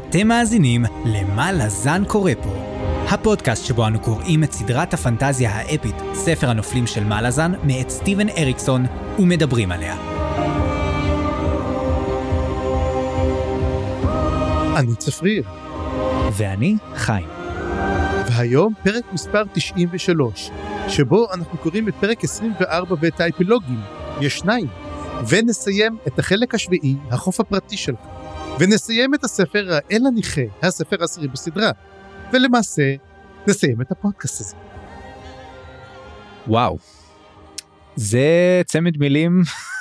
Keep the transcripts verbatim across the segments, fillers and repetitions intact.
אתם מאזינים למה לזן קורא פה, הפודקאסט שבו אנו קוראים את סדרת הפנטזיה האפית, ספר הנופלים של מה לזן, מאת סטיבן אריקסון, ומדברים עליה. אני צפריר. ואני חיים. והיום פרק מספר תשעים ושלוש, שבו אנחנו קוראים את פרק עשרים וארבע ואת האפילוגים, יש שניים, ונסיים את החלק השביעי, החוף הפרטי שלך. ונסיים את הספר האל הניחה, הספר העשירי בסדרה, ולמעשה נסיים את הפודקאסט הזה. וואו, זה צמד מילים,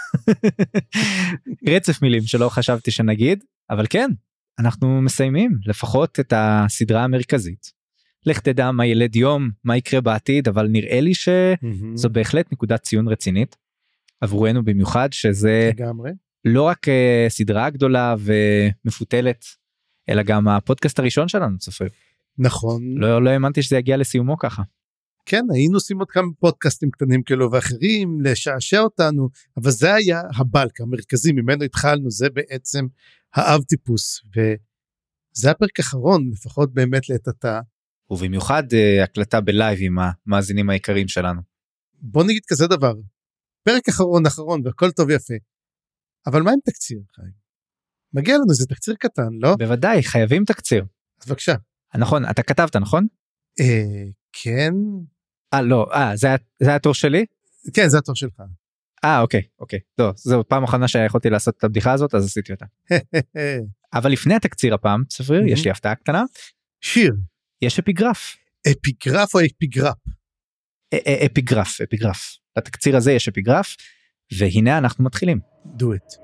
רצף מילים שלא חשבתי שנגיד, אבל כן, אנחנו מסיימים לפחות את הסדרה המרכזית. לך תדע מה ילד יום, מה יקרה בעתיד, אבל נראה לי שזו בהחלט נקודת ציון רצינית, עבורנו במיוחד, שזה לגמרי. לא רק uh, סדרה גדולה ומפותלת, אלא גם הפודקאסט הראשון שלנו, צפריר. נכון. לא, לא האמנתי שזה יגיע לסיומו ככה. כן, היינו עושים עוד כמה פודקאסטים קטנים כאלו ואחרים, לשעשע אותנו, אבל זה היה הבלק המרכזי, ממנו התחלנו, זה בעצם האב טיפוס, וזה הפרק האחרון, לפחות באמת לעת עתה. ובמיוחד uh, הקלטה בלייב עם המאזינים העיקריים שלנו. בוא נגיד כזה דבר, פרק אחרון אחרון והכל טוב יפה, אבל מה עם תקציר, חיים? מגיע לנו איזה תקציר קטן, לא? בוודאי, חייבים תקציר. אז בבקשה. נכון, אתה כתבת, נכון? אה, כן. אה, לא, אה, זה, זה היה התור שלי? כן, זה התור שלך. אה, אוקיי, אוקיי. לא, זו פעם אחרונה שיכולתי לעשות את הבדיחה הזאת, אז עשיתי אותה. אבל לפני התקציר הפעם, צפריר, יש לי הפתעה קטנה. שיר. יש אפיגרף. אפיגרף או אפיגרף? אפיגרף, אפיגרף. לתקציר הזה יש אפיגרף, והנה אנחנו מתחילים. do it.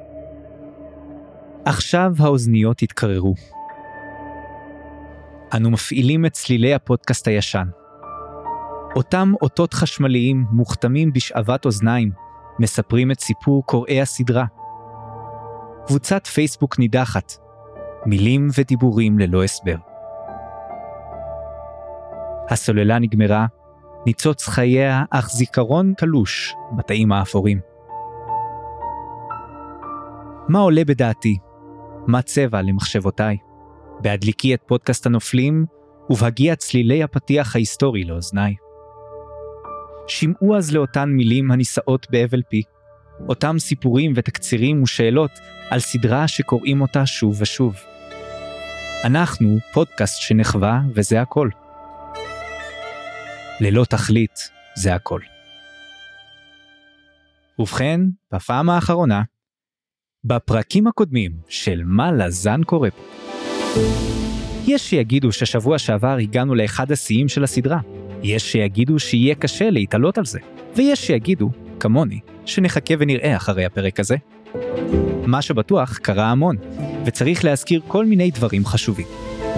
עכשיו האוזניות התקררו. אנו מפעילים את צלילי הפודקאסט הישן. אותם אותות חשמליים מוכתמים בשאבת אוזניים, מספרים את סיפור קוראי הסדרה. קבוצת פייסבוק נידחת, מילים ודיבורים ללא הסבר. הסוללה נגמרה, ניצוץ חייה אך זיכרון קלוש בתאים האפורים. מה עולה בדעתי? מה צבע למחשבותיי? בהדליקי את פודקאסט הנופלים, ובהגיע צלילי הפתיח ההיסטורי לאוזניי. שמעו אז לאותן מילים הנישאות באבל פי, אותם סיפורים ותקצירים ושאלות על סדרה שקוראים אותה שוב ושוב. אנחנו פודקאסט שנחווה וזה הכל. ללא תכלית זה הכל. ובכן, בפעם האחרונה, בפרקים הקודמים של מה לזן קורא פה. יש שיגידו ששבוע שעבר הגענו לאחד השיאים של הסדרה. יש שיגידו שיהיה קשה להתעלות על זה. ויש שיגידו, כמוני, שנחכה ונראה אחרי הפרק הזה. מה שבטוח קרה המון, וצריך להזכיר כל מיני דברים חשובים.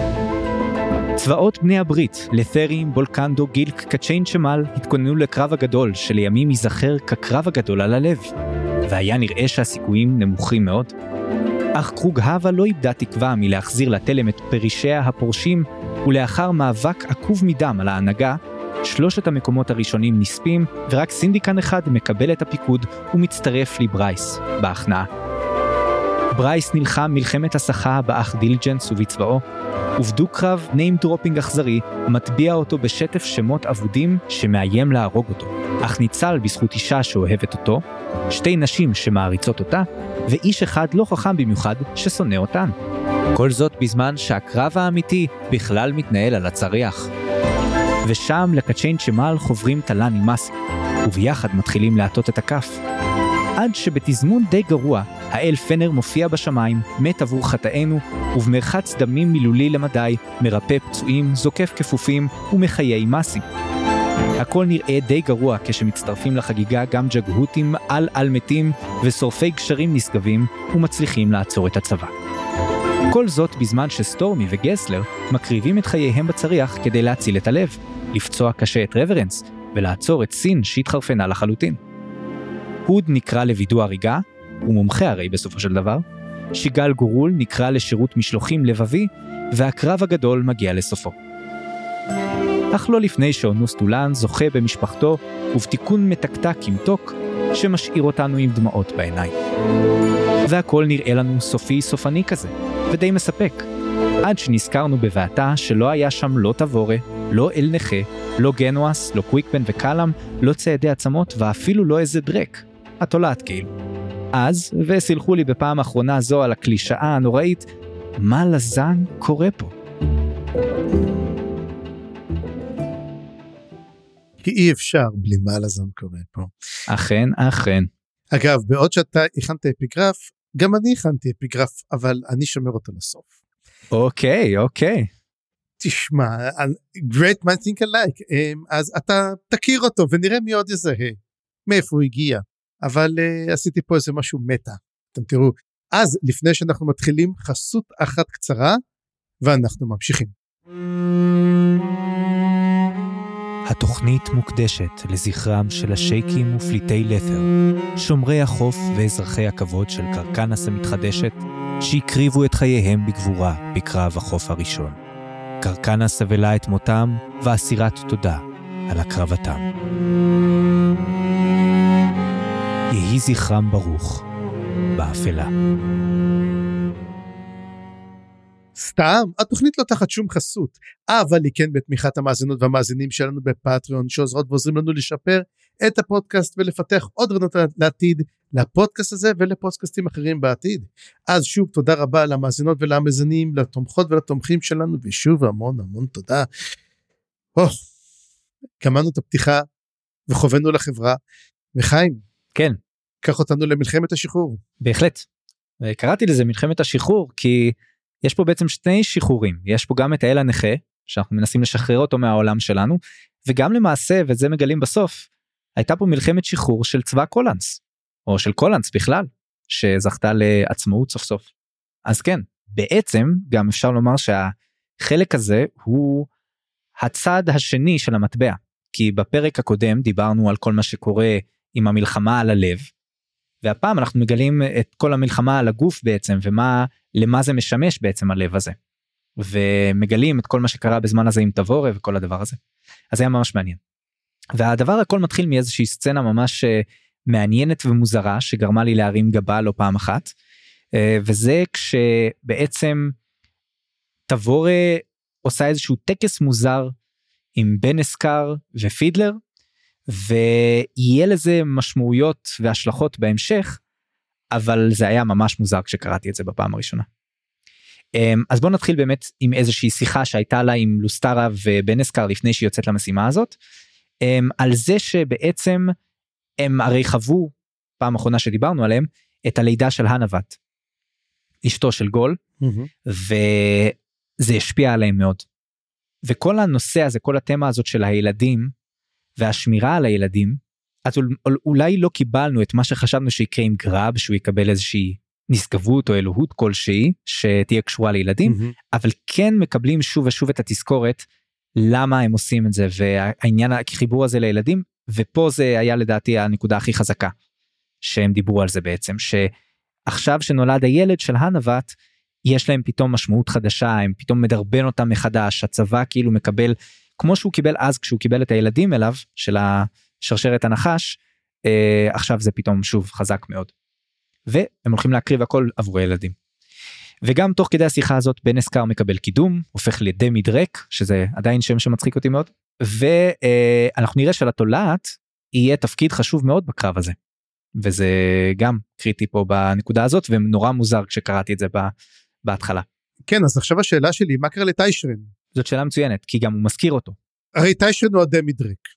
צבאות בני הברית, לת'רים, בולקנדו, גילק, קצ'יין שמל, התכוננו לקרב הגדול, שלימים ייזכר כקרב הגדול על הלב. והיה נראה שהסיכויים נמוכים מאוד. אך קרוג הווה לא איבדה תקווה מלהחזיר לתלם את פרישיה הפורשים, ולאחר מאבק עקוב מדם על ההנהגה, שלושת המקומות הראשונים נספים, ורק סינדיקן אחד מקבל את הפיקוד ומצטרף לברייס בהכנעה. ברייס נלחם מלחמת השכה באח דיליג'נס ובצבאו, ובדו קרב ניים דרופינג אכזרי מטביע אותו בשטף שמות אבודים שמאיים להרוג אותו, אך ניצל בזכות אישה שאוהבת אותו, שתי נשים שמעריצות אותה, ואיש אחד לא חכם במיוחד ששונא אותן. כל זאת בזמן שהקרב האמיתי בכלל מתנהל על הצריח. ושם לקצ'יין שמל חוברים טלן עם מסי, וביחד מתחילים להטות את הכף. עד שבתזמון די גרוע, האל פנר מופיע בשמיים, מת עבור חטאינו, ובמרחץ דמים מילולי למדי, מרפא פצועים, זוקף כפופים ומחיי מסי. הכל נראה די גרוע כשמצטרפים לחגיגה גם ג'גהותים על על מתים ושורפי גשרים נשגבים ומצליחים לעצור את הצבא. כל זאת בזמן שסטורמי וגסלר מקריבים את חייהם בצריח כדי להציל את הלב, לפצוע קשה את רברנס ולעצור את סין שהתחרפנה לחלוטין. הוד נקרא לוידוא הריגה, הוא מומחה הרי בסופו של דבר, שיגל גורול נקרא לשירות משלוחים לבבי, והקרב הגדול מגיע לסופו. אך לא לפני שאונוס דולן זוכה במשפחתו ובתיקון מתקתק עם תוק שמשאיר אותנו עם דמעות בעיניים. והכל נראה לנו סופי סופני כזה, ודי מספק, עד שנזכרנו בבעתה שלא היה שם לא תבורה, לא אל נכה, לא גנואס, לא קוויקבן וקלם, לא ציידי עצמות ואפילו לא איזה דרק. התולעת כאילו. אז, וסילחו לי בפעם האחרונה זו על הקלישאה הנוראית, מה לזן קורה פה? כי אי אפשר בלי מה לזן קורה פה. אכן, אכן. אגב, בעוד שאתה הכנת אפיגרף, גם אני הכנתי אפיגרף, אבל אני שומר אותו לסוף. אוקיי, אוקיי. תשמע, great man think alike, אז אתה תכיר אותו ונראה מי עוד יזהה, מאיפה הוא הגיע, אבל uh, עשיתי פה איזה משהו מטה, אתם תראו, אז לפני שאנחנו מתחילים חסות אחת קצרה, ואנחנו ממשיכים. התוכנית מוקדשת לזכרם של השייקים ופליטי לת'ר, שומרי החוף ואזרחי הכבוד של קרקנס המתחדשת, שהקריבו את חייהם בגבורה בקרב החוף הראשון. קרקנס סבלה את מותם ואסירת תודה על הקרבתם. יהי זכרם ברוך באפלה. סתם, התוכנית לא תחת שום חסות, אבל היא כן בתמיכת המאזינות והמאזינים שלנו בפטריון, שעוזרות ועוזרים לנו לשפר את הפודקאסט ולפתח עוד רעיונות לעתיד, לפודקאסט הזה ולפודקאסטים אחרים בעתיד. אז שוב תודה רבה למאזינות ולמאזינים, לתומכות ולתומכים שלנו, ושוב המון המון תודה. או, קמנו את הפתיחה וחובנו לחברה, וחיים. כן. קח אותנו למלחמת השחרור. בהחלט. קראתי לזה מלחמת השחרור, כי יש פה בעצם שני שחרורים, יש פה גם את האל הנכה, שאנחנו מנסים לשחרר אותו מהעולם שלנו, וגם למעשה, ואת זה מגלים בסוף, הייתה פה מלחמת שחרור של צבא קולנס, או של קולנס בכלל, שזכתה לעצמאות סוף סוף. אז כן, בעצם גם אפשר לומר שהחלק הזה הוא הצד השני של המטבע, כי בפרק הקודם דיברנו על כל מה שקורה עם המלחמה על הלב, והפעם אנחנו מגלים את כל המלחמה על הגוף בעצם, ומה, למה זה משמש בעצם הלב הזה. ומגלים את כל מה שקרה בזמן הזה עם תבורה וכל הדבר הזה. אז זה היה ממש מעניין. והדבר הכל מתחיל מאיזושהי סצנה ממש מעניינת ומוזרה, שגרמה לי להרים גבה לא פעם אחת, וזה כשבעצם תבורה עושה איזשהו טקס מוזר, עם בן אסקר ופידלר, ויהיה לזה משמעויות והשלכות בהמשך, אבל זה היה ממש מוזר כשקראתי את זה בפעם הראשונה. אז בואו נתחיל באמת עם איזושהי שיחה שהייתה לה עם לוסטרה ובן אסקר לפני שהיא יוצאת למשימה הזאת, על זה שבעצם הם הרי חוו, פעם האחרונה שדיברנו עליהם, את הלידה של הנבת, אשתו של גול, mm-hmm. וזה השפיע עליהם מאוד. וכל הנושא הזה, כל התמה הזאת של הילדים, והשמירה על הילדים, אז אולי לא קיבלנו את מה שחשבנו שיקרה עם גרב, שהוא יקבל איזושהי נשגבות או אלוהות כלשהי, שתהיה קשורה לילדים, mm-hmm. אבל כן מקבלים שוב ושוב את התזכורת, למה הם עושים את זה, והעניין החיבור הזה לילדים, ופה זה היה לדעתי הנקודה הכי חזקה, שהם דיברו על זה בעצם, שעכשיו שנולד הילד של הנבת, יש להם פתאום משמעות חדשה, הם פתאום מדרבן אותם מחדש, הצבא כאילו מקבל, כמו שהוא קיבל אז כשהוא קיבל את הילדים אליו, של השרשרת הנחש, אה, עכשיו זה פתאום שוב חזק מאוד. והם הולכים להקריב הכל עבור הילדים. וגם תוך כדי השיחה הזאת, בן אסקר מקבל קידום, הופך לדמי דרק, שזה עדיין שם שמצחיק אותי מאוד, ואנחנו נראה שלתולעת, יהיה תפקיד חשוב מאוד בקרב הזה. וזה גם קריטי פה בנקודה הזאת, ונורא מוזר כשקראתי את זה בהתחלה. כן, אז עכשיו השאלה שלי, מה קרה לטיישרן? זאת שאלה מצוינת, כי גם הוא מזכיר אותו. הרי טיישרן הוא הדמי דרק.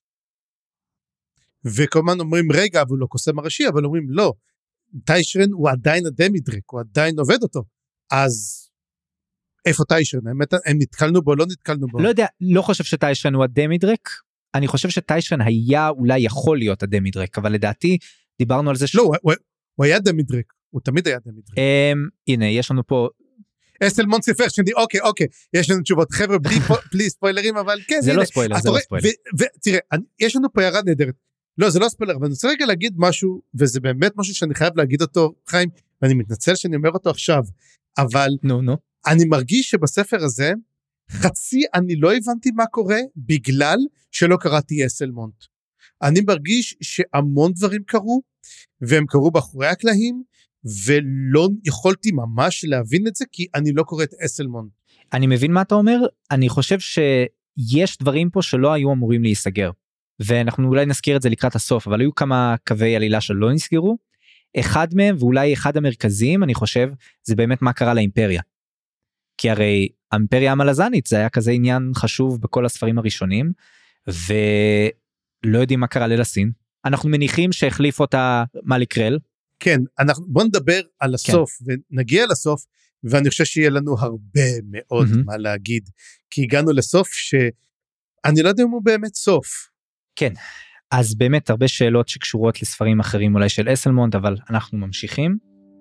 וכמובן אומרים, רגע, אבל הוא לא קוסם הראשי, אבל אומרים, לא, טיישרן הוא עדיין הדמי דרק, הוא עדיין עובד אותו. אז איפה טיישרן? הם נתקלנו בו, לא נתקלנו בו? לא יודע, לא חושב שטיישרן הוא הדמי דרק, אני חושב שטיישרן היה אולי יכול להיות הדמי דרק, אבל לדעתי דיברנו על זה ש... לא, הוא, הוא, הוא היה דמי דרק, הוא תמיד היה דמי דרק. Um, הנה, יש לנו פה... אסלמון סיפר שני, אוקיי, אוקיי, יש לנו תשובות, חבר'ה, בלי, בלי ספוילרים, אבל כן, זה לא ספוילר, זה לא ספוילר. ותראה, יש לנו פה הערה נהדרת, לא, זה לא ספוילר, אבל אני רוצה רגע להגיד משהו, וזה באמת משהו שאני חייב להגיד אותו, חיים, ואני מתנצל שאני אומר אותו עכשיו, אבל נו, נו. אני מרגיש שבספר הזה, חצי אני לא הבנתי מה קורה, בגלל שלא קראתי אסלמונט. אני מרגיש שהמון דברים קרו, והם קרו באחורי הקלעים, ולא יכולתי ממש להבין את זה, כי אני לא קורא את אסלמונט. אני מבין מה אתה אומר, אני חושב שיש דברים פה שלא היו אמורים להיסגר, ואנחנו אולי נזכיר את זה לקראת הסוף, אבל היו כמה קווי עלילה שלא נסגרו, אחד מהם ואולי אחד המרכזיים אני חושב, זה באמת מה קרה לאימפריה, כי הרי האימפריה המלזנית זה היה כזה עניין חשוב בכל הספרים הראשונים, ולא יודעים מה קרה ללסין, אנחנו מניחים שהחליף אותה מליק-רל. כן, אנחנו, בוא נדבר על הסוף, כן. ונגיע לסוף, ואני חושב שיהיה לנו הרבה מאוד mm-hmm. מה להגיד, כי הגענו לסוף שאני לא יודע אם הוא באמת סוף. כן, אז באמת הרבה שאלות שקשורות לספרים אחרים אולי של אסלמונד, אבל אנחנו ממשיכים.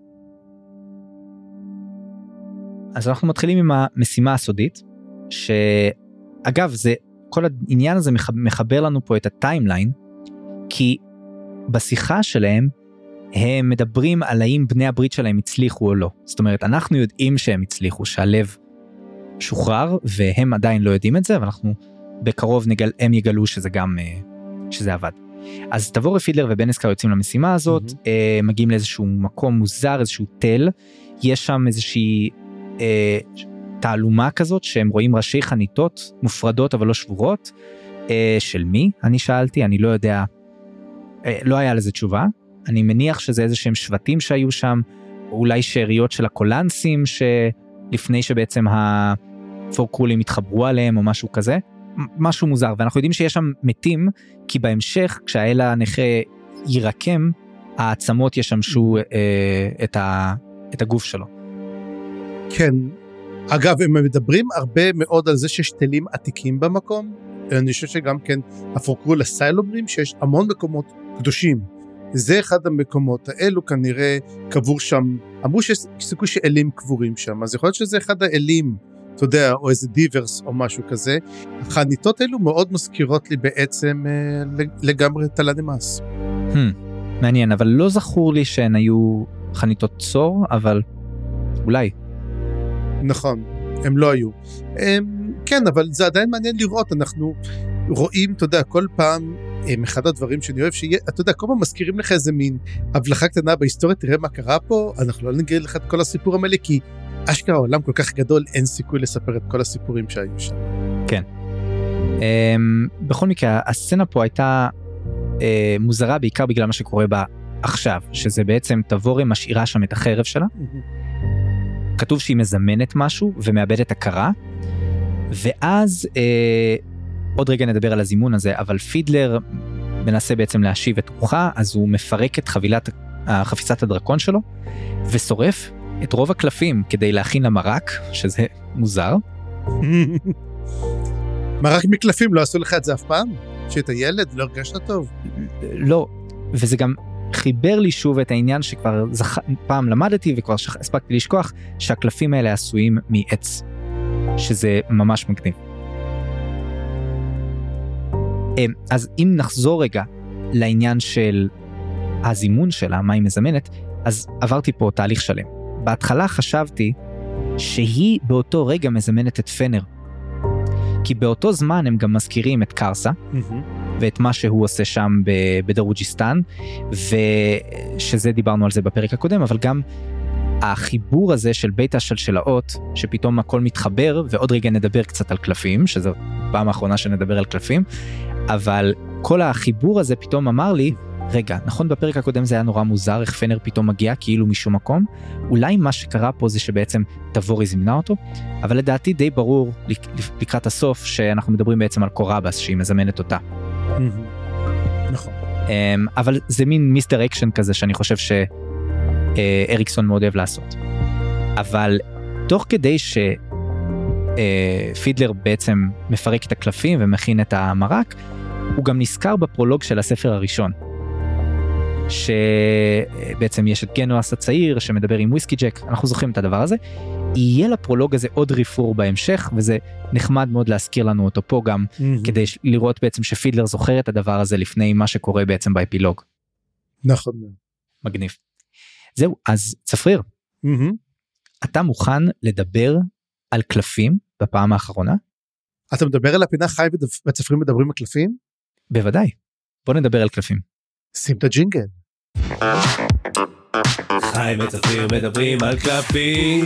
אז אנחנו מתחילים עם המשימה הסודית, שאגב זה, כל העניין הזה מחבר לנו פה את הטיימליין, כי בשיחה שלהם, הם מדברים על האם בני הברית שלהם הצליחו או לא. זאת אומרת, אנחנו יודעים שהם הצליחו, שהלב שוחרר, והם עדיין לא יודעים את זה, ואנחנו בקרוב נגל, הם יגלו שזה גם, שזה עבד. אז תבור ופידלר ובנסקר יוצאים למשימה הזאת, mm-hmm. מגיעים לאיזשהו מקום מוזר, איזשהו תל, יש שם איזושהי אה, תעלומה כזאת, שהם רואים ראשי חניתות, מופרדות אבל לא שבורות, אה, של מי? אני שאלתי, אני לא יודע, אה, לא היה לזה תשובה, אני מניח שזה איזה שהם שבטים שהיו שם, או אולי שאריות של הקולנסים, שלפני שבעצם הפורקרולים התחברו עליהם, או משהו כזה, משהו מוזר, ואנחנו יודעים שיש שם מתים, כי בהמשך, כשהאל הנכה ירקם, העצמות ישמשו אה, את, ה, את הגוף שלו. כן, אגב, הם מדברים הרבה מאוד על זה שיש תלים עתיקים במקום, אני חושב שגם כן, הפורקרול הסייל אומרים שיש המון מקומות קדושים, זה אחד המקומות האלו כנראה קבור שם, אמרו שיש סיכוי שאלים קבורים שם, אז יכול להיות שזה אחד האלים, אתה יודע, או איזה דיברס או משהו כזה, החניתות האלו מאוד מזכירות לי בעצם אה, לגמרי תלנמאס. Hmm, מעניין, אבל לא זכור לי שהן היו חניתות צור, אבל אולי. נכון, הם לא היו. הם, כן, אבל זה עדיין מעניין לראות, אנחנו רואים, אתה יודע, כל פעם, אחד הדברים שאני אוהב, שיהיה, אתה יודע, כל פעם מזכירים לך איזה מין הבלחה קטנה בהיסטוריה, תראה מה קרה פה, אנחנו לא נגיד לך את כל הסיפור המלא, כי אשכרה העולם כל כך גדול, אין סיכוי לספר את כל הסיפורים שהיו שם. כן. Um, בכל מקרה, הסצנה פה הייתה uh, מוזרה, בעיקר בגלל מה שקורה בה עכשיו, שזה בעצם תבורה משאירה שם את החרב שלה, mm-hmm. כתוב שהיא מזמנת משהו, ומאבדת הכרה, ואז... Uh, עוד רגע נדבר על הזימון הזה, אבל פידלר מנסה בעצם להשיב את רוחה, אז הוא מפרק את חבילת, חפיסת הדרקון שלו, ושורף את רוב הקלפים כדי להכין למרק, שזה מוזר. מרק מקלפים, לא עשו לך את זה אף פעם? שאתה ילד, לא הרגשת טוב? לא, וזה גם חיבר לי שוב את העניין שכבר זכ... פעם למדתי, וכבר הספקתי לשכוח, שהקלפים האלה עשויים מעץ, שזה ממש מגניב. אז אם נחזור רגע לעניין של הזימון שלה, מה היא מזמנת, אז עברתי פה תהליך שלם. בהתחלה חשבתי שהיא באותו רגע מזמנת את פנר, כי באותו זמן הם גם מזכירים את קרסה, mm-hmm. ואת מה שהוא עושה שם בדרוג'יסטן, ושזה דיברנו על זה בפרק הקודם, אבל גם החיבור הזה של בית השלשלאות, שפתאום הכל מתחבר, ועוד רגע נדבר קצת על קלפים, שזו פעם האחרונה שנדבר על קלפים, אבל כל החיבור הזה פתאום אמר לי, רגע, נכון בפרק הקודם זה היה נורא מוזר, איך פנר פתאום מגיע כאילו משום מקום, אולי מה שקרה פה זה שבעצם תבורי זימנה אותו, אבל לדעתי די ברור לקראת הסוף, שאנחנו מדברים בעצם על קורבס, שהיא מזמנת אותה. נכון. אבל זה מין מיסטר אקשן כזה, שאני חושב ש... אריקסון מאוד אוהב לעשות. אבל תוך כדי שפידלר בעצם מפרק את הקלפים ומכין את המרק, הוא גם נזכר בפרולוג של הספר הראשון, שבעצם יש את גנואס הצעיר שמדבר עם וויסקי ג'ק, אנחנו זוכרים את הדבר הזה, יהיה לפרולוג הזה עוד ריפור בהמשך, וזה נחמד מאוד להזכיר לנו אותו פה גם, mm-hmm. כדי לראות בעצם שפידלר זוכר את הדבר הזה לפני מה שקורה בעצם באפילוג. נכון. מגניב. זהו, אז צפריר, mm-hmm. אתה מוכן לדבר על קלפים בפעם האחרונה? אתה מדבר על הפינה חי והצפרים מדברים על קלפים? בוודאי, בוא נדבר על קלפים. שים את הג'ינגל. חיים וצפריר מדברים על קלפים.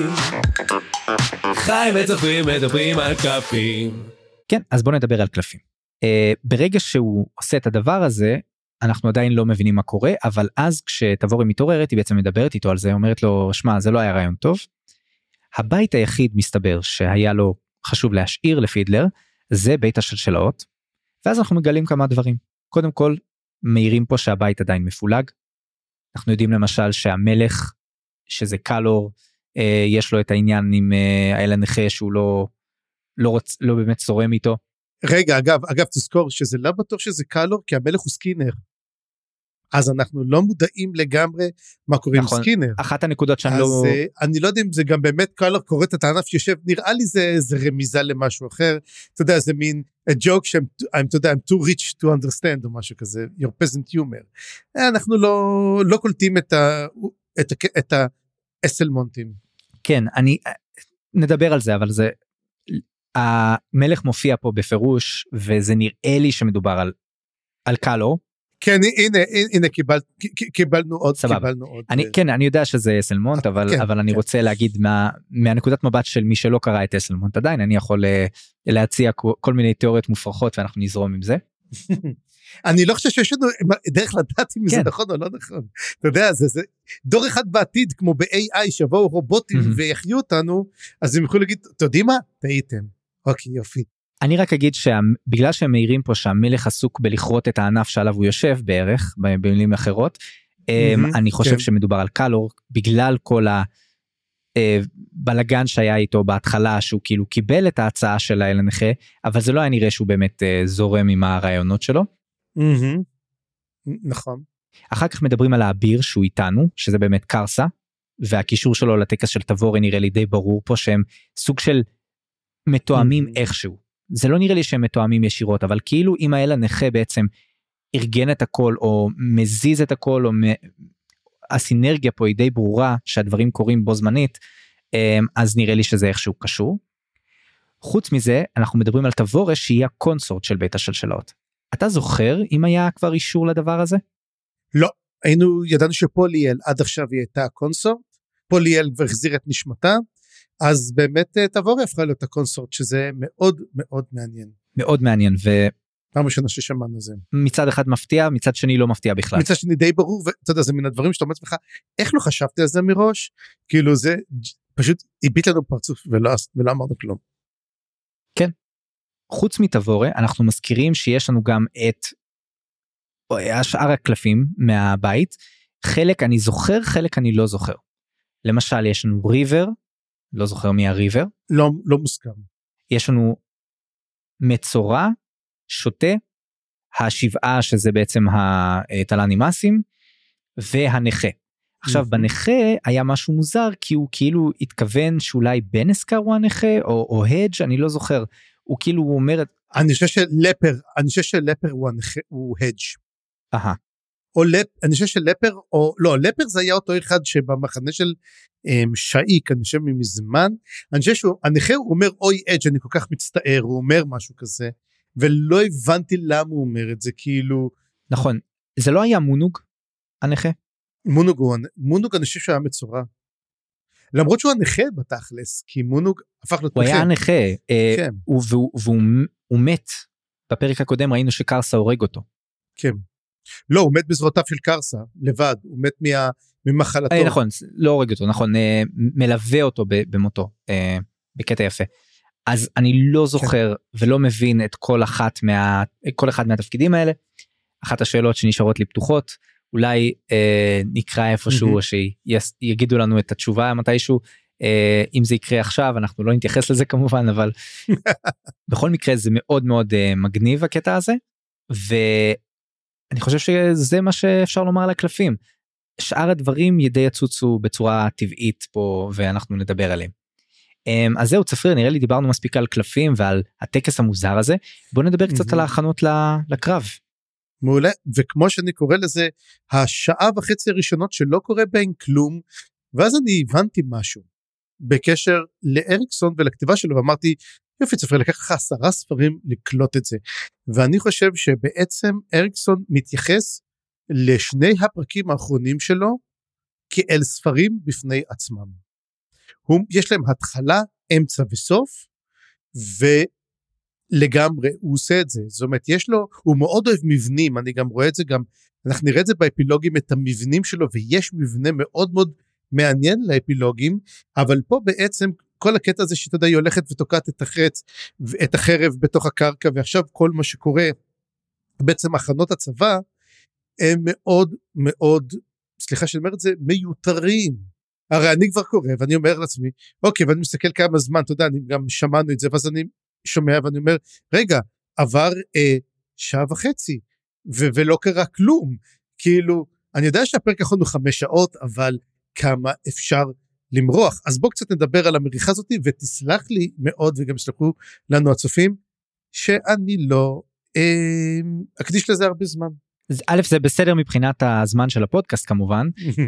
חיים וצפריר מדברים על קלפים. כן, אז בוא נדבר על קלפים. Uh, ברגע שהוא עושה את הדבר הזה, אנחנו עדיין לא מבינים מה קורה, אבל אז כשתבורי מתעוררת, היא בעצם מדברת איתו על זה, אומרת לו, שמע, זה לא היה רעיון טוב. הבית היחיד מסתבר שהיה לו חשוב להשאיר לפידלר, זה בית השלשלאות, ואז אנחנו מגלים כמה דברים. קודם כל, מאירים פה שהבית עדיין מפולג, אנחנו יודעים למשל שהמלך, שזה קלור, אה, יש לו את העניין עם אה, האל הנכה, שהוא לא, לא, רוצ, לא באמת שורם איתו. רגע, אגב, אגב, תזכור שזה לא בטוח שזה קלור, כי המלך הוא סקינר. אז אנחנו לא מודעים לגמרי מה קורה נכון, עם סקינר. אחת הנקודות שאני אז לא... uh, אני לא יודע אם זה גם באמת קלור קורא את הענף שיושב, נראה לי זה, זה רמיזה למשהו אחר, אתה יודע, זה מין a joke שהם, אתה יודע, I'm too rich to understand, או משהו כזה, your peasant humor. אנחנו לא, לא קולטים את ה... את ה... את האסלמונטים. כן, אני... נדבר על זה, אבל זה... המלך מופיע פה בפירוש, וזה נראה לי שמדובר על, על קלור, כן, הנה, הנה, קיבל, קיבלנו עוד, סבבה. קיבלנו עוד. אני, כן, אני יודע שזה אסלמונט, אבל, כן, אבל אני כן. רוצה להגיד מה, מהנקודת מבט של מי שלא קרא את אסלמונט עדיין, אני יכול להציע כל מיני תיאוריות מופרכות, ואנחנו נזרום עם זה. אני לא חושב שיש לנו דרך לדעת אם כן. זה נכון או לא נכון. אתה יודע, זה, זה דור אחד בעתיד, כמו ב-איי איי, שבואו רובוטים Mm-hmm. ויחיו אותנו, אז הם יכולים להגיד, אתה יודעים מה? טעיתם. אוקיי, יופי. אני רק אגיד שבגלל שהם מעירים פה שהמלך עסוק בלכרות את הענף שעליו הוא יושב בערך, במילים אחרות, mm-hmm, אני חושב כן. שמדובר על קלור, בגלל כל הבלגן שהיה איתו בהתחלה, שהוא כאילו קיבל את ההצעה של האל הנכה, אבל זה לא היה נראה שהוא באמת זורם עם הרעיונות שלו. Mm-hmm. נכון. אחר כך מדברים על האביר שהוא איתנו, שזה באמת קרסה, והקישור שלו לטקס של תבורי נראה לי די ברור פה, שהם סוג של מתואמים mm-hmm. איכשהו. זה לא נראה לי שהם מתואמים ישירות, אבל כאילו אם האל הנכה בעצם ארגן את הכל, או מזיז את הכל, או הסינרגיה פה היא די ברורה, שהדברים קורים בו זמנית, אז נראה לי שזה איכשהו קשור. חוץ מזה, אנחנו מדברים על תבורי, שהיא הקונסורט של בית השלשלות. אתה זוכר אם היה כבר אישור לדבר הזה? לא, היינו, ידענו שפוליאל עד עכשיו היא הייתה הקונסורט, פוליאל כבר החזיר את נשמתה, אז באמת תבורי הפכה להיות הקונסורט, שזה מאוד מאוד מעניין. מאוד מעניין, ו... פעם ראשונה ששמענו זה. מצד אחד מפתיע, מצד שני לא מפתיע בכלל. מצד שני די ברור, ואתה יודע, זה מן הדברים שאתה אומר לך, איך לא חשבתי על זה מראש? כאילו זה פשוט הביט לנו פרצוף, ולא, ולא אמרנו כלום. כן. חוץ מתבורי, אנחנו מזכירים שיש לנו גם את השאר הקלפים מהבית, חלק אני זוכר, חלק אני לא זוכר. למשל, יש לנו ריבר, לא זוכר מי הריבר. לא, לא מוזכר. יש לנו מצורע, שוטה, השבעה שזה בעצם התלנימסים, והנכה. עכשיו בנכה היה משהו מוזר, כי הוא כאילו התכוון שאולי בנסקר הוא הנכה, או, או הדג' אני לא זוכר, הוא כאילו הוא אומר... אני חושב שלפר, אני חושב שלפר הוא, הנכה, הוא הדג'. אהה. או לפ, אני חושב שלפר, או לא, לפר זה היה אותו אחד שבמחנה של um, שאיק, אני חושב ממזמן, אני חושב שהוא, הנכה הוא אומר אוי אדג' אני כל כך מצטער, הוא אומר משהו כזה, ולא הבנתי למה הוא אומר את זה, כאילו... נכון, זה לא היה מונוג, הנכה? מונוג הוא, מונוג אני חושב שהיה מצורע. למרות שהוא הנכה בתכלס, כי מונוג הפך להיות נכה. הוא היה הנכה, כן. והוא, והוא, והוא, והוא מת, בפרק הקודם ראינו שקרסה הורג אותו. כן. לא, הוא מת בזרועותיו של קרסה, לבד, הוא מת מה, ממחלתו. אי, נכון, לא הורג אותו, נכון, מלווה אותו במותו, בקטע יפה. אז אני לא זוכר כן. ולא מבין את כל אחת מה, כל אחד מהתפקידים האלה. אחת השאלות שנשארות לי פתוחות, אולי אה, נקרא איפשהו, או שיגידו לנו את התשובה מתישהו, אה, אם זה יקרה עכשיו, אנחנו לא נתייחס לזה כמובן, אבל בכל מקרה זה מאוד מאוד אה, מגניב הקטע הזה, ואני חושב שזה מה שאפשר לומר על הקלפים. שאר הדברים ידי יצוצו בצורה טבעית פה, ואנחנו נדבר עליהם. אז זהו, צפריר, נראה לי דיברנו מספיק על קלפים ועל הטקס המוזר הזה, בואו נדבר קצת על ההכנות לקרב. מעולה, וכמו שאני קורא לזה, השעה וחצי הראשונות שלא קורה בהן כלום, ואז אני הבנתי משהו, בקשר לאריקסון ולכתיבה שלו, ואמרתי, יופי צפריר, לקח לך עשרה ספרים לקלוט את זה, ואני חושב שבעצם אריקסון מתייחס לשני הפרקים האחרונים שלו, כאל ספרים בפני עצמם. הוא, יש להם התחלה, אמצע וסוף, ולגמרי הוא עושה את זה. זאת אומרת, יש לו, הוא מאוד אוהב מבנים, אני גם רואה את זה גם, אנחנו נראה את זה באפילוגים, את המבנים שלו, ויש מבנה מאוד מאוד מעניין לאפילוגים, אבל פה בעצם כל הקטע הזה שאתה יודע, היא הולכת ותוקעת את החץ, את החרב בתוך הקרקע, ועכשיו כל מה שקורה, בעצם הכנות הצבא, הם מאוד מאוד, סליחה שאני אומר את זה, מיותרים. הרי אני כבר קורא, ואני אומר לעצמי, אוקיי, ואני מסתכל כמה זמן, אתה יודע, אני גם שמענו את זה, ואז אני שומע, ואני אומר, רגע, עבר אה, שעה וחצי, ו- ולא קרה כלום, כאילו, אני יודע שהפרק האחרון הוא חמש שעות, אבל כמה אפשר למרוח, אז בוא קצת נדבר על המריחה הזאת, ותסלח לי מאוד, וגם סלחו לנו הצופים, שאני לא אה, אקדיש לזה הרבה זמן. א', זה בסדר מבחינת הזמן של הפודקאסט כמובן,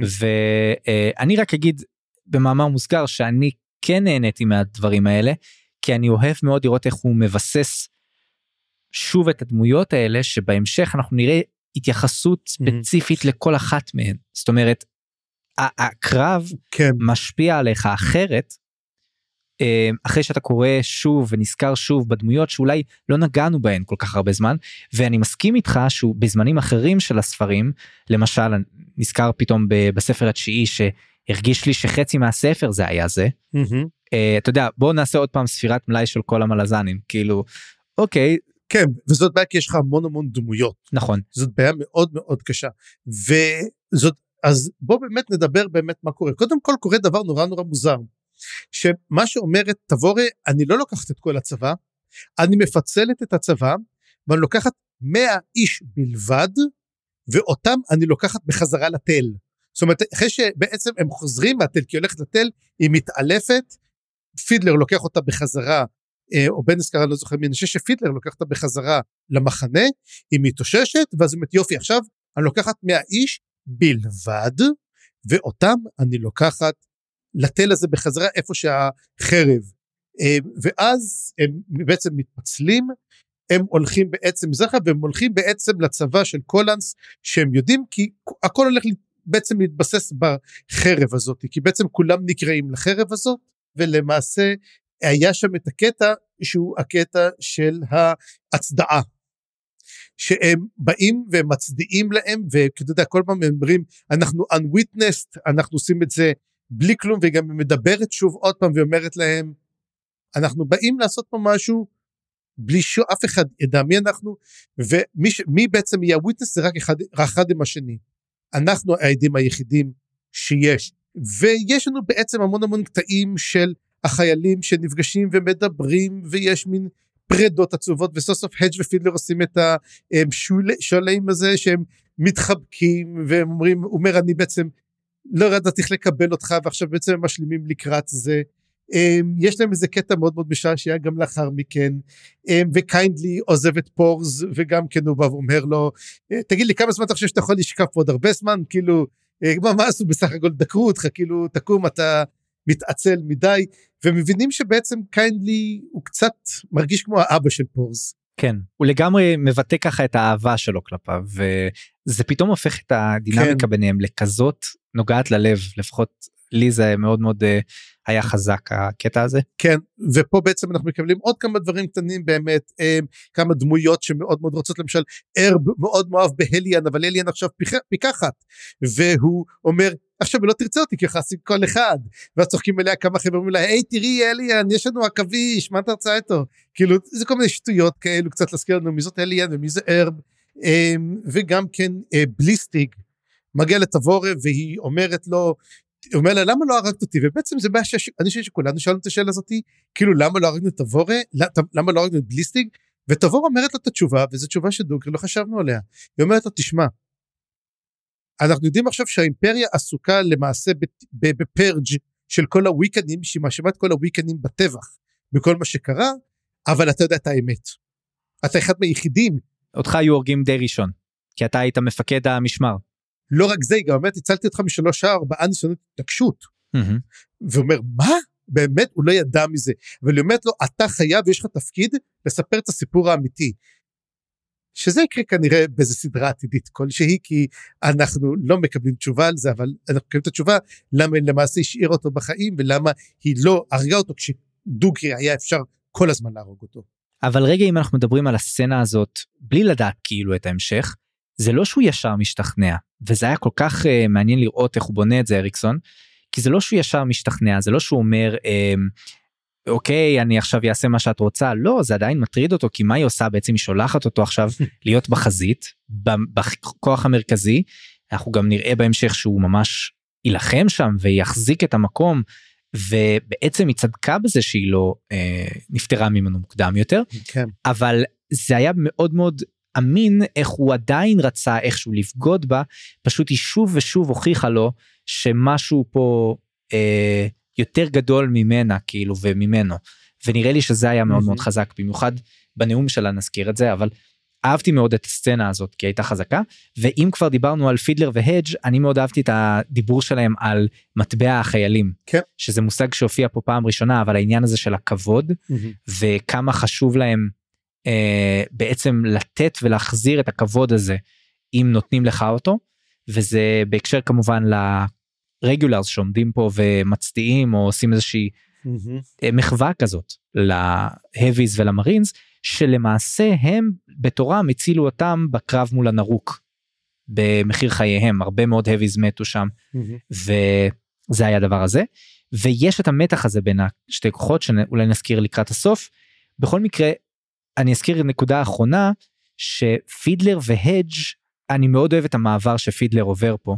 ואני רק אגיד במאמר מוסגר שאני כן נהניתי מהדברים האלה, כי אני אוהב מאוד לראות איך הוא מבסס שוב את הדמויות האלה, שבהמשך אנחנו נראה התייחסות ספציפית לכל אחת מהן. זאת אומרת, הקרב משפיע עליך אחרת, אחרי שאתה קורא שוב ונזכר שוב בדמויות שאולי לא נגענו בהן כל כך הרבה זמן, ואני מסכים איתך שהוא בזמנים אחרים של הספרים, למשל נזכר פתאום בספר התשיעי שהרגיש לי שחצי מהספר זה היה זה, אתה יודע, בוא נעשה עוד פעם ספירת מלאי של כל המלזנים, כאילו אוקיי. כן, וזאת בעיה כי יש לך המון המון דמויות. נכון. זאת בעיה מאוד מאוד קשה, וזאת, אז בוא באמת נדבר באמת מה קורה. קודם כל קורה דבר נורא נורא מוזר, שמה שאומרת תבורה, אני לא לוקחת את כל הצבא, אני מפצלת את הצבא, ואני לוקחת מאה איש בלבד, ואותם אני לוקחת בחזרה לתל. זאת אומרת, אחרי שבעצם הם חוזרים מהתל, כי הולכת לתל, היא מתעלפת, פידלר לוקח אותה בחזרה, או בנס קרא, לא זוכר מי, אני חושב שפידלר לוקח אותה בחזרה למחנה, היא מתאוששת, ואז היא אומרת, יופי, עכשיו אני לוקחת מאה איש בלבד, ואותם אני לוקחת לתל הזה בחזרה איפה שהחרב, ואז הם בעצם מתפצלים, הם הולכים בעצם מזרחה, והם הולכים בעצם לצבא של קולנס, שהם יודעים כי הכל הולך בעצם להתבסס בחרב הזאת, כי בעצם כולם נקראים לחרב הזאת, ולמעשה היה שם את הקטע, שהוא הקטע של ההצדעה, שהם באים והם מצדיעים להם, וכדי יודע, כל פעם הם אומרים, אנחנו unwitnessed, אנחנו עושים את זה בלי כלום, וגם היא מדברת שוב עוד פעם, ואומרת להם, אנחנו באים לעשות פה משהו, בלי שאף אחד ידע מי אנחנו, ומי מי בעצם יהיה וויטנס, זה רק אחד, אחד עם השני, אנחנו העדים היחידים שיש, ויש לנו בעצם המון המון קטעים, של החיילים שנפגשים ומדברים, ויש מין פרדות עצובות, וסוף סוף הדג' ופידלר עושים את השוליים הזה, שהם מתחבקים, והם אומרים, הוא אומר, אני בעצם לא ידעתי איך לקבל אותך, ועכשיו בעצם הם משלימים לקראת זה, יש להם איזה קטע מאוד מאוד משעשע גם לאחר מכן, וקיינדלי עוזב את פורז, וגם כן הוא בא ואומר לו, תגיד לי כמה זמן אתה חושב שאתה יכול לשכב פה עוד הרבה זמן, כאילו, מה עשו בסך הכל, דקרו אותך, כאילו תקום, אתה מתעצל מדי, ומבינים שבעצם קיינדלי הוא קצת מרגיש כמו האבא של פורז. כן, הוא לגמרי מבטא ככה את האהבה שלו כלפיו, וזה פתאום הופך את הדינמיקה כן. ביניהם לכזאת נוגעת ללב, לפחות לי זה מאוד מאוד היה חזק הקטע הזה. כן, ופה בעצם אנחנו מקבלים עוד כמה דברים קטנים באמת, כמה דמויות שמאוד מאוד רוצות, למשל ארב מאוד מאוהב בהליאן, אבל הליאן עכשיו פיקחת, והוא אומר, עכשיו לא תרצה אותי כי חסים כל אחד, ואז צוחקים אליה כמה חבר'ה, אומרים לה, היי תראי הליאן, יש לנו עכביש, מה אתה רוצה איתו? כאילו זה כל מיני שטויות כאלו, קצת להזכיר לנו מי זאת הליאן ומי זה ארב, וגם כן בליסטיג, מגיע לתבורה והיא אומרת לו, הוא אומר לה, למה לא הרגת אותי? ובעצם זה בעיה שאני חושב שכולנו שאלנו את השאלה הזאת, כאילו למה לא הרגנו את תבורה, למה לא הרגנו את בליסטיג, ותבורה אומרת לו את התשובה, וזו תשובה שדוגרי לא חשבנו עליה, היא אומרת לו, תשמע, אנחנו יודעים עכשיו שהאימפריה עסוקה למעשה בפרג' של כל הוויקנים, שהיא מאשימה את כל הוויקנים בטבח, בכל מה שקרה, אבל אתה יודע את האמת, אתה אחד מהיחידים. אותך היו הורגים די ראשון, כי אתה היית מפקד המשמר. לא רק זה, גם באמת הצלתי אותך משלוש שעה, ארבעה ניסיונות התנגשות, ואומר, מה? באמת הוא לא ידע מזה, אבל היא אומרת לו, אתה חייב ויש לך תפקיד, לספר את הסיפור האמיתי, שזה יקרה כנראה באיזה סדרה עתידית כלשהי, כי אנחנו לא מקבלים תשובה על זה, אבל אנחנו מקבלים את התשובה, למה למעשה השאיר אותו בחיים, ולמה היא לא הרגה אותו, כשדוגרי היה אפשר כל הזמן להרוג אותו. אבל רגע, אם אנחנו מדברים על הסצנה הזאת, בלי לדעת כאילו את ההמשך, זה לא שהוא ישר משתכנע, וזה היה כל כך uh, מעניין לראות איך הוא בונה את זה, אריקסון, כי זה לא שהוא ישר משתכנע, זה לא שהוא אומר, uh, אוקיי, אני עכשיו אעשה מה שאת רוצה, לא, זה עדיין מטריד אותו, כי מה היא עושה? בעצם היא שולחת אותו עכשיו להיות בחזית, בכוח המרכזי, אנחנו גם נראה בהמשך שהוא ממש ילחם שם, ויחזיק את המקום, ובעצם היא צדקה בזה שהיא לא אה, נפטרה ממנו מוקדם יותר, כן. אבל זה היה מאוד מאוד אמין, איך הוא עדיין רצה איכשהו לבגוד בה, פשוט היא שוב ושוב הוכיחה לו, שמשהו פה אה, יותר גדול ממנה, כאילו, וממנו, ונראה לי שזה היה מאוד מאוד חזק, במיוחד בנאום שלה נזכיר את זה, אבל אהבתי מאוד את הסצנה הזאת, כי הייתה חזקה, ואם כבר דיברנו על פידלר והדג', אני מאוד אהבתי את הדיבור שלהם על מטבע החיילים, כן. שזה מושג שהופיע פה פעם ראשונה, אבל העניין הזה של הכבוד, וכמה חשוב להם אה, בעצם לתת ולהחזיר את הכבוד הזה, אם נותנים לך אותו, וזה בהקשר כמובן לרגולרס שעומדים פה ומצדיעים, או עושים איזושהי mm-hmm. מחווה כזאת, להביז ולמרינס, שלמעשה הם בתורם הצילו אותם בקרב מול הנרוק, במחיר חייהם, הרבה מאוד הביז מתו שם, mm-hmm. וזה היה הדבר הזה, ויש את המתח הזה בין השתי כוחות, שאולי נזכיר לקראת הסוף, בכל מקרה, אני אזכיר נקודה האחרונה, שפידלר והדג' אני מאוד אוהב את המעבר שפידלר עובר פה,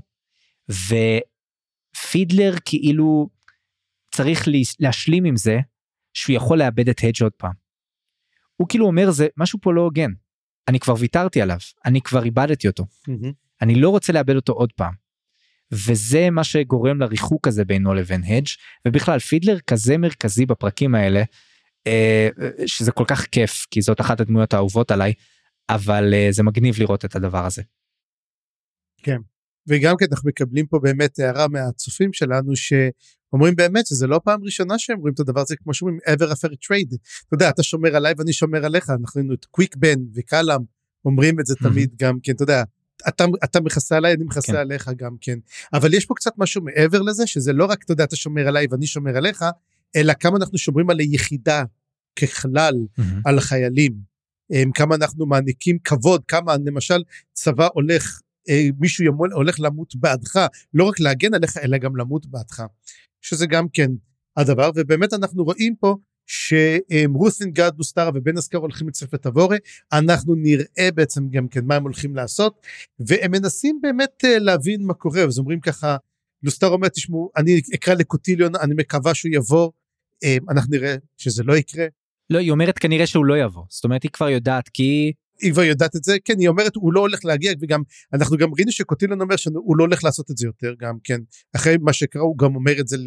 ופידלר כאילו צריך להשלים עם זה, שהוא יכול לאבד את הדג' עוד פעם. הוא כאילו אומר, זה משהו פה לא הוגן, אני כבר ויתרתי עליו, אני כבר איבדתי אותו, mm-hmm. אני לא רוצה לאבד אותו עוד פעם, וזה מה שגורם לריחוק הזה בינו לבין הדג', ובכלל פידלר כזה מרכזי בפרקים האלה, שזה כל כך כיף, כי זאת אחת הדמויות האהובות עליי, אבל זה מגניב לראות את הדבר הזה. כן, וגם כי אנחנו מקבלים פה באמת הערה מהצופים שלנו, שאומרים באמת שזה לא פעם ראשונה שהם רואים את הדבר הזה, כמו שאומרים ever a fair trade, אתה יודע, אתה שומר עליי ואני שומר עליך, אנחנו ראינו את קוויק בן וקלאם, אומרים את זה תמיד גם כן, אתה יודע, אתה, אתה מכסה עליי, אני מכסה כן. עליך גם כן, אבל יש פה קצת משהו מעבר לזה, שזה לא רק, אתה יודע, אתה שומר עליי ואני שומר עליך, אלא כמה אנחנו שומרים על היחידה ככלל, mm-hmm. על החיילים, כמה אנחנו מעניקים כבוד, כמה למשל צבא הולך, מישהו ימול, הולך למות בעדך, לא רק להגן עליך, אלא גם למות בעדך, שזה גם כן הדבר, ובאמת אנחנו רואים פה, שרות'ינגרד, לוסטרה ובן אסקר הולכים לצרף את תבורה, אנחנו נראה בעצם גם כן מה הם הולכים לעשות, והם מנסים באמת להבין מה קורה, אז אומרים ככה, לוסטרה אומר, תשמעו, אני אקרא לקוטיליון, אני מקווה שהוא יבוא, אנחנו נראה שזה לא יקרה. לא, היא אומרת כנראה שהוא לא יבוא, זאת אומרת היא כבר יודעת, כי... היא כבר יודעת את זה, כן, היא אומרת הוא לא הולך להגיע, וגם אנחנו גם ראינו שקוטילון אומר שהוא לא הולך לעשות את זה יותר, גם כן, אחרי מה שקרה הוא גם אומר את זה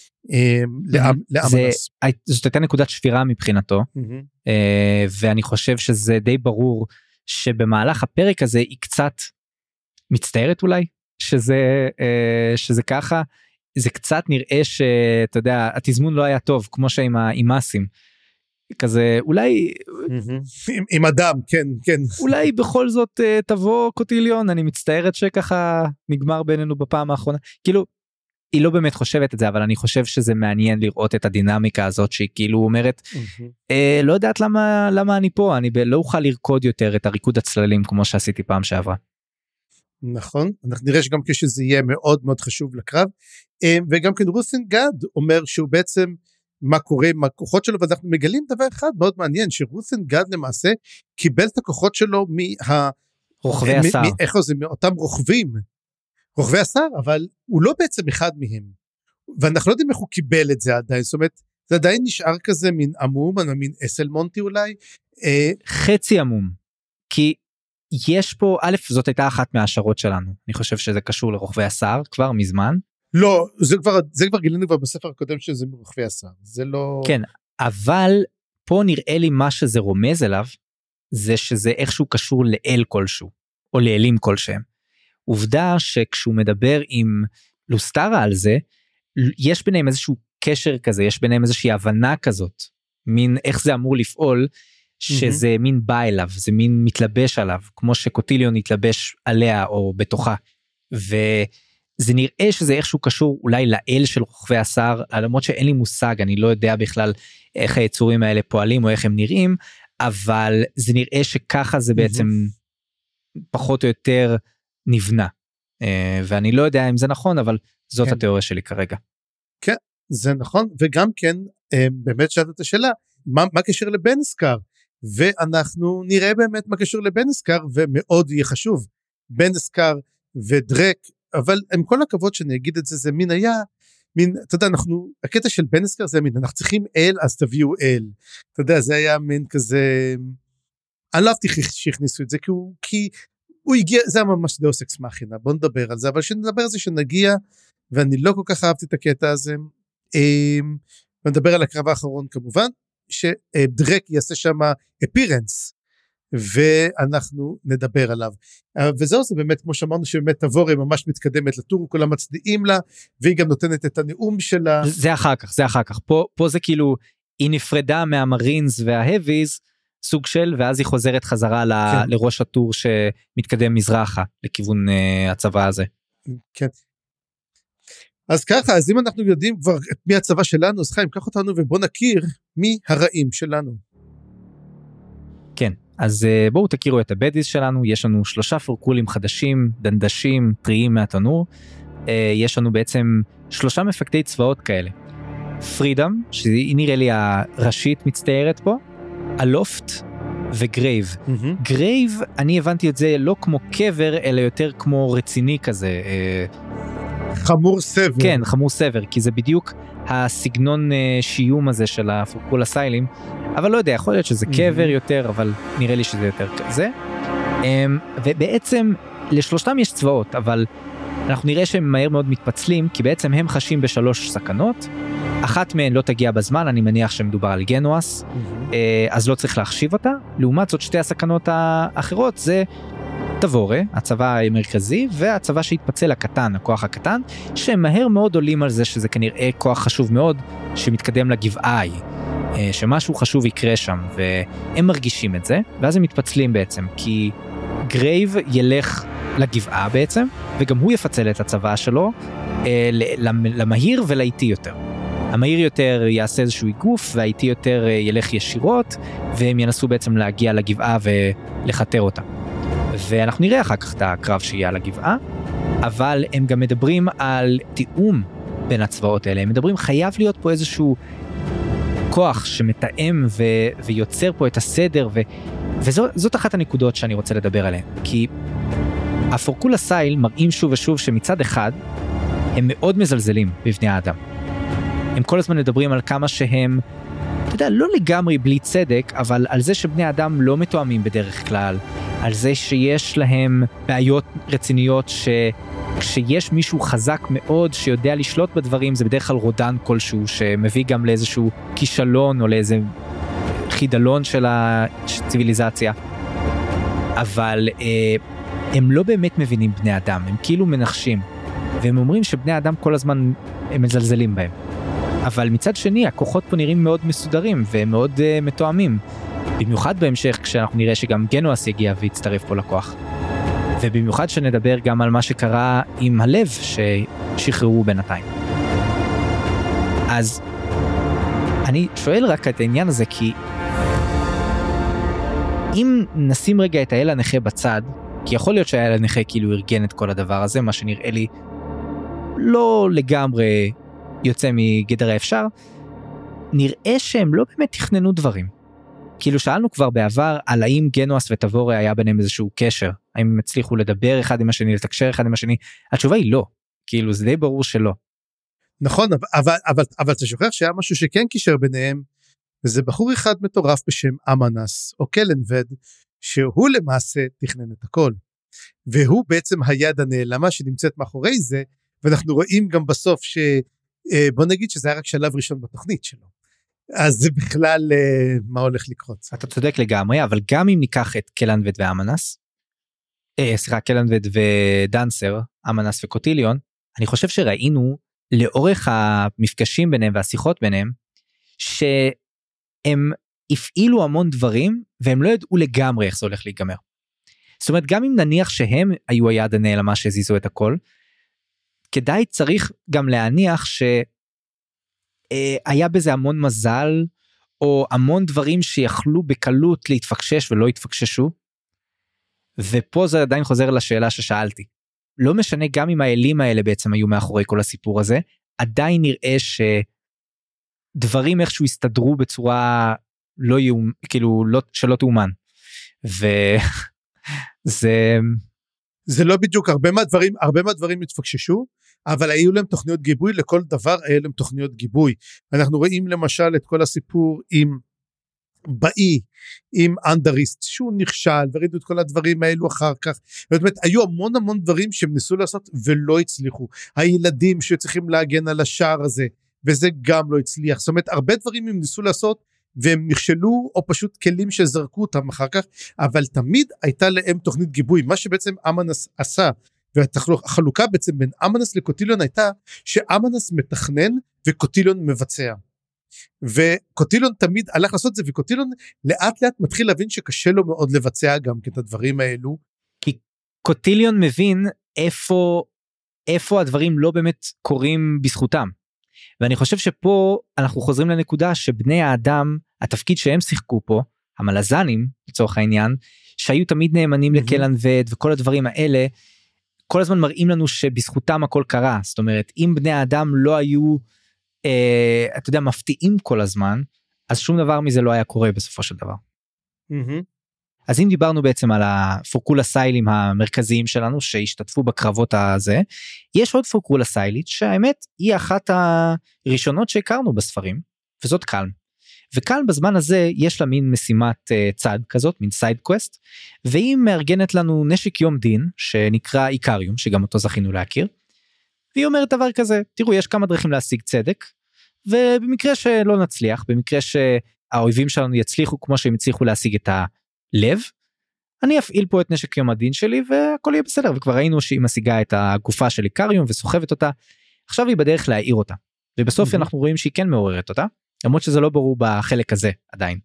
לאמנס. זאת הייתה נקודת שבירה מבחינתו, ואני חושב שזה די ברור, שבמהלך הפרק הזה היא קצת מצטערת אולי, שזה ככה, זה קצת נראה שאתה יודע, התזמון לא היה טוב, כמו שעם האימאסים, כזה, אולי... עם, עם אדם, כן, כן. אולי בכל זאת תבוא קוטיליון, אני מצטערת שככה נגמר בינינו בפעם האחרונה, כאילו, היא לא באמת חושבת את זה, אבל אני חושב שזה מעניין לראות את הדינמיקה הזאת, שהיא כאילו אומרת, אה, לא יודעת למה, למה אני פה, אני לא אוכל לרקוד יותר את הריקוד הצללים, כמו שעשיתי פעם שעברה. נכון, אנחנו נראה שגם כשזה יהיה מאוד מאוד חשוב לקרב, וגם כן רות'ינגרד אומר שהוא בעצם, מה קורה עם הכוחות שלו, ואנחנו מגלים דבר אחד מאוד מעניין, שרות'ינגרד למעשה קיבל את הכוחות שלו מה... רוכבי השר. איך זה, מאותם רוכבים, רוכבי השר, אבל הוא לא בעצם אחד מהם, ואנחנו לא יודעים איך הוא קיבל את זה עדיין, זאת אומרת, זה עדיין נשאר כזה מין עמום, מין אסל מונטי אולי. חצי עמום, כי יש פה, א', זאת הייתה אחת מההשערות שלנו, אני חושב שזה קשור לרוכבי השר, כבר מזמן, לא, זה כבר, זה כבר גילינו כבר בספר הקודם שזה מרוכבי השר, זה לא... כן, אבל פה נראה לי מה שזה רומז אליו, זה שזה איכשהו קשור לאל כלשהו, או לאלים כלשהם. עובדה שכשהוא מדבר עם לוסטרה על זה, יש ביניהם איזשהו קשר כזה, יש ביניהם איזושהי הבנה כזאת, מין איך זה אמור לפעול, שזה mm-hmm. מין בא אליו, זה מין מתלבש עליו, כמו שקוטיליון מתלבש עליה או בתוכה, וזה נראה שזה איכשהו קשור אולי לאל של רוכבי השר, למרות שאין לי מושג, אני לא יודע בכלל איך היצורים האלה פועלים או איך הם נראים, אבל זה נראה שככה זה בעצם mm-hmm. פחות או יותר נבנה, ואני לא יודע אם זה נכון, אבל זאת כן. התיאוריה שלי כרגע. כן, זה נכון, וגם כן, באמת שאלת את השאלה, מה, מה קשר לבנסקר? ואנחנו נראה באמת מה קשור לבנסקר, ומאוד יהיה חשוב, בנסקר ודרק, אבל עם כל הכבוד שאני אגיד את זה, זה מין היה, מין, אתה יודע, אנחנו, הקטע של בנסקר זה מין, אנחנו צריכים אל, אז תביאו אל, אתה יודע, זה היה מין כזה, אני לא אהבתי שהכניסו את זה, כי הוא, כי הוא הגיע, זה היה ממש דאוס אקס מכינה, בוא נדבר על זה, אבל שנדבר על זה שנגיע, ואני לא כל כך אהבתי את הקטע הזה, ונדבר על הקרב האחרון כמובן, שדרק יעשה שם אפירנס, ואנחנו נדבר עליו, וזהו זה באמת כמו שאמרנו שבאמת תבורי ממש מתקדמת לטור, כולם מצדיעים לה, והיא גם נותנת את הנאום שלה. זה אחר כך, זה אחר כך, פה, פה זה כאילו, היא נפרדה מהמרינס וההביז, סוג של, ואז היא חוזרת חזרה ל, כן. לראש הטור שמתקדם מזרחה, לכיוון uh, הצבא הזה. כן. אז ככה, אז אם אנחנו יודעים כבר מי הצבא שלנו, אז חיים, קח אותנו ובוא נכיר מי הרעים שלנו. כן, אז uh, בואו תכירו את הבדיס שלנו, יש לנו שלושה פורקולים חדשים, דנדשים, טריים מהתנור, uh, יש לנו בעצם שלושה מפקדי צבאות כאלה. פרידום, שהיא נראה לי הראשית מצטיירת פה, אלופט וגרייב. Mm-hmm. גרייב, אני הבנתי את זה לא כמו קבר, אלא יותר כמו רציני כזה. חמור סבר. כן, חמור סבר, כי זה בדיוק הסגנון שיום הזה של הפורקול הסיילים, אבל לא יודע, יכול להיות שזה mm-hmm. קבר יותר, אבל נראה לי שזה יותר כזה. ובעצם לשלושתם יש צבאות, אבל אנחנו נראה שהם מהר מאוד מתפצלים, כי בעצם הם חשים בשלוש סכנות, אחת מהן לא תגיע בזמן, אני מניח שמדובר על גנואס, mm-hmm. אז לא צריך להחשיב אותה, לעומת זאת שתי הסכנות האחרות זה תבורה, הצבא המרכזי, והצבא שהתפצל הקטן, הכוח הקטן, שהם מהר מאוד עולים על זה שזה כנראה כוח חשוב מאוד, שמתקדם לגבעה ההיא, שמשהו חשוב יקרה שם, והם מרגישים את זה, ואז הם מתפצלים בעצם, כי גרייב ילך לגבעה בעצם, וגם הוא יפצל את הצבא שלו, למהיר ולאיטי יותר. המהיר יותר יעשה איזשהו איגוף, והאיטי יותר ילך ישירות, והם ינסו בעצם להגיע לגבעה ולחתר אותה. ואנחנו נראה אחר כך את הקרב שיהיה על הגבעה, אבל הם גם מדברים על תיאום בין הצבאות האלה, הם מדברים חייב להיות פה איזשהו כוח שמתאם ו... ויוצר פה את הסדר, ו... וזאת אחת הנקודות שאני רוצה לדבר עליהן, כי הפורקול הסייל מראים שוב ושוב שמצד אחד הם מאוד מזלזלים בבני האדם. הם כל הזמן מדברים על כמה שהם, אתה יודע, לא לגמרי בלי צדק, אבל על זה שבני האדם לא מתואמים בדרך כלל, על זה שיש להם בעיות רציניות, שכשיש מישהו חזק מאוד שיודע לשלוט בדברים, זה בדרך כלל רודן כלשהו, שמביא גם לאיזשהו כישלון או לאיזה חידלון של הציביליזציה. אבל אה, הם לא באמת מבינים בני אדם, הם כאילו מנחשים, והם אומרים שבני האדם כל הזמן הם מזלזלים בהם. אבל מצד שני, הכוחות פה נראים מאוד מסודרים ומאוד uh, מתואמים. במיוחד בהמשך, כשאנחנו נראה שגם גנואס יגיע ויצטרף פה לכוח. ובמיוחד שנדבר גם על מה שקרה עם הלב ששחררו בינתיים. אז אני שואל רק את העניין הזה, כי אם נשים רגע את האל הנכה בצד, כי יכול להיות שהאל הנכה כאילו ארגן את כל הדבר הזה, מה שנראה לי לא לגמרי יוצא מגדר האפשר, נראה שהם לא באמת תכננו דברים. כאילו שאלנו כבר בעבר על האם גנואס ותבורה היה ביניהם איזשהו קשר, האם הם הצליחו לדבר אחד עם השני, לתקשר אחד עם השני, התשובה היא לא, כאילו זה די ברור שלא. נכון, אבל, אבל, אבל אתה שוכח שהיה משהו שכן קישר ביניהם, וזה בחור אחד מטורף בשם אמנס, או קלנבד, שהוא למעשה תכנן את הכל, והוא בעצם היד הנעלמה שנמצאת מאחורי זה, ואנחנו רואים גם בסוף ש... בוא נגיד שזה היה רק שלב ראשון בתוכנית שלו, אז זה בכלל מה הולך לקרות. אתה צודק לגמרי, אבל גם אם ניקח את קלנבד ואמנס, אה, סליחה, קלנבד ודנסר, אמנס וקוטיליון, אני חושב שראינו לאורך המפגשים ביניהם והשיחות ביניהם, שהם הפעילו המון דברים, והם לא ידעו לגמרי איך זה הולך להיגמר. זאת אומרת, גם אם נניח שהם היו היד הנעלמה שהזיזו את הכל, כדאי צריך גם להניח שהיה בזה המון מזל, או המון דברים שיכלו בקלות להתפקשש ולא התפקששו, ופה זה עדיין חוזר לשאלה ששאלתי. לא משנה גם אם האלים האלה בעצם היו מאחורי כל הסיפור הזה, עדיין נראה שדברים איכשהו הסתדרו בצורה לא יאומן, כאילו לא, שלא תאומן. וזה... זה לא בדיוק, הרבה מהדברים, הרבה מהדברים התפקששו, אבל היו להם תוכניות גיבוי, לכל דבר היה להם תוכניות גיבוי. אנחנו רואים למשל את כל הסיפור עם באי, עם אנדריסט, שהוא נכשל, וראינו את כל הדברים האלו אחר כך. זאת אומרת, היו המון המון דברים שהם ניסו לעשות ולא הצליחו. הילדים שצריכים להגן על השער הזה, וזה גם לא הצליח. זאת אומרת, הרבה דברים הם ניסו לעשות, והם נכשלו, או פשוט כלים שזרקו אותם אחר כך, אבל תמיד הייתה להם תוכנית גיבוי. מה שבעצם אמנס עשה, והחלוקה בעצם בין אמנס לקוטיליון הייתה, שאמנס מתכנן וקוטיליון מבצע. וקוטיליון תמיד הלך לעשות זה, וקוטיליון לאט לאט מתחיל להבין שקשה לו מאוד לבצע גם את הדברים האלו. כי קוטיליון מבין איפה, איפה הדברים לא באמת קורים בזכותם. ואני חושב שפה אנחנו חוזרים לנקודה שבני האדם, התפקיד שהם שיחקו פה, המלזנים לצורך העניין, שהיו תמיד נאמנים mm-hmm. לקלן וד וכל הדברים האלה, כל הזמן מראים לנו שבזכותם הכל קרה. זאת אומרת, אם בני האדם לא היו, אה, אתה יודע, מפתיעים כל הזמן, אז שום דבר מזה לא היה קורה בסופו של דבר. Mm-hmm. אז אם דיברנו בעצם על הפורקולסיילים המרכזיים שלנו, שהשתתפו בקרבות הזה, יש עוד פורקולסיילית, שהאמת היא אחת הראשונות שהכרנו בספרים, וזאת קלם. וקלם בזמן הזה יש לה מין משימת uh, צד כזאת, מין סייד קווסט, והיא מארגנת לנו נשק יום דין, שנקרא איקריום, שגם אותו זכינו להכיר, והיא אומרת דבר כזה, תראו, יש כמה דרכים להשיג צדק, ובמקרה שלא נצליח, במקרה שהאויבים שלנו יצליחו כמו שהם הצליחו להשיג את הלב, אני אפעיל פה את נשק יום הדין שלי, והכל יהיה בסדר, וכבר ראינו שהיא משיגה את הגופה של איקריום, וסוחבת אותה, עכשיו היא בדרך להעיר אותה, ובסוף mm-hmm. אנחנו רואים שהיא כן מעוררת אותה, למרות שזה לא ברור בחלק הזה עדיין.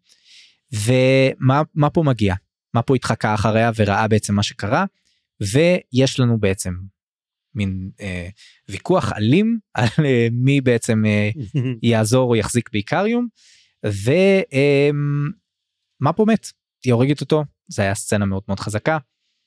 ומה מה פה מגיע? מה פה התחקה אחריה וראה בעצם מה שקרה, ויש לנו בעצם מין אה, ויכוח אלים, על אה, מי בעצם אה, יעזור או יחזיק באיקריום, ומה אה, פה מת? היא הורגת אותו, זה היה סצנה מאוד מאוד חזקה,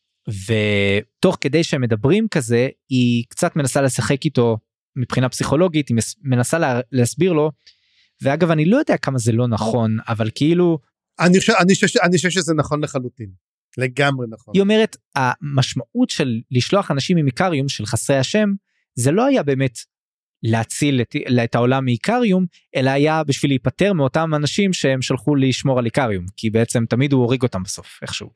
ותוך כדי שהם מדברים כזה, היא קצת מנסה לשחק איתו, מבחינה פסיכולוגית, היא מנסה לה, להסביר לו, ואגב, אני לא יודע כמה זה לא נכון, אבל כאילו... אני חושב, אני חושב, אני חושב שזה נכון לחלוטין. לגמרי נכון. היא אומרת, המשמעות של לשלוח אנשים עם איקריום, של חסרי השם, זה לא היה באמת להציל את, את העולם מאיקריום, אלא היה בשביל להיפטר מאותם אנשים שהם שלחו לשמור על איקריום, כי בעצם תמיד הוא הוריג אותם בסוף, איכשהו.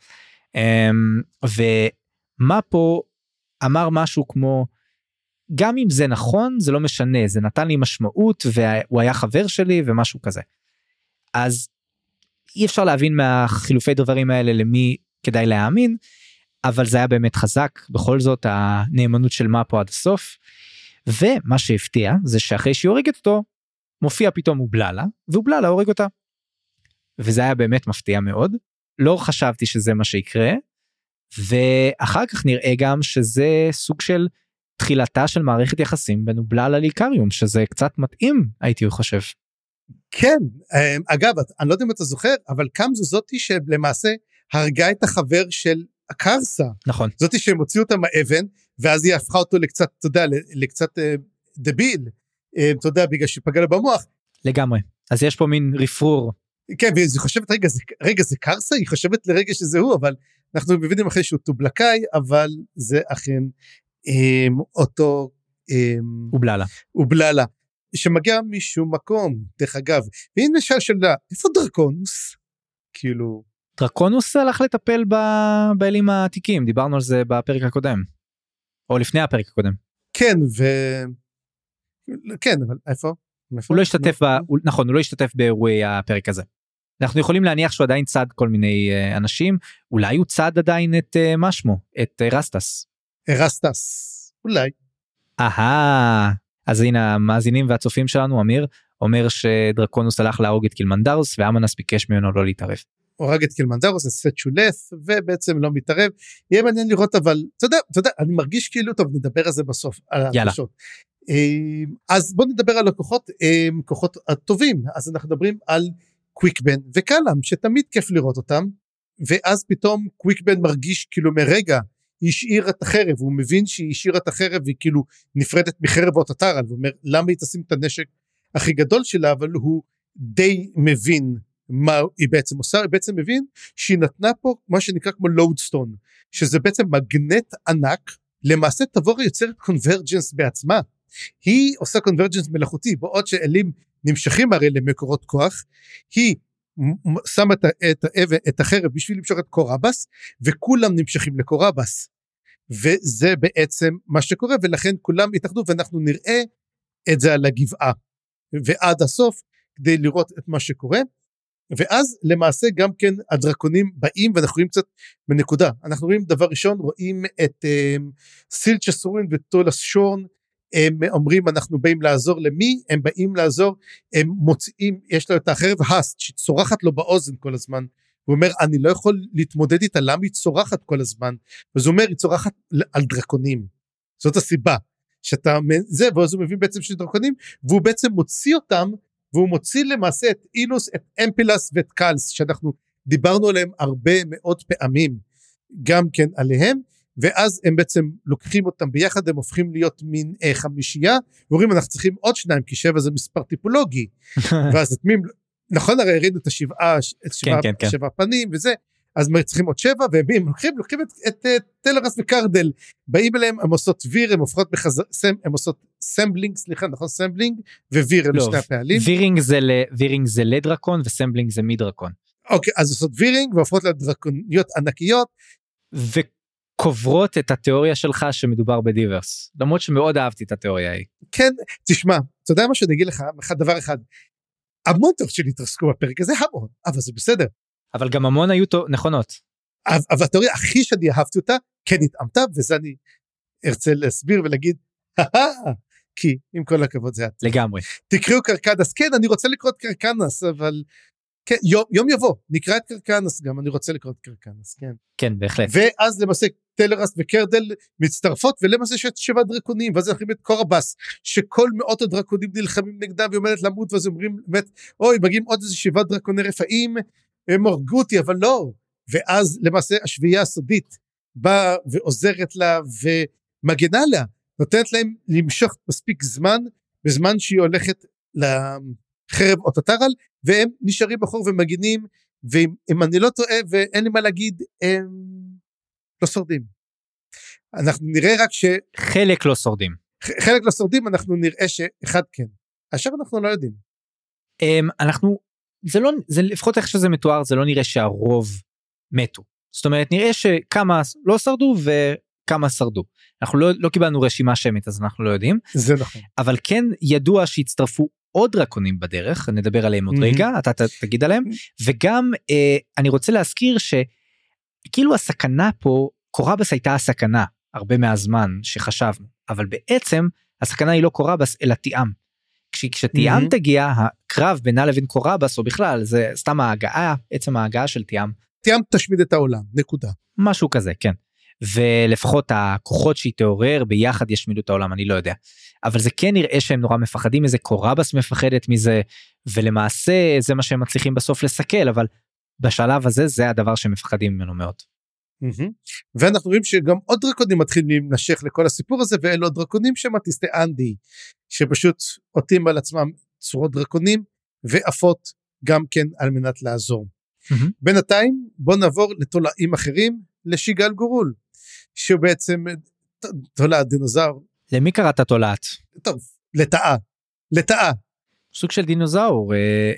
ומה פה אמר משהו כמו, גם אם זה נכון, זה לא משנה, זה נתן לי משמעות, והוא היה חבר שלי, ומשהו כזה. אז אי אפשר להבין מהחילופי דברים האלה, למי כדאי להאמין, אבל זה היה באמת חזק, בכל זאת, הנאמנות של מה פה עד הסוף, ומה שהפתיע, זה שאחרי שהיא הורגת אותו, מופיע פתאום אובללה, ואובללה הורג אותה. וזה היה באמת מפתיע מאוד, לא חשבתי שזה מה שיקרה, ואחר כך נראה גם שזה סוג של, תחילתה של מערכת יחסים בין אובללה לאיקריום, שזה קצת מתאים, הייתי חושב. כן, אגב, אני לא יודע אם אתה זוכר, אבל קמזו זאתי שלמעשה הרגה את החבר של הקרסה. נכון. זאתי שהם הוציאו אותה מהאבן, ואז היא הפכה אותו לקצת, אתה יודע, לקצת דביל, אתה יודע, בגלל שפגע לה במוח. לגמרי. אז יש פה מין רפרור. כן, והיא חושבת, רגע, זה, רגע, זה קרסה? היא חושבת לרגע שזה הוא, אבל אנחנו מבינים אחרי שהוא טובלקאי, אבל זה אכן אותו אובללה אובללה שמגיע משום מקום, דרך אגב. והנה נשאל שאלה, איפה דרקונוס? כאילו דרקונוס הלך לטפל באלים העתיקים, דיברנו על זה בפרק הקודם, או לפני הפרק הקודם. כן, ו... כן, אבל איפה? הוא לא השתתף, נכון, הוא לא השתתף באירועי הפרק הזה. אנחנו יכולים להניח שהוא עדיין צד כל מיני אנשים, אולי הוא צד עדיין את מה שמו, את רסטס. רסטס, אולי. אהה, אז הנה המאזינים והצופים שלנו, אמיר אומר שדרקונוס הלך להרוג את קילמנדרוס, ואמנס ביקש ממנו לא להתערב. הורג את קילמנדרוס, עשה שולף, ובעצם לא מתערב. יהיה מעניין לראות, אבל, אתה יודע, אתה יודע, אני מרגיש כאילו, טוב, נדבר על זה בסוף, על ההרגשות. אז בוא נדבר על הכוחות, כוחות הטובים, אז אנחנו מדברים על קוויקבן וקלאם, שתמיד כיף לראות אותם, ואז פתאום קוויקבן מרגיש כאילו מרגע, היא השאירה את החרב, הוא מבין שהיא השאירה את החרב, והיא כאילו נפרדת מחרב אותטרל, הוא אומר, למה היא תשים את הנשק הכי גדול שלה, אבל הוא די מבין מה היא בעצם עושה, היא בעצם מבין שהיא נתנה פה מה שנקרא כמו לואודסטון, שזה בעצם מגנט ענק, למעשה תבור יוצרת קונברג'נס בעצמה, היא עושה קונברג'נס מלאכותי, בעוד שאלים נמשכים הרי למקורות כוח, היא שמה את, את, את החרב בשביל למשוך את קורבס, וכולם נמשכים לקורבס, וזה בעצם מה שקורה, ולכן כולם יתאחדו, ואנחנו נראה את זה על הגבעה, ועד הסוף, כדי לראות את מה שקורה, ואז למעשה גם כן הדרקונים באים, ואנחנו רואים קצת בנקודה, אנחנו רואים דבר ראשון, רואים את um, סילצ'סורין וטולס שורן, הם אומרים אנחנו באים לעזור למי, הם באים לעזור, הם מוצאים, יש לו את החרב הסט, שצורחת לו באוזן כל הזמן, הוא אומר אני לא יכול להתמודד איתה, למה היא צורחת כל הזמן, וזה אומר היא צורחת על דרקונים, זאת הסיבה, שאתה, זה, ואז הוא מבין בעצם של דרקונים, והוא בעצם מוציא אותם, והוא מוציא למעשה את אילוס, את אמפילס ואת קלס, שאנחנו דיברנו עליהם הרבה מאוד פעמים, גם כן עליהם, ואז הם בעצם לוקחים אותם ביחד, הם הופכים להיות מין אה, חמישייה, ואומרים אנחנו צריכים עוד שניים, כי שבע זה מספר טיפולוגי, ואז את מי, נכון הרי הראינו את השבעה, את שבעה, כן, כן, שבעה כן. פנים וזה, אז צריכים עוד שבע, והם לוקחים, לוקחים את, את, את טלרס וקרדל, באים אליהם, הם עושות ויר, הם הופכות בחזר, סם, הם עושות סמבלינג, סליחה, נכון, סמבלינג, וויר הם לא, שני הפעלים. וירינג זה, וירינג זה לדרקון, וסמבלינג זה מדרקון. אוקיי, אז עושות וירינג, והופכות לדרקוניות ענקיות. וקוברות את התיאוריה שלך שמדובר בדיברס, למרות שמאוד אהבתי את התיאוריה ההיא. כן, תשמע, אתה יודע מה שאני אגיד לך, דבר אחד, המון תוך שלי התרסקו בפרק הזה, המון, אבל זה בסדר. אבל גם המון היו נכונות. אבל התיאוריה הכי שאני אהבתי אותה, כן התאמתה, וזה אני ארצה להסביר ולהגיד, כי עם כל הכבוד זה את. לגמרי. תקראו קרקנס, כן, אני רוצה לקרוא את קרקנס, אבל כן, יום, יום יבוא, נקרא את קרקנס גם, אני רוצה לקרוא את קרקנס, כן. כן, בהחלט. ואז למעשה טלרס וקרדל מצטרפות, ולמעשה יש שבע דרקונים, ואז אנחנו את קורבס, שכל מאות הדרקונים נלחמים נגדם, והיא עומדת למות, ואז אומרים, באמת, אוי, מגיעים עוד איזה שבעה דרקוני רפאים, הם הרגו אותי, אבל לא. ואז למעשה השביעייה הסודית, באה ועוזרת לה, ומגנה לה, נותנת להם למשוך מספיק זמן, בזמן שהיא הולכת לחרב אותטרל, והם נשארים בחור ומגינים, ואם אני לא טועה, ואין לי מה להגיד, הם לא שורדים. אנחנו נראה רק ש... חלק לא שורדים. חלק לא שורדים, אנחנו נראה שאחד כן. עכשיו אנחנו לא יודעים. אנחנו, זה לא, זה לפחות איך שזה מתואר, זה לא נראה שהרוב מתו. זאת אומרת, נראה שכמה לא שרדו וכמה שרדו. אנחנו לא, לא קיבלנו רשימה שמית, אז אנחנו לא יודעים. זה נכון. אבל כן ידוע שהצטרפו עוד דרקונים בדרך, נדבר עליהם עוד רגע, אתה תגיד עליהם, וגם אני רוצה להזכיר שכאילו הסכנה פה, קורבס הייתה הסכנה, הרבה מהזמן שחשבנו, אבל בעצם הסכנה היא לא קורבס, אלא תיאם. כשתיאם תגיע, הקרב בינה לבין קורבס, או בכלל, זה סתם ההגעה, עצם ההגעה של תיאם. תיאם תשמיד את העולם, נקודה. משהו כזה, כן. ולפחות הכוחות שהיא תעורר ביחד ישמידו את העולם, אני לא יודע. אבל זה כן נראה שהם נורא מפחדים מזה, קורבס מפחדת מזה, ולמעשה זה מה שהם מצליחים בסוף לסכל, אבל בשלב הזה זה הדבר שהם מפחדים ממנו מאוד. ואנחנו רואים שגם עוד דרקונים מתחילים לנשך לכל הסיפור הזה, ואלו דרקונים שמטיסטי אנדי, שפשוט עוטים על עצמם צורות דרקונים, ועפות גם כן על מנת לעזור. בינתיים בוא נעבור לתולעים אחרים, לשיגל גורול, שהוא בעצם תולעת דינוזאור. למי קראת תולעת? טוב, לטאה, לטאה. סוג של דינוזאור.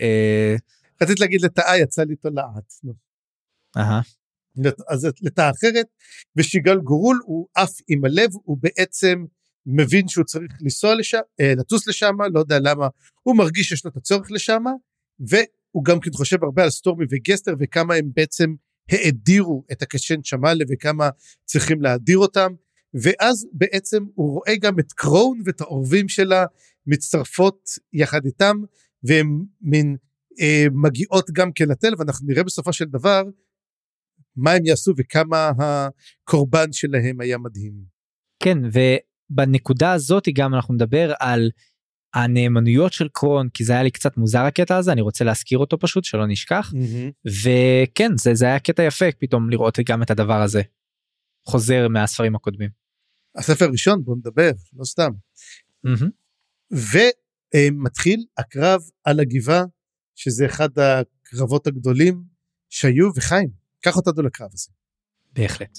רציתי להגיד לטאה, יצא לי תולעת. אהה. אז לטאה אחרת, ושיגל גורול הוא אף עם הלב, הוא בעצם מבין שהוא צריך לנסוע לשם, לטוס לשם, לא יודע למה, הוא מרגיש שיש לו את הצורך לשם, והוא גם כן חושב הרבה על סטורמי וגסטר, וכמה הם בעצם האדירו את הקשן שמאלה, וכמה צריכים להדיר אותם, ואז בעצם הוא רואה גם את קראון, ואת העורבים שלה מצטרפות יחד איתם, והן מין אה, מגיעות גם כן לתל, ואנחנו נראה בסופו של דבר, מה הם יעשו וכמה הקורבן שלהם היה מדהים. כן, ובנקודה הזאת גם אנחנו נדבר על הנאמנויות של קרון, כי זה היה לי קצת מוזר הקטע הזה, אני רוצה להזכיר אותו פשוט, שלא נשכח, mm-hmm. וכן, זה, זה היה קטע יפה, פתאום לראות גם את הדבר הזה, חוזר מהספרים הקודמים. הספר הראשון, בוא נדבר, לא סתם. Mm-hmm. ומתחיל הקרב על הגבעה, שזה אחד הקרבות הגדולים, שהיו וחיים, קח אותנו לקרב הזה. בהחלט.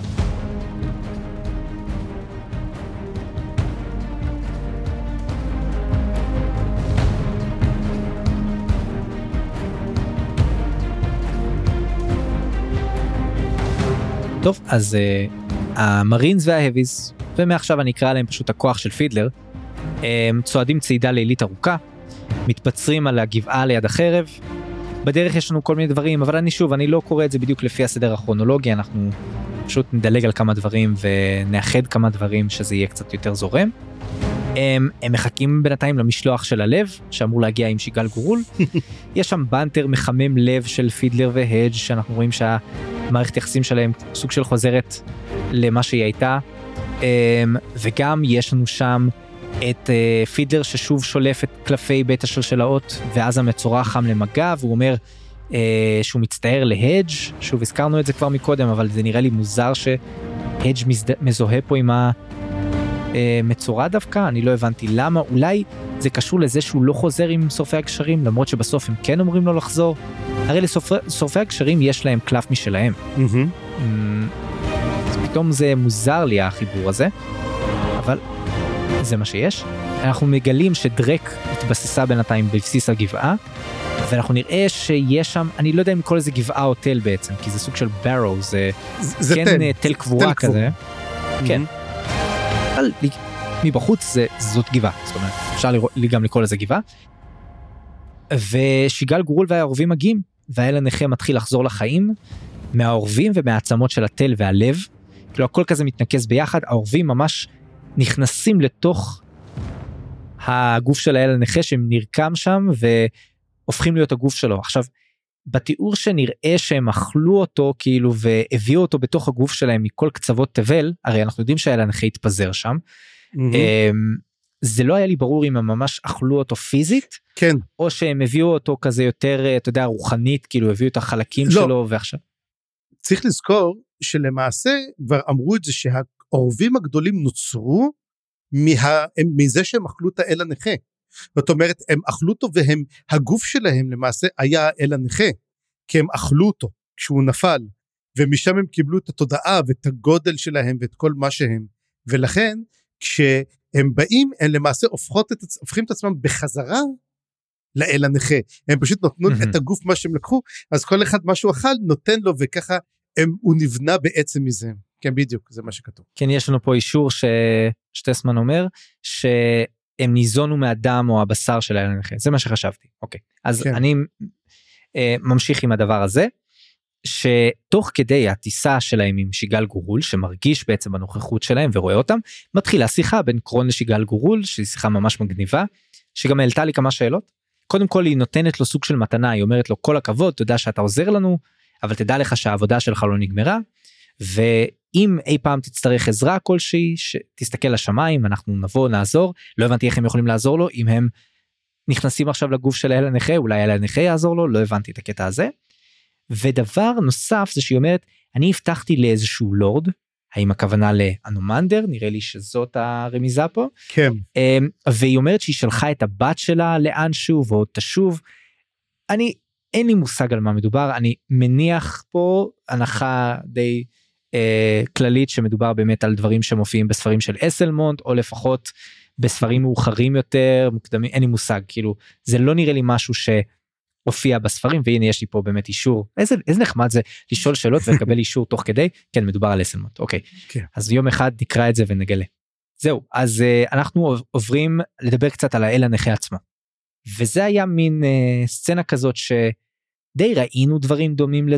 טוב, אז uh, המרינס וההביז, ומעכשיו אני אקרא להם פשוט הכוח של פידלר, הם צועדים צעידה לילית ארוכה, מתפצרים על הגבעה ליד החרב, בדרך יש לנו כל מיני דברים, אבל אני שוב, אני לא קורא את זה בדיוק לפי הסדר הכרונולוגי, אנחנו פשוט נדלג על כמה דברים ונאחד כמה דברים שזה יהיה קצת יותר זורם. הם, הם מחכים בינתיים למשלוח של הלב, שאמור להגיע עם שיגל גורול. יש שם בנטר מחמם לב של פידלר והדג' שאנחנו רואים שהמערכת יחסים שלהם סוג של חוזרת למה שהיא הייתה. וגם יש לנו שם את פידלר ששוב שולף את קלפי בית השלשלאות, ואז המצורע חם למגע, והוא אומר שהוא מצטער להדג', שוב הזכרנו את זה כבר מקודם, אבל זה נראה לי מוזר שהדג' מזוהה פה עם ה... מצורע דווקא, אני לא הבנתי למה, אולי זה קשור לזה שהוא לא חוזר עם שורפי הקשרים, למרות שבסוף הם כן אומרים לו לחזור, הרי לשורפי הקשרים יש להם קלף משלהם. Mm-hmm. אז פתאום זה מוזר לי החיבור הזה, אבל זה מה שיש. אנחנו מגלים שדרק התבססה בינתיים בבסיס הגבעה, ואנחנו נראה שיש שם, אני לא יודע אם כל איזה גבעה או תל בעצם, כי זה סוג של ברו, זה, זה כן תל, תל קבורה כזה. Mm-hmm. כן. אבל מבחוץ זה, זאת גבעה, זאת אומרת, אפשר גם לקרוא לזה גבעה, ושיגל גורול והעורבים מגיעים, והאל הנכה מתחיל לחזור לחיים, מהעורבים ומהעצמות של התל והלב, כאילו הכל כזה מתנקז ביחד, העורבים ממש נכנסים לתוך הגוף של האל הנכה, שהם נרקם שם, והופכים להיות הגוף שלו. עכשיו, בתיאור שנראה שהם אכלו אותו כאילו והביאו אותו בתוך הגוף שלהם מכל קצוות תבל, הרי אנחנו יודעים שהאל הנכה התפזר שם, mm-hmm. זה לא היה לי ברור אם הם ממש אכלו אותו פיזית, כן. או שהם הביאו אותו כזה יותר, אתה יודע, רוחנית, כאילו הביאו את החלקים לא. שלו ועכשיו. צריך לזכור שלמעשה כבר אמרו את זה שהעורבים הגדולים נוצרו מה... מזה שהם אכלו את האל הנכה. זאת אומרת, הם אכלו אותו והם, הגוף שלהם למעשה היה אל הנכה, כי הם אכלו אותו כשהוא נפל, ומשם הם קיבלו את התודעה ואת הגודל שלהם ואת כל מה שהם, ולכן כשהם באים, הם למעשה הופכות את, הופכים את עצמם בחזרה לאל הנכה, הם פשוט נותנו את הגוף מה שהם לקחו, אז כל אחד משהו אכל נותן לו, וככה הם, הוא נבנה בעצם מזה, כן בדיוק, זה מה שכתוב. כן, יש לנו פה אישור ששטסמן אומר, ש... הם ניזונו מהדם או הבשר של האל הנכה, זה מה שחשבתי, אוקיי. אז כן. אני אה, ממשיך עם הדבר הזה, שתוך כדי הטיסה שלהם עם שיגל גורול, שמרגיש בעצם בנוכחות שלהם ורואה אותם, מתחילה שיחה בין קרון לשיגל גורול, שהיא שיחה ממש מגניבה, שגם העלתה לי כמה שאלות. קודם כל היא נותנת לו סוג של מתנה, היא אומרת לו כל הכבוד, תדע שאתה עוזר לנו, אבל תדע לך שהעבודה שלך לא נגמרה, ואם אי פעם תצטרך עזרה כלשהי, שתסתכל לשמיים, אנחנו נבוא, נעזור, לא הבנתי איך הם יכולים לעזור לו, אם הם נכנסים עכשיו לגוף של האל הנכה, אולי האל הנכה יעזור לו, לא הבנתי את הקטע הזה, ודבר נוסף זה שהיא אומרת, אני הבטחתי לאיזשהו לורד, האם הכוונה לאנומנדר, נראה לי שזאת הרמיזה פה, כן. והיא אומרת שהיא שלחה את הבת שלה לאנשהו, ועוד תשוב, אני, אין לי מושג על מה מדובר, אני מניח פה הנחה די אה, כללית, שמדובר באמת על דברים שמופיעים בספרים של אסלמונט, או לפחות בספרים מאוחרים יותר, מוקדמים, אין לי מושג, כאילו, זה לא נראה לי משהו שהופיע בספרים, והנה יש לי פה באמת אישור, איזה, איזה נחמד זה לשאול שאלות ולקבל אישור תוך כדי, כן, מדובר על אסלמונט, אוקיי. כן. אז יום אחד נקרא את זה ונגלה. זהו, אז אה, אנחנו עוברים לדבר קצת על האל הנכה עצמו. וזה היה מין אה, סצנה כזאת שדי ראינו דברים דומים לזה,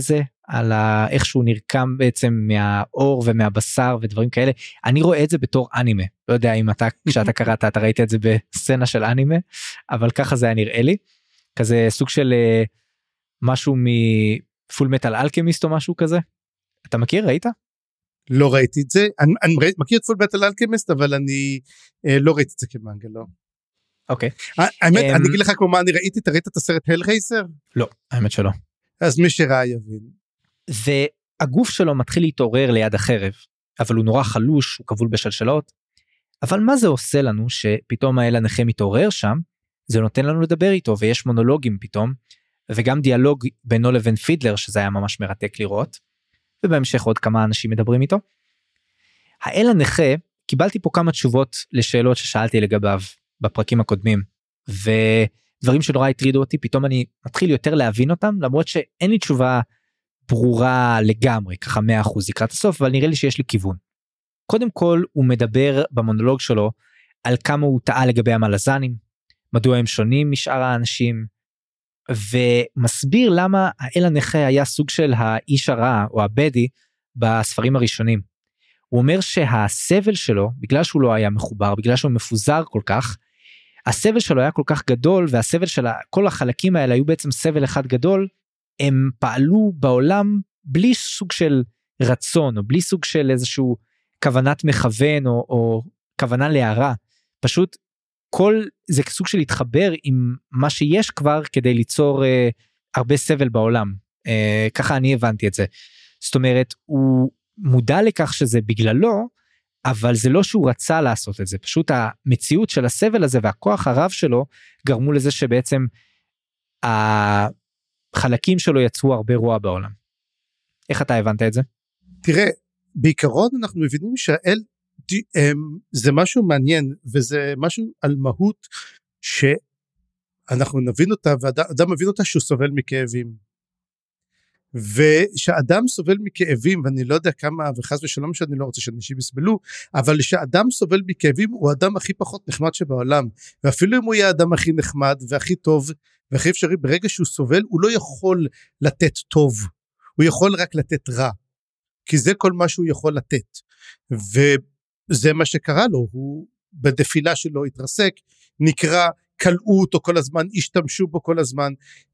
על איך שהוא נרקם בעצם מהאור ומהבשר ודברים כאלה. אני רואה את זה בתור אנימה, לא יודע אם אתה, כשאתה קראת, אתה ראית את זה בסצנה של אנימה, אבל ככה זה היה נראה לי, כזה סוג של משהו מפול מטל אלכמיסט או משהו כזה. אתה מכיר, ראית? לא ראיתי את זה, אני, אני מכיר את פול מטל אלכמיסט, אבל אני אה, לא ראיתי את זה כמנגה, לא. אוקיי. האמת, אני אגיד לך כמו מה אני ראיתי, אתה ראית את הסרט הלרייזר? לא, האמת שלא. אז מי שראה יבין. והגוף שלו מתחיל להתעורר ליד החרב, אבל הוא נורא חלוש, הוא כבול בשלשלות, אבל מה זה עושה לנו שפתאום האל הנכה מתעורר שם, זה נותן לנו לדבר איתו, ויש מונולוגים פתאום, וגם דיאלוג בינו לבין פידלר, שזה היה ממש מרתק לראות, ובהמשך עוד כמה אנשים מדברים איתו. האל הנכה, קיבלתי פה כמה תשובות לשאלות ששאלתי לגביו בפרקים הקודמים, ודברים שנורא הטרידו אותי, פתאום אני מתחיל יותר להבין אותם, למרות שאין לי תשובה ברורה לגמרי, ככה מאה אחוז לקראת הסוף, אבל נראה לי שיש לי כיוון. קודם כל, הוא מדבר במונולוג שלו, על כמה הוא טעה לגבי המלזנים, מדוע הם שונים משאר האנשים, ומסביר למה האל הנכה היה סוג של האיש הרע, או הבדי, בספרים הראשונים. הוא אומר שהסבל שלו, בגלל שהוא לא היה מחובר, בגלל שהוא מפוזר כל כך, הסבל שלו היה כל כך גדול, והסבל של כל החלקים האלה היו בעצם סבל אחד גדול, הם פעלו בעולם בלי סוג של רצון, או בלי סוג של איזשהו כוונת מכוון, או, או כוונה להערה. פשוט כל זה סוג של להתחבר עם מה שיש כבר, כדי ליצור אה, הרבה סבל בעולם. אה, ככה אני הבנתי את זה. זאת אומרת, הוא מודע לכך שזה בגללו, אבל זה לא שהוא רצה לעשות את זה, פשוט המציאות של הסבל הזה, והכוח הרב שלו, גרמו לזה שבעצם, החלקים שלו יצרו הרבה רוע בעולם. איך אתה הבנת את זה? תראה, בעיקרון אנחנו מבינים שהאל, זה משהו מעניין, וזה משהו על מהות, שאנחנו נבין אותה, ואדם מבין אותה שהוא סובל מכאבים. ושאדם סובל מכאבים, ואני לא יודע כמה, וחס ושלום שאני לא רוצה שאנשים יסבלו, אבל שאדם סובל מכאבים, הוא האדם הכי פחות נחמד שבעולם, ואפילו אם הוא יהיה האדם הכי נחמד, והכי טוב, והכי אפשרי, ברגע שהוא סובל, הוא לא יכול לתת טוב, הוא יכול רק לתת רע, כי זה כל מה שהוא יכול לתת, וזה מה שקרה לו, הוא בדפילה שלו התרסק, נקרא, קלעו אותו כל הזמן, השתמשו בו כל הזמן,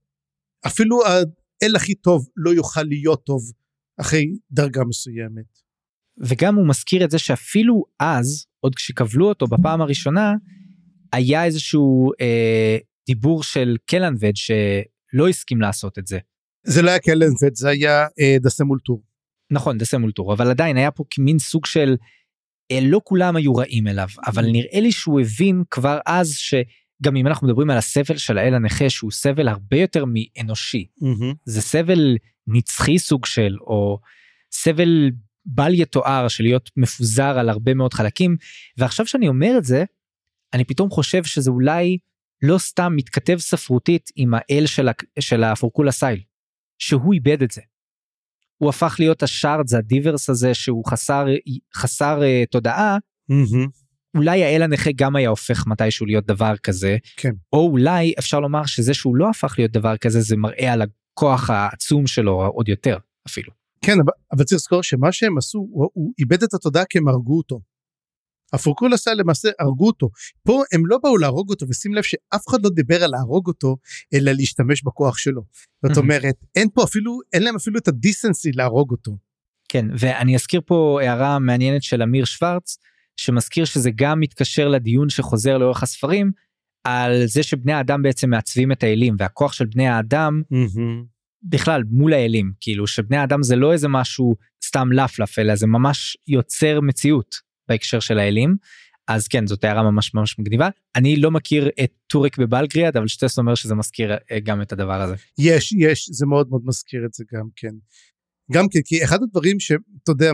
אפילו אל הכי טוב לא יוכל להיות טוב אחרי דרגה מסוימת. וגם הוא מזכיר את זה שאפילו אז, עוד כשקבלו אותו בפעם הראשונה, היה איזשהו אה, דיבור של קלנבד שלא הסכים לעשות את זה. זה לא היה קלנבד, זה היה אה, דסמולטור. נכון, דסמולטור, אבל עדיין היה פה כמין סוג של, אה, לא כולם היו רעים אליו, אבל נראה לי שהוא הבין כבר אז ש... גם אם אנחנו מדברים על הסבל של האל הנכה, שהוא סבל הרבה יותר מאנושי, mm-hmm. זה סבל נצחי סוג של, או סבל בל יתואר, של להיות מפוזר על הרבה מאוד חלקים, ועכשיו שאני אומר את זה, אני פתאום חושב שזה אולי לא סתם מתכתב ספרותית עם האל של, של הפורקולה סייל, שהוא איבד את זה. הוא הפך להיות השארדס, הדיברס הזה, שהוא חסר, חסר uh, תודעה, mm-hmm. אולי האל הנכה גם היה הופך מתישהו להיות דבר כזה, כן. או אולי אפשר לומר שזה שהוא לא הפך להיות דבר כזה, זה מראה על הכוח העצום שלו עוד יותר אפילו. כן, אבל, אבל צריך לזכור שמה שהם עשו, הוא, הוא איבד את התודעה כי הם הרגו אותו. הפורקולה סייל למעשה הרגו אותו. פה הם לא באו להרוג אותו, ושים לב שאף אחד לא דיבר על להרוג אותו, אלא להשתמש בכוח שלו. זאת אומרת, אין פה אפילו, אין להם אפילו את הדיסנסי להרוג אותו. כן, ואני אזכיר פה הערה מעניינת של אמיר שוורץ, שמזכיר שזה גם מתקשר לדיון שחוזר לאורך הספרים, על זה שבני האדם בעצם מעצבים את האלים, והכוח של בני האדם, mm-hmm. בכלל מול האלים, כאילו שבני האדם זה לא איזה משהו סתם לפלף, אלא זה ממש יוצר מציאות בהקשר של האלים, אז כן, זאת הערה ממש ממש מגניבה. אני לא מכיר את טורק בבלגריאד, אבל שטס אומר שזה מזכיר גם את הדבר הזה. יש, יש, זה מאוד מאוד מזכיר את זה גם כן. גם כן, כי אחד הדברים שאתה יודע,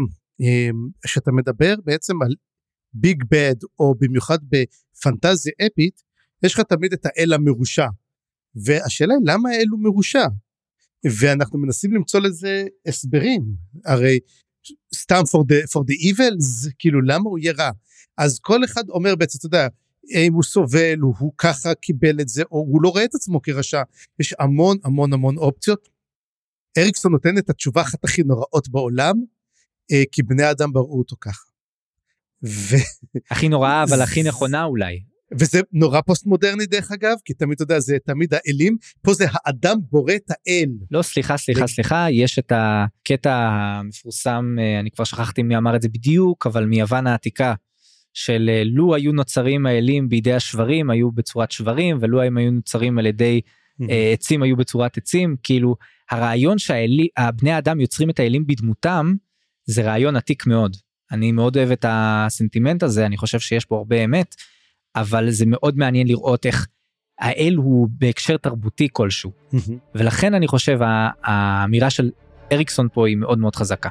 שאתה מדבר בעצם על ביג בד, או במיוחד בפנטזיה אפית, יש לך תמיד את האל המרושע, והשאלה היא למה האל הוא מרושע, ואנחנו מנסים למצוא לזה הסברים, הרי סתם for the, for the evils, כאילו למה הוא יהיה רע, אז כל אחד אומר בעצם, אתה יודע, אם הוא סובל, הוא, הוא ככה קיבל את זה, או הוא לא רואה את עצמו כרשע, יש המון המון המון אופציות, אריקסון נותן את התשובה אחת הכי נוראות בעולם, כי בני אדם בראו אותו ככה. ו... הכי נוראה, אבל הכי נכונה אולי. וזה נורא פוסט מודרני דרך אגב, כי תמיד אתה יודע, זה תמיד האלים, פה זה האדם בורא את האל. לא, סליחה, סליחה, סליחה, יש את הקטע המפורסם, אני כבר שכחתי מי אמר את זה בדיוק, אבל מיוון העתיקה, של לו היו נוצרים האלים בידי השברים, היו בצורת שברים, ולו הם היו נוצרים על ידי עצים, היו בצורת עצים, כאילו הרעיון שהבני האדם יוצרים את האלים בדמותם, זה רעיון עתיק מאוד. אני מאוד אוהב את הסנטימנט הזה, אני חושב שיש פה הרבה אמת, אבל זה מאוד מעניין לראות איך האל הוא בהקשר תרבותי כלשהו. ולכן אני חושב האמירה של אריקסון פה היא מאוד מאוד חזקה.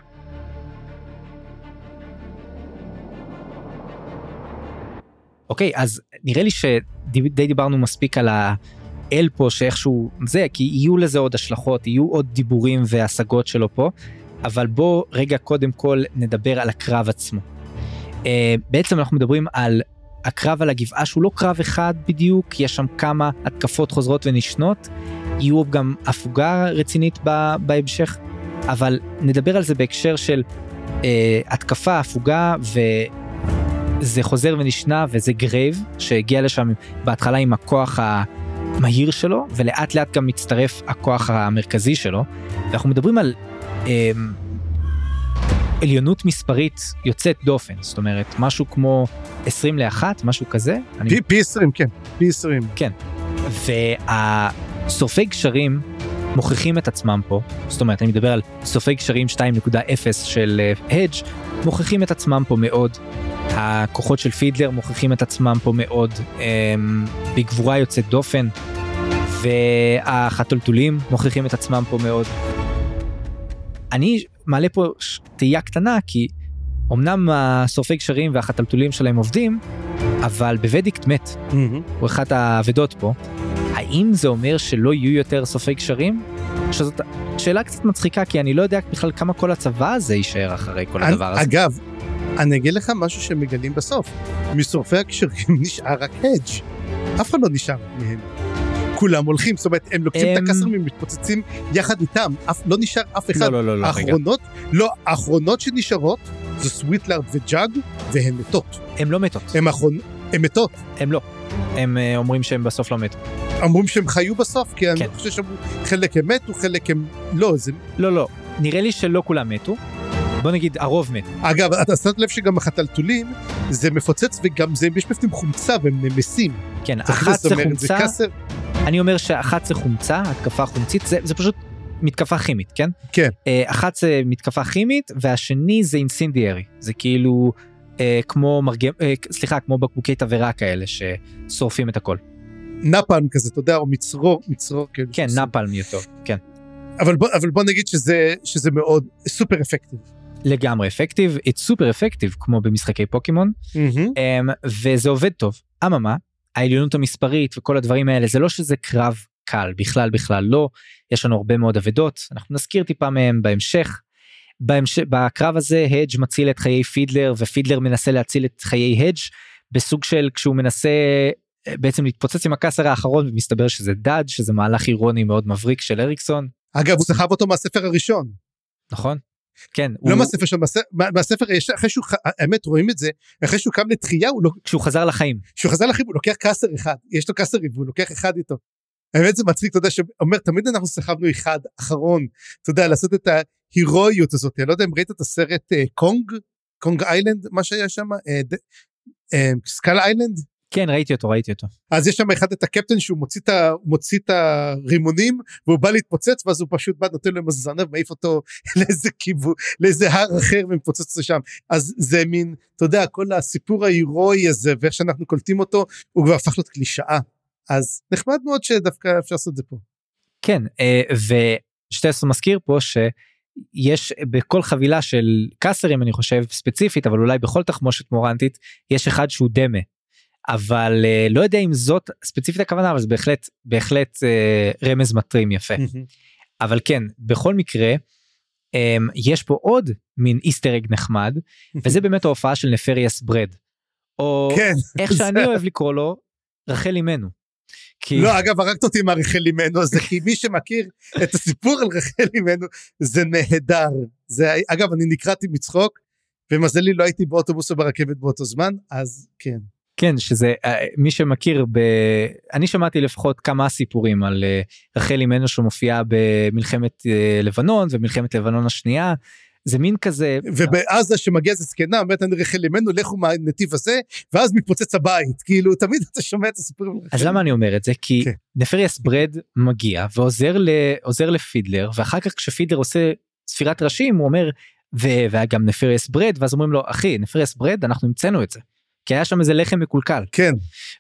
אוקיי, אז נראה לי שדי דיברנו מספיק על האל פה, שאיכשהו זה, כי יהיו לזה עוד השלכות, יהיו עוד דיבורים והשגות שלו פה, אבל בוא רגע קודם כל נדבר על הקרב עצמו. בעצם אנחנו מדברים על הקרב על הגבעה, שהוא לא קרב אחד בדיוק, יש שם כמה התקפות חוזרות ונשנות, יהיו גם הפוגה רצינית בהמשך, אבל נדבר על זה בהקשר של התקפה, הפוגה, וזה חוזר ונשנה, וזה גרייב, שהגיע לשם בהתחלה עם הכוח המהיר שלו, ולאט לאט גם מצטרף הכוח המרכזי שלו, ואנחנו מדברים על עליונות מספרית יוצאת דופן, זאת אומרת, משהו כמו עשרים לאחת, משהו כזה. פי, פי עשרים, כן, פי עשרים. כן, והסופי גשרים מוכיחים את עצמם פה, זאת אומרת, אני מדבר על סופי גשרים שתיים נקודה אפס של הדג', מוכיחים את עצמם פה מאוד, הכוחות של פידלר מוכיחים את עצמם פה מאוד, בגבורה יוצאת דופן, והחתולתולים מוכיחים את עצמם פה מאוד. אני מעלה פה תהייה קטנה, כי אמנם הסורפי גשרים והחתלתולים שלהם עובדים, אבל בוודיקט מת, mm-hmm. הוא אחת העבדות פה. האם זה אומר שלא יהיו יותר סורפי גשרים? שזאת שאלה קצת מצחיקה, כי אני לא יודע בכלל כמה כל הצבא הזה יישאר אחרי כל הדבר הזה. אגב, אני אגיד לך משהו שמגלים בסוף. מסורפי הגשרים נשאר רק הדג'. אף אחד לא נשאר מהם. כולם הולכים, זאת אומרת, הם לוקחים את הקסרים ומתפוצצים יחד איתם, לא נשאר אף אחד. לא, לא, לא, האחרונות, לא, האחרונות שנשארות, זה סוויטלארד וג'אג, והן מתות. הן לא מתות. הן מתות. הן לא. הם אומרים שהם בסוף לא מתו. אומרים שהם חיו בסוף, כי אני חושב שאמרו, חלק הם מתו, חלק הם לא. לא, לא. נראה לי שלא כולם מתו. בוא נגיד, הרוב מתו. אגב, אתה שמת לב שגם החתלתולים, זה מפוצץ וגם זה, יש בפנים חומצה והם נמסים. כן, אחת זה חומצה. אני אומר שאחת זה חומצה, התקפה חומצית, זה, זה פשוט מתקפה כימית, כן? כן. אחת זה מתקפה כימית, והשני זה אינסינדיארי. זה כאילו, אה, כמו מרגם, אה, סליחה, כמו בקבוקי תברה כאלה, ששורפים את הכל. נפלם כזה, אתה יודע, או מצרור, מצרור כאילו. כן, נפלם יותר, כן. אבל בוא, אבל בוא נגיד שזה, שזה מאוד סופר אפקטיב. לגמרי אפקטיב, it's super effective, כמו במשחקי פוקימון, mm-hmm. um, וזה עובד טוב. אממה, העליונות המספרית וכל הדברים האלה, זה לא שזה קרב קל, בכלל בכלל לא, יש לנו הרבה מאוד עבדות, אנחנו נזכיר טיפה מהם בהמשך, בהמשך בקרב הזה, הדג' מציל את חיי פידלר, ופידלר מנסה להציל את חיי הדג', בסוג של כשהוא מנסה בעצם להתפוצץ עם הקסר האחרון, ומסתבר שזה דאדג', שזה מהלך אירוני מאוד מבריק של אריקסון. אגב, הוא סחב אותו מהספר הראשון. נכון? כן. לא מהספר שם, מהספר, אחרי שהוא, האמת רואים את זה, אחרי שהוא קם לתחייה, הוא לא... כשהוא חזר לחיים. כשהוא חזר לחיים, הוא לוקח קסר אחד, יש לו קסר והוא לוקח אחד איתו. האמת זה מצחיק, אתה יודע, שאומר, תמיד אנחנו סחבנו אחד, אחרון, אתה יודע, לעשות את ההירואיות הזאת, אני לא יודע אם ראית את הסרט קונג, קונג איילנד, מה שהיה שם, סקל איילנד? כן, ראיתי אותו, ראיתי אותו. אז יש שם אחד את הקפטן שהוא מוציא את, ה, מוציא את הרימונים, והוא בא להתפוצץ, ואז הוא פשוט בא, נותן לו מזזנה, ומעיף אותו לאיזה כיוון, לאיזה הר אחר, ומפוצץ אותו שם. אז זה מין, אתה יודע, כל הסיפור ההירואי הזה, ואיך שאנחנו קולטים אותו, הוא כבר הפך להיות קלישאה. אז נחמד מאוד שדווקא אפשר לעשות את זה פה. כן, ושטסו מזכיר פה שיש בכל חבילה של קסרים, אני חושב ספציפית, אבל אולי בכל תחמושת מורנטית, יש אחד שהוא דמה. אבל uh, לא יודע אם זאת ספציפית הכוונה, אבל זה בהחלט, בהחלט uh, רמז מטרים יפה. אבל כן, בכל מקרה, um, יש פה עוד מין איסטר אג נחמד, וזה באמת ההופעה של נפריאס ברד, או כן, איך שאני אוהב לקרוא לו, רחל אימנו. כי... לא, אגב, הרגת אותי עם רחל אימנו, זה כי מי שמכיר את הסיפור על רחל אימנו, זה נהדר. זה, אגב, אני נקראתי מצחוק, ומזלי לא הייתי באוטובוס או ברכבת באותו זמן, אז כן. כן, שזה, מי שמכיר, ב... אני שמעתי לפחות כמה סיפורים על רחל אימנו שמופיעה במלחמת לבנון, ומלחמת לבנון השנייה, זה מין כזה... ובעזה שמגיע זה זקנה, אומרת אני רחל אימנו, לכו מהנתיב הזה, ואז מתפוצץ הבית, כאילו תמיד אתה שומע את הסיפורים. אז למה אני אומר את זה? כי okay. נפריאס ברד מגיע, ועוזר ל... עוזר לפידלר, ואחר כך כשפידלר עושה ספירת ראשים, הוא אומר, ו... וגם נפריאס ברד, ואז אומרים לו, אחי, נפריאס ברד, אנחנו המצאנו את זה. כי היה שם איזה לחם מקולקל. כן.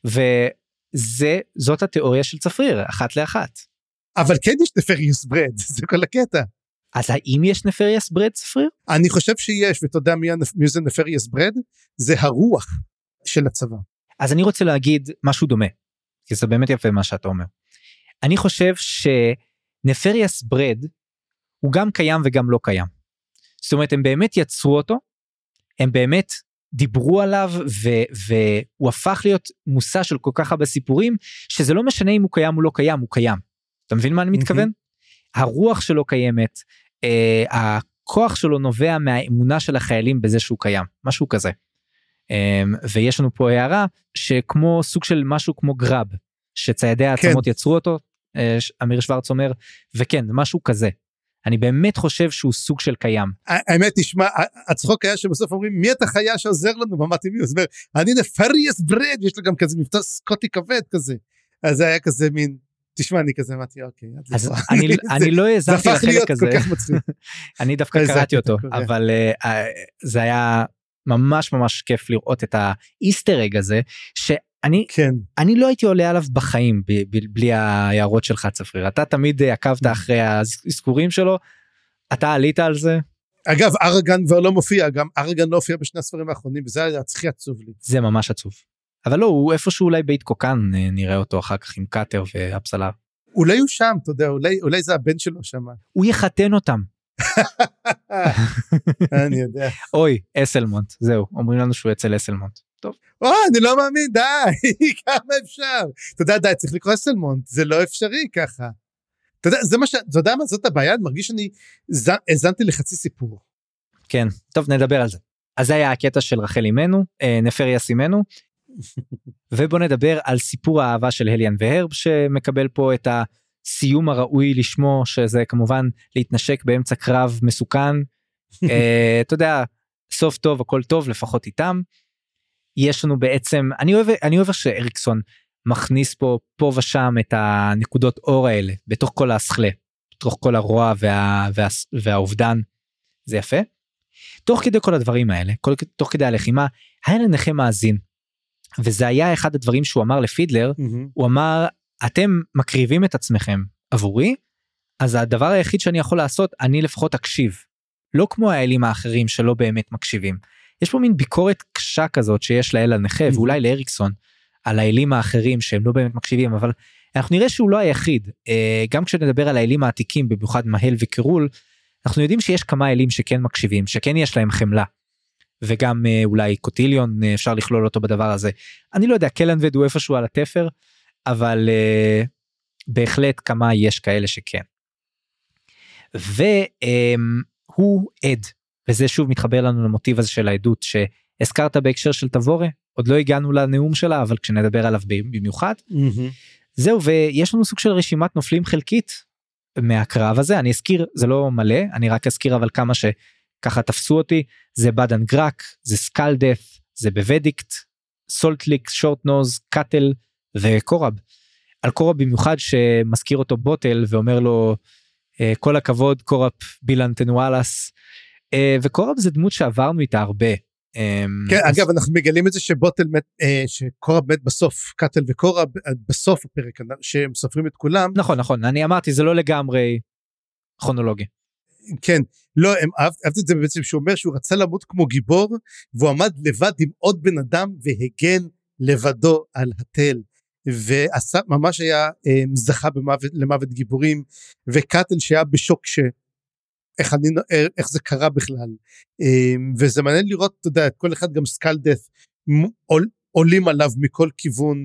וזה, זאת התיאוריה של צפריר, אחת לאחת. אבל כן יש נפריאס ברד, זה כל הקטע. אז האם יש נפריאס ברד צפריר? אני חושב שיש, ואתה יודע מי, מי זה נפריאס ברד? זה הרוח של הצבא. אז אני רוצה להגיד משהו דומה, כי זה באמת יפה מה שאתה אומר. אני חושב שנפריאס ברד, הוא גם קיים וגם לא קיים. זאת אומרת, הם באמת יצרו אותו, הם באמת דיברו עליו, ו- והוא הפך להיות מושא של כל כך הרבה סיפורים, שזה לא משנה אם הוא קיים או לא קיים, הוא קיים. אתה מבין מה אני מתכוון? הרוח שלו קיימת, אה, הכוח שלו נובע מהאמונה של החיילים בזה שהוא קיים, משהו כזה. אה, ויש לנו פה הערה, שכמו סוג של משהו כמו גרב, שציידי העצמות כן. יצרו אותו, אה, אמיר שוורץ אומר, וכן, משהו כזה. אני באמת חושב שהוא סוג של קיים. האמת, תשמע, הצחוק היה שבסוף אומרים, מי את החיה שעוזר לנו? ואמרתי מי? הוא אומר, אני נפריאס ברד, יש לו גם כזה מבטא סקוטי כבד כזה. אז זה היה כזה מין, תשמע, אני כזה אמרתי, אוקיי. אז אני לא האזנתי לחלק הזה. אני דווקא קראתי אותו, אבל זה היה ממש ממש כיף לראות את האיסטר אג הזה, שאני אני לא הייתי עולה עליו בחיים, בלי ההערות שלך צפריר. אתה תמיד עקבת אחרי האזכורים שלו, אתה עלית על זה? אגב, ארגן כבר לא מופיע, גם ארגן לא הופיע בשני הספרים האחרונים, וזה היה הכי עצוב לי. זה ממש עצוב. אבל לא, הוא איפשהו אולי בית קוקן, נראה אותו אחר כך עם קאטר ואפסלר. אולי הוא שם, אתה יודע, אולי, אולי זה הבן שלו שם. הוא יחתן אותם. אני יודע. אוי, אסלמונט, זהו, אומרים לנו שהוא אצל אסלמונט. טוב. או, אני לא מאמין, די, כמה אפשר. אתה יודע, די, צריך לקרוא אסלמונט, זה לא אפשרי ככה. אתה יודע, זה מה ש... אתה יודע מה, זאת הבעיה, אני מרגיש שאני הזנתי לחצי סיפור. כן, טוב, נדבר על זה. אז זה היה הקטע של רחל אימנו, נפריאס אימנו, ובוא נדבר על סיפור האהבה של הליאן והרב, שמקבל פה את הסיום הראוי לשמו, שזה כמובן להתנשק באמצע קרב מסוכן, אתה יודע, סוף טוב, הכל טוב, לפחות איתם. יש לנו בעצם, אני אוהב, אני אוהב שאריקסון מכניס פה, פה ושם את הנקודות אור האלה, בתוך כל הסכלה, בתוך כל הרוע וה, וה, והאובדן, זה יפה. תוך כדי כל הדברים האלה, כל, תוך כדי הלחימה, היה לנחם מאזין, וזה היה אחד הדברים שהוא אמר לפידלר, mm-hmm. הוא אמר, אתם מקריבים את עצמכם עבורי, אז הדבר היחיד שאני יכול לעשות, אני לפחות אקשיב, לא כמו האלים האחרים שלא באמת מקשיבים. יש פה מין ביקורת קשה כזאת שיש לאל על נכה, mm-hmm. ואולי לאריקסון, על האלים האחרים שהם לא באמת מקשיבים, אבל אנחנו נראה שהוא לא היחיד, גם כשנדבר על האלים העתיקים, במיוחד מהל וקירול, אנחנו יודעים שיש כמה אלים שכן מקשיבים, שכן יש להם חמלה, וגם אולי קוטיליון אפשר לכלול אותו בדבר הזה. אני לא יודע, קלנבד הוא איפשהו על התפר, אבל uh, בהחלט כמה יש כאלה שכן. והוא um, עד, וזה שוב מתחבר לנו למוטיב הזה של העדות, שהזכרת בהקשר של תבורה, עוד לא הגענו לנאום שלה, אבל כשנדבר עליו במיוחד, mm-hmm. זהו, ויש לנו סוג של רשימת נופלים חלקית, מהקרב הזה, אני אזכיר, זה לא מלא, אני רק אזכיר אבל כמה שככה תפסו אותי, זה בדן גרק, זה סקלדף, זה בוודיקט, סולטליק, שורטנוז, קאטל וקורב. על קורב במיוחד שמזכיר אותו בוטל ואומר לו, כל הכבוד קורב בילן תנואלס, וקורב זה דמות שעברנו איתה הרבה. כן, אגב, אנחנו מגלים את זה שבוטל מת, שקורב מת בסוף, קאטל וקורב בסוף הפרק, שהם סופרים את כולם. נכון, נכון, אני אמרתי, זה לא לגמרי כרונולוגי. כן, לא, אהבתי את זה בעצם, שהוא אומר שהוא רצה למות כמו גיבור, והוא עמד לבד עם עוד בן אדם, והגן לבדו על התל, וממש היה זכה במוות, למוות גיבורים, וקאטל שהיה בשוק ש... איך, אני, איך זה קרה בכלל, וזה מעניין לראות, אתה יודע, כל אחד גם סקלדף, עול, עולים עליו מכל כיוון,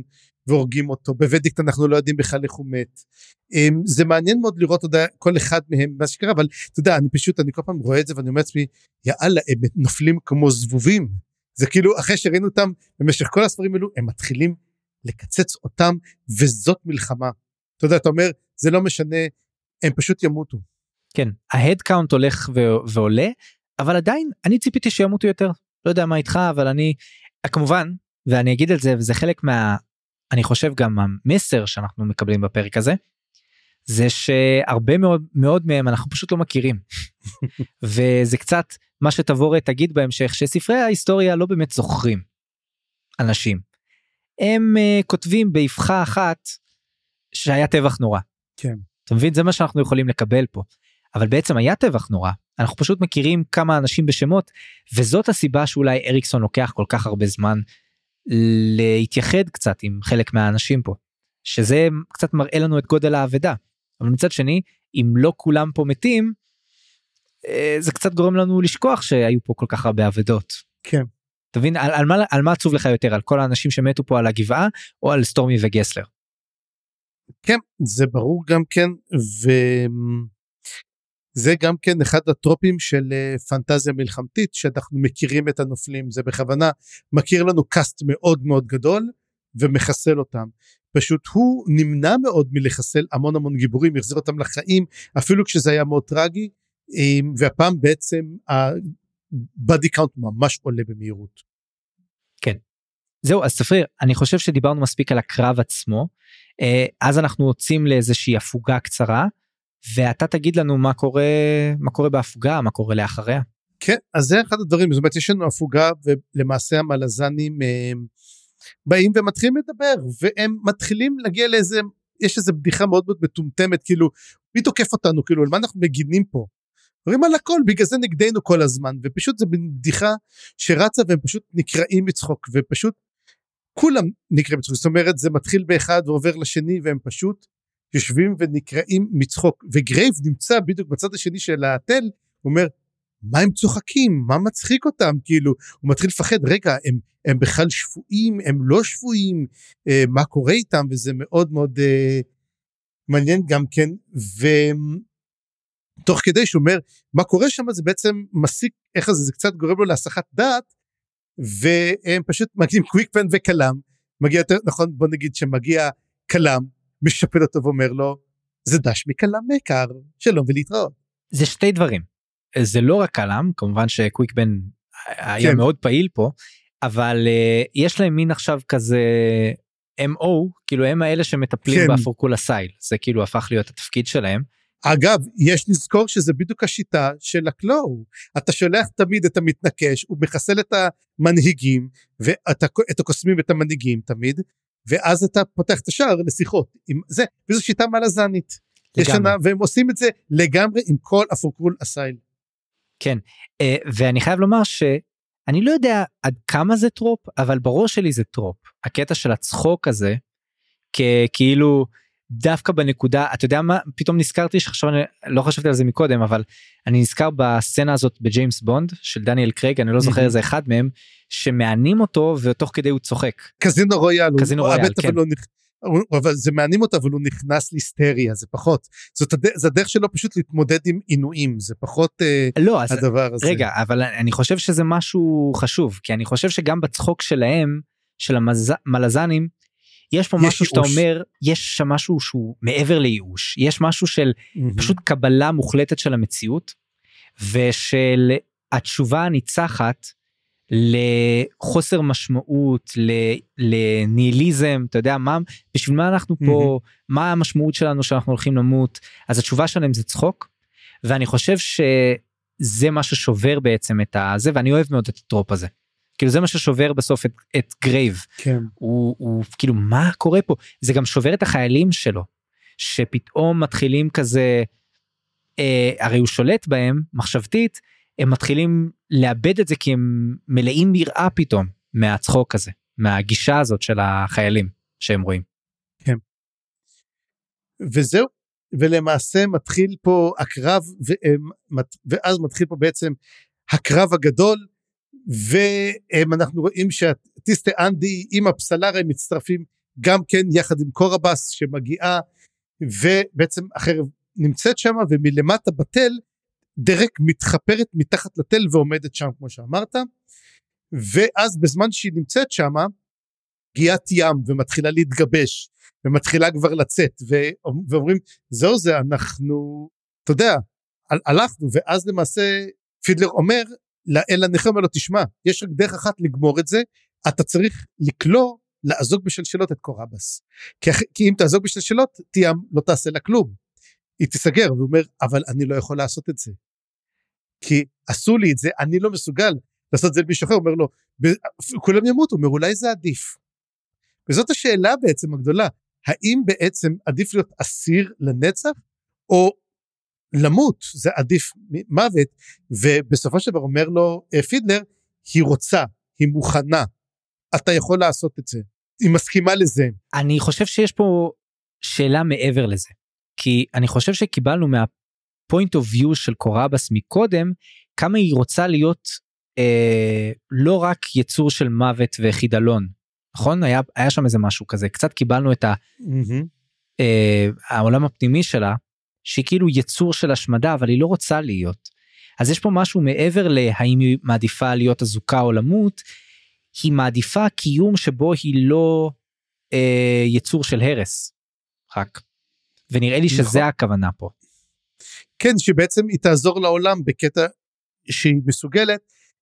והורגים אותו, בוודיקט אנחנו לא יודעים בכלל איך הוא מת, זה מעניין מאוד לראות עוד כל אחד מהם מה שקרה, אבל אתה יודע, אני פשוט, אני כל פעם רואה את זה ואני אומר לעצמי, יאללה, הם נופלים כמו זבובים, זה כאילו אחרי שראינו אותם במשך כל הספרים האלו, הם מתחילים לקצץ אותם, וזאת מלחמה, אתה יודע, אתה אומר, זה לא משנה, הם פשוט ימותו. כן, ההד קאונט הולך ועולה, אבל עדיין אני ציפיתי שימותו יותר, לא יודע מה איתך, אבל אני, כמובן, ואני אגיד את זה, וזה חלק מה, אני חושב גם המסר שאנחנו מקבלים בפרק הזה, זה שהרבה מאוד, מאוד מהם אנחנו פשוט לא מכירים, וזה קצת מה שתבורת תגיד בהמשך, שספרי ההיסטוריה לא באמת זוכרים אנשים, הם uh, כותבים באבחה אחת, שהיה טבח נורא. כן. אתה מבין? זה מה שאנחנו יכולים לקבל פה. אבל בעצם היה טבח נורא. אנחנו פשוט מכירים כמה אנשים בשמות, וזאת הסיבה שאולי אריקסון לוקח כל כך הרבה זמן, להתייחד קצת עם חלק מהאנשים פה. שזה קצת מראה לנו את גודל העבדה. אבל מצד שני, אם לא כולם פה מתים, זה קצת גורם לנו לשכוח שהיו פה כל כך הרבה עבדות. כן. תבין, על, על, מה, על מה עצוב לך יותר? על כל האנשים שמתו פה על הגבעה, או על סטורמי וגסלר? כן, זה ברור גם כן, וזה גם כן אחד הטרופים של פנטזיה מלחמתית, שאנחנו מכירים את הנופלים, זה בכוונה מכיר לנו קאסט מאוד מאוד גדול, ומחסל אותם. פשוט הוא נמנע מאוד מלחסל המון המון גיבורים, יחזיר אותם לחיים, אפילו כשזה היה מאוד טרגי, והפעם בעצם הבאדי קאונט ממש עולה במהירות. כן. זהו, אז ספריר, אני חושב שדיברנו מספיק על הקרב עצמו, אז אנחנו יוצאים לאיזושהי הפוגה קצרה, ואתה תגיד לנו מה קורה, מה קורה בהפוגה, מה קורה לאחריה. כן, אז זה אחד הדברים, זאת אומרת, יש לנו הפוגה, ולמעשה המלזנים באים ומתחילים לדבר, והם מתחילים להגיע לאיזה, יש איזו בדיחה מאוד מאוד מטומטמת, כאילו, מי תוקף אותנו, כאילו, על מה אנחנו מגינים פה? רואים על הכל, בגלל זה נגדנו כל הזמן, ופשוט זה בדיחה שרצה, והם פשוט נקראים מצחוק, ופשוט כולם נקראים מצחוק, זאת אומרת, זה מתחיל באחד ועובר לשני, והם פשוט יושבים ונקראים מצחוק, וגרייב נמצא בדיוק בצד השני של התל, הוא אומר, מה הם צוחקים? מה מצחיק אותם? כאילו, הוא מתחיל לפחד, רגע, הם, הם בכלל שפויים, הם לא שפויים, אה, מה קורה איתם, וזה מאוד מאוד אה, מעניין גם כן, ותוך כדי שהוא אומר, מה קורה שם, זה בעצם מסיק, איך זה, זה קצת גורם לו להסחת דעת, והם פשוט מגיעים קוויקפן וקלם, מגיע יותר, נכון, בוא נגיד שמגיע קלם, משפל אותו ואומר לו, זה דש מקלם מקר, שלום ולהתראות. זה שתי דברים, זה לא רק קלם, כמובן שקוויקפן היה כן. מאוד פעיל פה, אבל uh, יש להם מין עכשיו כזה אם או, כאילו הם האלה שמטפלים כן. באפורקול הסייל, זה כאילו הפך להיות התפקיד שלהם. אגב, יש לזכור שזה בדיוק השיטה של הקלואו, אתה שולח תמיד את המתנקש, הוא מחסל את המנהיגים, ואת הקוסמים ואת המנהיגים תמיד, ואז אתה פותח את השער לשיחות, עם זה, וזו שיטה מלזנית, ישנה, והם עושים את זה לגמרי עם כל אפורקול הסייל. כן, ואני חייב לומר שאני לא יודע עד כמה זה טרופ, אבל בראש שלי זה טרופ, הקטע של הצחוק הזה, כאילו דווקא בנקודה, אתה יודע מה, פתאום נזכרתי שעכשיו אני לא חשבתי על זה מקודם, אבל אני נזכר בסצנה הזאת בג'יימס בונד, של דניאל קרייג, אני לא זוכר איזה אחד מהם, שמענים אותו ותוך כדי הוא צוחק. קזינו רויאל, קזינו רויאל, כן. אבל זה מענים אותו, אבל הוא נכנס להיסטריה, זה פחות, זאת הדרך, זה הדרך שלו פשוט להתמודד עם עינויים, זה פחות לא, אז, הדבר הזה. רגע, אבל אני חושב שזה משהו חשוב, כי אני חושב שגם בצחוק שלהם, של המלזנים, יש פה יש משהו שאתה אומר, יש שם משהו שהוא מעבר לייאוש, יש משהו של mm-hmm. פשוט קבלה מוחלטת של המציאות, ושל התשובה הניצחת, לחוסר משמעות, לניהיליזם, אתה יודע, מה, בשביל מה אנחנו פה, mm-hmm. מה המשמעות שלנו שאנחנו הולכים למות, אז התשובה שלהם זה צחוק, ואני חושב שזה מה ששובר בעצם את הזה, ואני אוהב מאוד את הטרופ הזה, כאילו זה מה ששובר בסוף את, את גרייב, כן. הוא, הוא כאילו מה קורה פה, זה גם שובר את החיילים שלו, שפתאום מתחילים כזה, אה, הרי הוא שולט בהם, מחשבתית, הם מתחילים לאבד את זה, כי הם מלאים יראה פתאום, מהצחוק הזה, מהגישה הזאת של החיילים, שהם רואים. כן. וזהו, ולמעשה מתחיל פה הקרב, ואז מתחיל פה בעצם הקרב הגדול, ואנחנו רואים שהטיסטה אנדי עם הפסלר הם מצטרפים גם כן יחד עם קורבס שמגיעה, ובעצם החרב נמצאת שם, ומלמטה בתל, דרק מתחפרת מתחת לתל ועומדת שם כמו שאמרת, ואז בזמן שהיא נמצאת שם, גיעת ים ומתחילה להתגבש, ומתחילה כבר לצאת, ואומרים, זהו זה, אנחנו, אתה יודע, הלכנו, ואז למעשה פידלר אומר, לאל הנכה אומר לו, תשמע, יש רק דרך אחת לגמור את זה, אתה צריך לקלוא, לעזוק בשלשלות את קורבס, כי, כי אם תעזוק בשלשלות, תיאם לא תעשה לה כלום, היא תיסגר, והוא אומר, אבל אני לא יכול לעשות את זה, כי עשו לי את זה, אני לא מסוגל לעשות את זה למישהו אחר, הוא אומר לו, כולם ימותו, הוא אומר, אולי זה עדיף, וזאת השאלה בעצם הגדולה, האם בעצם עדיף להיות אסיר לנצח, או למות, זה עדיף מוות, ובסופו של דבר אומר לו פידלר, היא רוצה, היא מוכנה, אתה יכול לעשות את זה, היא מסכימה לזה. אני חושב שיש פה שאלה מעבר לזה, כי אני חושב שקיבלנו מהפוינט אוף ויו של קורבס מקודם, כמה היא רוצה להיות אה, לא רק יצור של מוות וחידלון, נכון? היה, היה שם איזה משהו כזה, קצת קיבלנו את ה, mm-hmm. אה, העולם הפנימי שלה, שהיא כאילו יצור של השמדה, אבל היא לא רוצה להיות. אז יש פה משהו מעבר להאם היא מעדיפה להיות אזוקה או למות, היא מעדיפה קיום שבו היא לא אה, יצור של הרס, רק. ונראה לי שזה נכון. הכוונה פה. כן, שבעצם היא תעזור לעולם בקטע שהיא מסוגלת,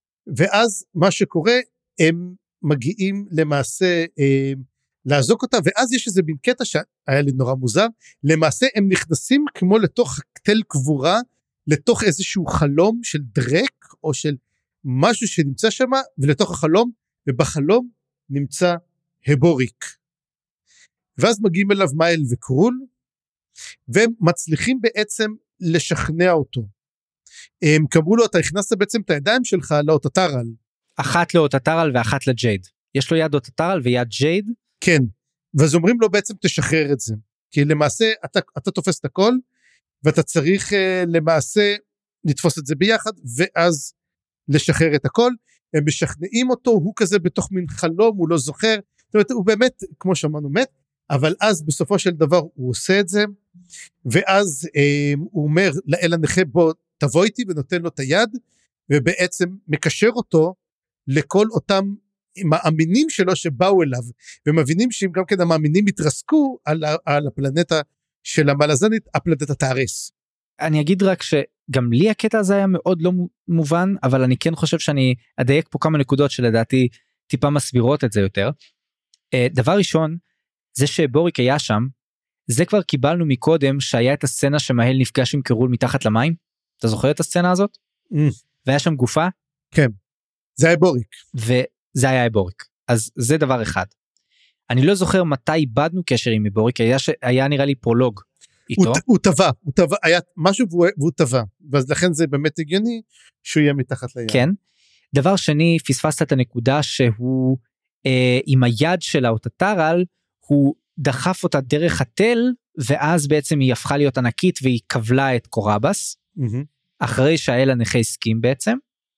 ואז מה שקורה, הם מגיעים למעשה אה, לעזוק אותה, ואז יש איזה מין קטע שהיה לי נורא מוזר, למעשה הם נכנסים כמו לתוך תל קבורה, לתוך איזשהו חלום של דרק, או של משהו שנמצא שם, ולתוך החלום, ובחלום נמצא הבוריק. ואז מגיעים אליו מייל וקרול, והם מצליחים בעצם לשכנע אותו. הם קראו לו, אתה הכנסת בעצם את הידיים שלך לאוטוטרל. אחת לאוטוטרל ואחת לג'ייד. יש לו יד אוטוטרל ויד ג'ייד? כן, ואז אומרים לו בעצם תשחרר את זה. כי למעשה אתה, אתה תופס את הכל, ואתה צריך uh, למעשה לתפוס את זה ביחד, ואז לשחרר את הכל. הם משכנעים אותו, הוא כזה בתוך מין חלום, הוא לא זוכר, זאת אומרת, הוא באמת, כמו שאמרנו, מת, אבל אז בסופו של דבר הוא עושה את זה, ואז אה, הוא אומר לאל הנכה, בוא תבוא איתי, ונותן לו את היד, ובעצם מקשר אותו לכל אותם מאמינים שלו שבאו אליו, ומבינים שאם גם כן המאמינים התרסקו על, על הפלנטה של המלזנית, הפלנטה תארס. אני אגיד רק שגם לי הקטע הזה היה מאוד לא מובן, אבל אני כן חושב שאני אדייק פה כמה נקודות שלדעתי טיפה מסבירות את זה יותר. דבר ראשון, זה שבוריק היה שם, זה כבר קיבלנו מקודם שהיה את הסצנה שמהל נפגש עם קרול מתחת למים. אתה זוכר את הסצנה הזאת? Mm. והיה שם גופה? כן, זה היה בוריק. וזה היה בוריק. אז זה דבר אחד. אני לא זוכר מתי איבדנו קשר עם בוריק, היה, ש... היה נראה לי פרולוג איתו. הוא, הוא טבע, הוא טבע, היה משהו והוא, והוא טבע, ואז לכן זה באמת הגיוני שהוא יהיה מתחת לים. כן. דבר שני, פספסת את הנקודה שהוא אה, עם היד של האוטוטרל, הוא דחף אותה דרך התל, ואז בעצם היא הפכה להיות ענקית, והיא קבלה את קורבס, mm-hmm. אחרי שהאל הנכה הסכים בעצם,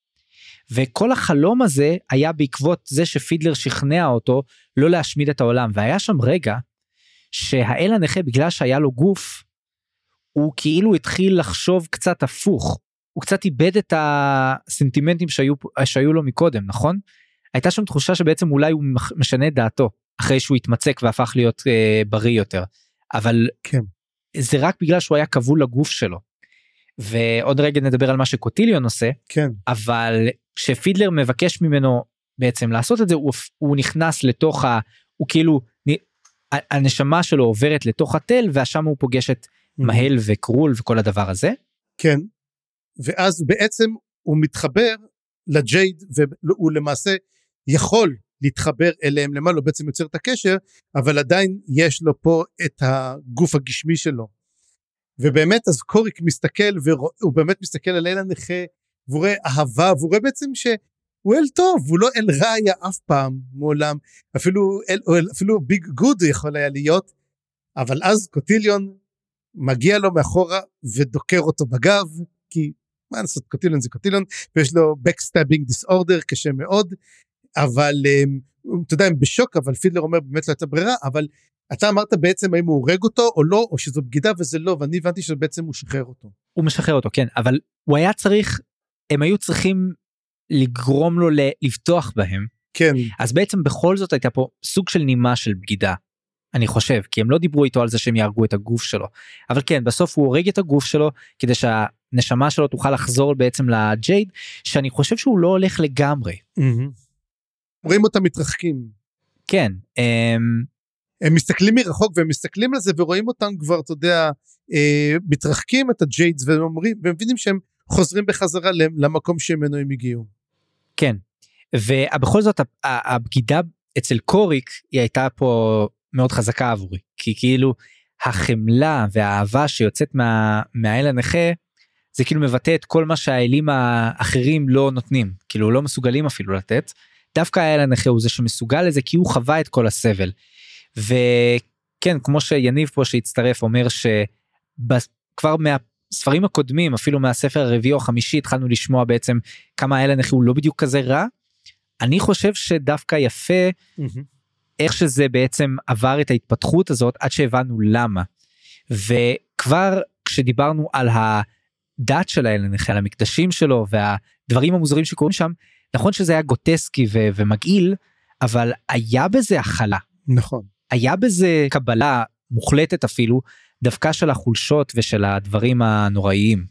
וכל החלום הזה היה בעקבות זה שפידלר שכנע אותו לא להשמיד את העולם, והיה שם רגע שהאל הנכה בגלל שהיה לו גוף, הוא כאילו התחיל לחשוב קצת הפוך, הוא קצת איבד את הסנטימנטים שהיו, שהיו לו מקודם, נכון? הייתה שם תחושה שבעצם אולי הוא משנה את דעתו, אחרי שהוא התמצק והפך להיות אה, בריא יותר, אבל כן. זה רק בגלל שהוא היה כבול לגוף שלו, ועוד רגע נדבר על מה שקוטיליון עושה, כן. אבל כשפידלר מבקש ממנו בעצם לעשות את זה, הוא, הוא נכנס לתוך ה... הוא כאילו, הנשמה שלו עוברת לתוך התל, והשם הוא פוגש את מהל וקרול וכל הדבר הזה. כן, ואז בעצם הוא מתחבר לג'ייד, והוא למעשה יכול להתחבר אליהם למעלה, הוא בעצם יוצר את הקשר, אבל עדיין יש לו פה את הגוף הגשמי שלו. ובאמת אז קוריק מסתכל, והוא באמת מסתכל על אל הנכה, והוא רואה אהבה, והוא רואה בעצם שהוא אל טוב, הוא לא אל רע היה אף פעם מעולם, אפילו, אל, אפילו ביג גוד יכול היה להיות, אבל אז קוטיליון מגיע לו מאחורה, ודוקר אותו בגב, כי מה לעשות, קוטיליון זה קוטיליון, ויש לו backstabbing disorder קשה מאוד, אבל um, אתה יודע, הם בשוק, אבל פידלר אומר באמת לא הייתה ברירה, אבל אתה אמרת בעצם האם הוא הורג אותו או לא, או שזו בגידה וזה לא, ואני הבנתי שבעצם הוא שחרר אותו. הוא משחרר אותו, כן, אבל הוא היה צריך, הם היו צריכים לגרום לו לבטוח בהם. כן. אז בעצם בכל זאת הייתה פה סוג של נימה של בגידה, אני חושב, כי הם לא דיברו איתו על זה שהם יהרגו את הגוף שלו, אבל כן, בסוף הוא הורג את הגוף שלו, כדי שהנשמה שלו תוכל לחזור בעצם לג'ייד, שאני חושב שהוא לא הולך לגמרי. רואים אותם מתרחקים. כן. הם מסתכלים מרחוק, והם מסתכלים על זה, ורואים אותם כבר, אתה יודע, מתרחקים את הג'יידס, והם מבינים שהם חוזרים בחזרה למקום שממנו הם הגיעו. כן, ובכל זאת, הבגידה אצל קוריק, היא הייתה פה מאוד חזקה עבורי, כי כאילו החמלה והאהבה שיוצאת מה, מהאל הנכה, זה כאילו מבטא את כל מה שהאלים האחרים לא נותנים, כאילו לא מסוגלים אפילו לתת, דווקא האל הנכה הוא זה שמסוגל לזה, כי הוא חווה את כל הסבל, וכן, כמו שיניב פה שהצטרף, אומר שכבר מהספרים הקודמים, אפילו מהספר הרביעי או החמישי, התחלנו לשמוע בעצם כמה האל הנכה הוא לא בדיוק כזה רע, אני חושב שדווקא יפה, mm-hmm. איך שזה בעצם עבר את ההתפתחות הזאת, עד שהבנו למה. וכבר כשדיברנו על הדת של האל הנכה, על המקדשים שלו, והדברים המוזרים שקורים שם, נכון שזה היה גוטסקי ו- ומגעיל, אבל היה בזה הכלה. נכון. היה בזה קבלה מוחלטת אפילו, דווקא של החולשות ושל הדברים הנוראיים.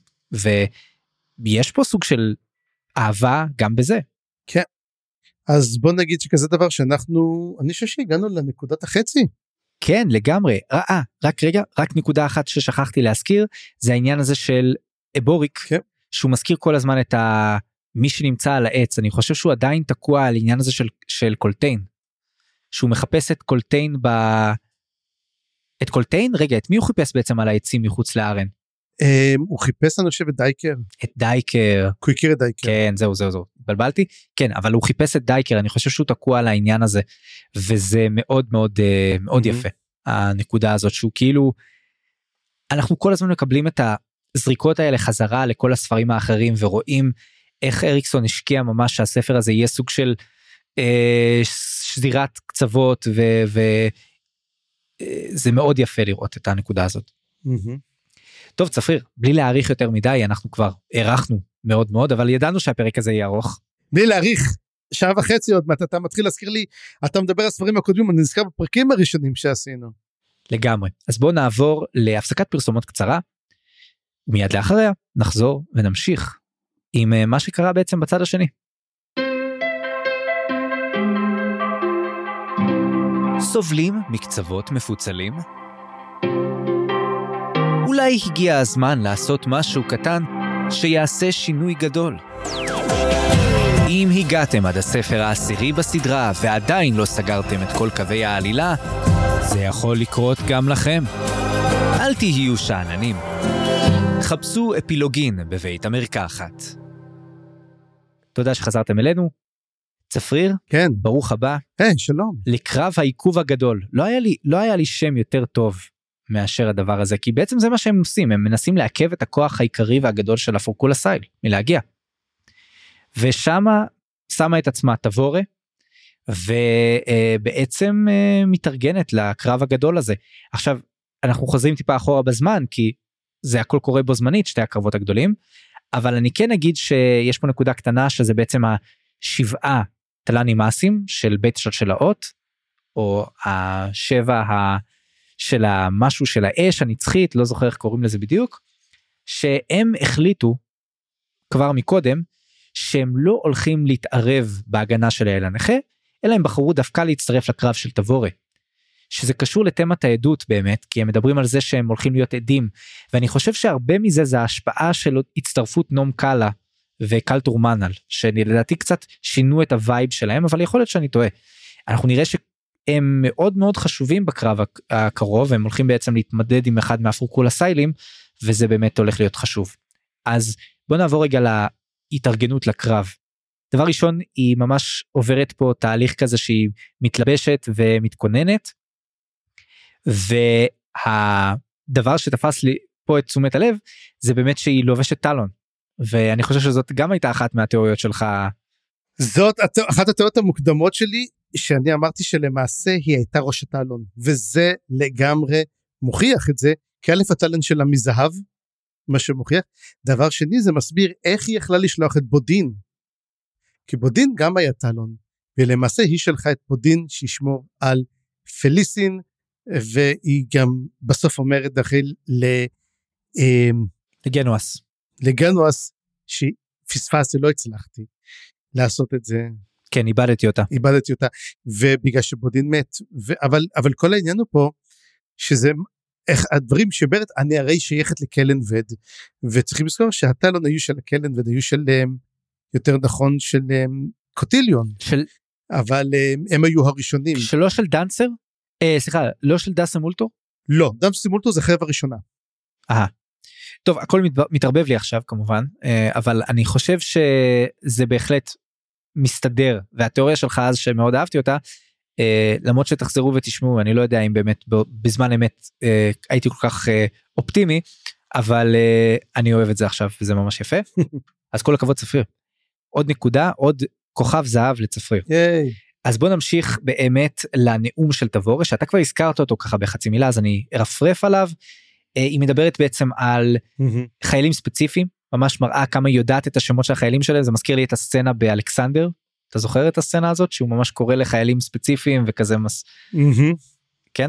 ויש פה סוג של אהבה גם בזה. כן. אז בוא נגיד שכזה דבר שאנחנו, אני חושב שהגענו לנקודת החצי. כן, לגמרי. אה, רק רגע, רק נקודה אחת ששכחתי להזכיר, זה העניין הזה של אבוריק, כן. שהוא מזכיר כל הזמן את ה... מי שנמצא על העץ. אני חושב שהוא עדיין תקוע על עניין הזה של, של קולטיין. שהוא מחפש את קולטיין ב... את קולטיין? רגע, את מי הוא חיפש בעצם על העצים מחוץ לארן? הוא חיפש אני חושב את דייקר. את דייקר. הוא הכיר את דייקר. כן, זהו, זהו, זהו. בלבלתי? כן, אבל הוא חיפש את דייקר, אני חושב שהוא תקוע על העניין הזה, וזה מאוד מאוד מאוד יפה, הנקודה הזאת, שהוא כאילו, אנחנו כל הזמן מקבלים את הזריקות האלה חזרה לכל הספרים האחרים, ורואים איך אריקסון השקיע ממש שהספר הזה יהיה סוג של אה, שזירת קצוות, וזה מאוד יפה לראות את הנקודה הזאת. טוב, צפריר, בלי להאריך יותר מדי, אנחנו כבר הערכנו מאוד מאוד, אבל ידענו שהפרק הזה יהיה ארוך. בלי להאריך, שעה וחצי עוד מעט, אתה מתחיל להזכיר לי, אתה מדבר על ספרים הקודמים, אני נזכר בפרקים הראשונים שעשינו. לגמרי. אז בואו נעבור להפסקת פרסומות קצרה, ומיד לאחריה נחזור ונמשיך עם מה שקרה בעצם בצד השני. סובלים מקצוות מפוצלים? אולי הגיע הזמן לעשות משהו קטן שיעשה שינוי גדול. אם הגעתם עד הספר העשירי בסדרה ועדיין לא סגרתם את כל קווי העלילה, זה יכול לקרות גם לכם. אל תהיו שעננים. חפשו אפילוגין בבית המרקחת. תודה שחזרתם אלינו. צפריר, כן. ברוך הבא. היי, שלום. לקרב העיכוב הגדול. לא היה לי, לא היה לי שם יותר טוב מאשר הדבר הזה, כי בעצם זה מה שהם עושים, הם מנסים לעכב את הכוח העיקרי והגדול של הפורקולה סייל, מלהגיע. ושמה שמה את עצמה תבורה, ובעצם מתארגנת לקרב הגדול הזה. עכשיו, אנחנו חוזרים טיפה אחורה בזמן, כי זה הכל קורה בו זמנית, שתי הקרבות הגדולים, אבל אני כן אגיד שיש פה נקודה קטנה, שזה בעצם השבעה תלנימאסים של בית שלשלאות, או השבע ה... של המשהו של האש הנצחית, לא זוכר איך קוראים לזה בדיוק, שהם החליטו כבר מקודם, שהם לא הולכים להתערב בהגנה של האל הנכה, אלא הם בחרו דווקא להצטרף לקרב של תבורה, שזה קשור לתמת העדות באמת, כי הם מדברים על זה שהם הולכים להיות עדים, ואני חושב שהרבה מזה זה ההשפעה של הצטרפות נום קאלה וקלטור מנל, שלדעתי קצת שינו את הווייב שלהם, אבל יכול להיות שאני טועה. אנחנו נראה ש... הם מאוד מאוד חשובים בקרב הקרוב, הם הולכים בעצם להתמדד עם אחד מהפורקולה סיילים, וזה באמת הולך להיות חשוב. אז בוא נעבור רגע להתארגנות לקרב. דבר ראשון, היא ממש עוברת פה תהליך כזה שהיא מתלבשת ומתכוננת, והדבר שתפס לי פה את תשומת הלב, זה באמת שהיא לובשת טלון, ואני חושב שזאת גם הייתה אחת מהתיאוריות שלך. זאת אחת התיאוריות המוקדמות שלי, שאני אמרתי שלמעשה היא הייתה ראש הטלון, וזה לגמרי מוכיח את זה, כי א' הטלון שלה מזהב, מה שמוכיח. דבר שני, זה מסביר איך היא יכלה לשלוח את בודין, כי בודין גם היה טלון, ולמעשה היא שלחה את בודין שישמור על פליסין, והיא גם בסוף אומרת דחיל ל... לגנואס. לגנואס, שפספסתי, לא הצלחתי לעשות את זה. כן, איבדתי אותה. איבדתי אותה, ובגלל שבודין מת, ו... אבל, אבל כל העניין הוא פה, שזה איך הדברים שברת, אני הרי שייכת לקלן וד, וצריכים לזכור שהטלון היו של הקלן וד, היו של, יותר נכון, של קוטיליון, של... אבל הם היו הראשונים. שלא של דנסר? אה, סליחה, לא של דסה מולטו? לא, דסה מולטו זה חרב הראשונה. אה, טוב, הכל מת, מתערבב לי עכשיו כמובן, אבל אני חושב שזה בהחלט מסתדר, והתיאוריה שלך אז שמאוד אהבתי אותה, למרות שתחזרו ותשמעו, אני לא יודע אם באמת בזמן אמת הייתי כל כך אופטימי, אבל אני אוהב את זה עכשיו, וזה ממש יפה. אז כל הכבוד צפריר. עוד נקודה, עוד כוכב זהב לצפריר. ייי. אז בוא נמשיך באמת לנאום של תבורש, שאתה כבר הזכרת אותו ככה בחצי מילה, אז אני רפרף עליו. היא מדברת בעצם על חיילים ספציפיים, ממש מראה כמה היא יודעת את השמות של החיילים שלהם, זה מזכיר לי את הסצנה באלכסנדר, אתה זוכר את הסצנה הזאת, שהוא ממש קורא לחיילים ספציפיים וכזה מס... כן?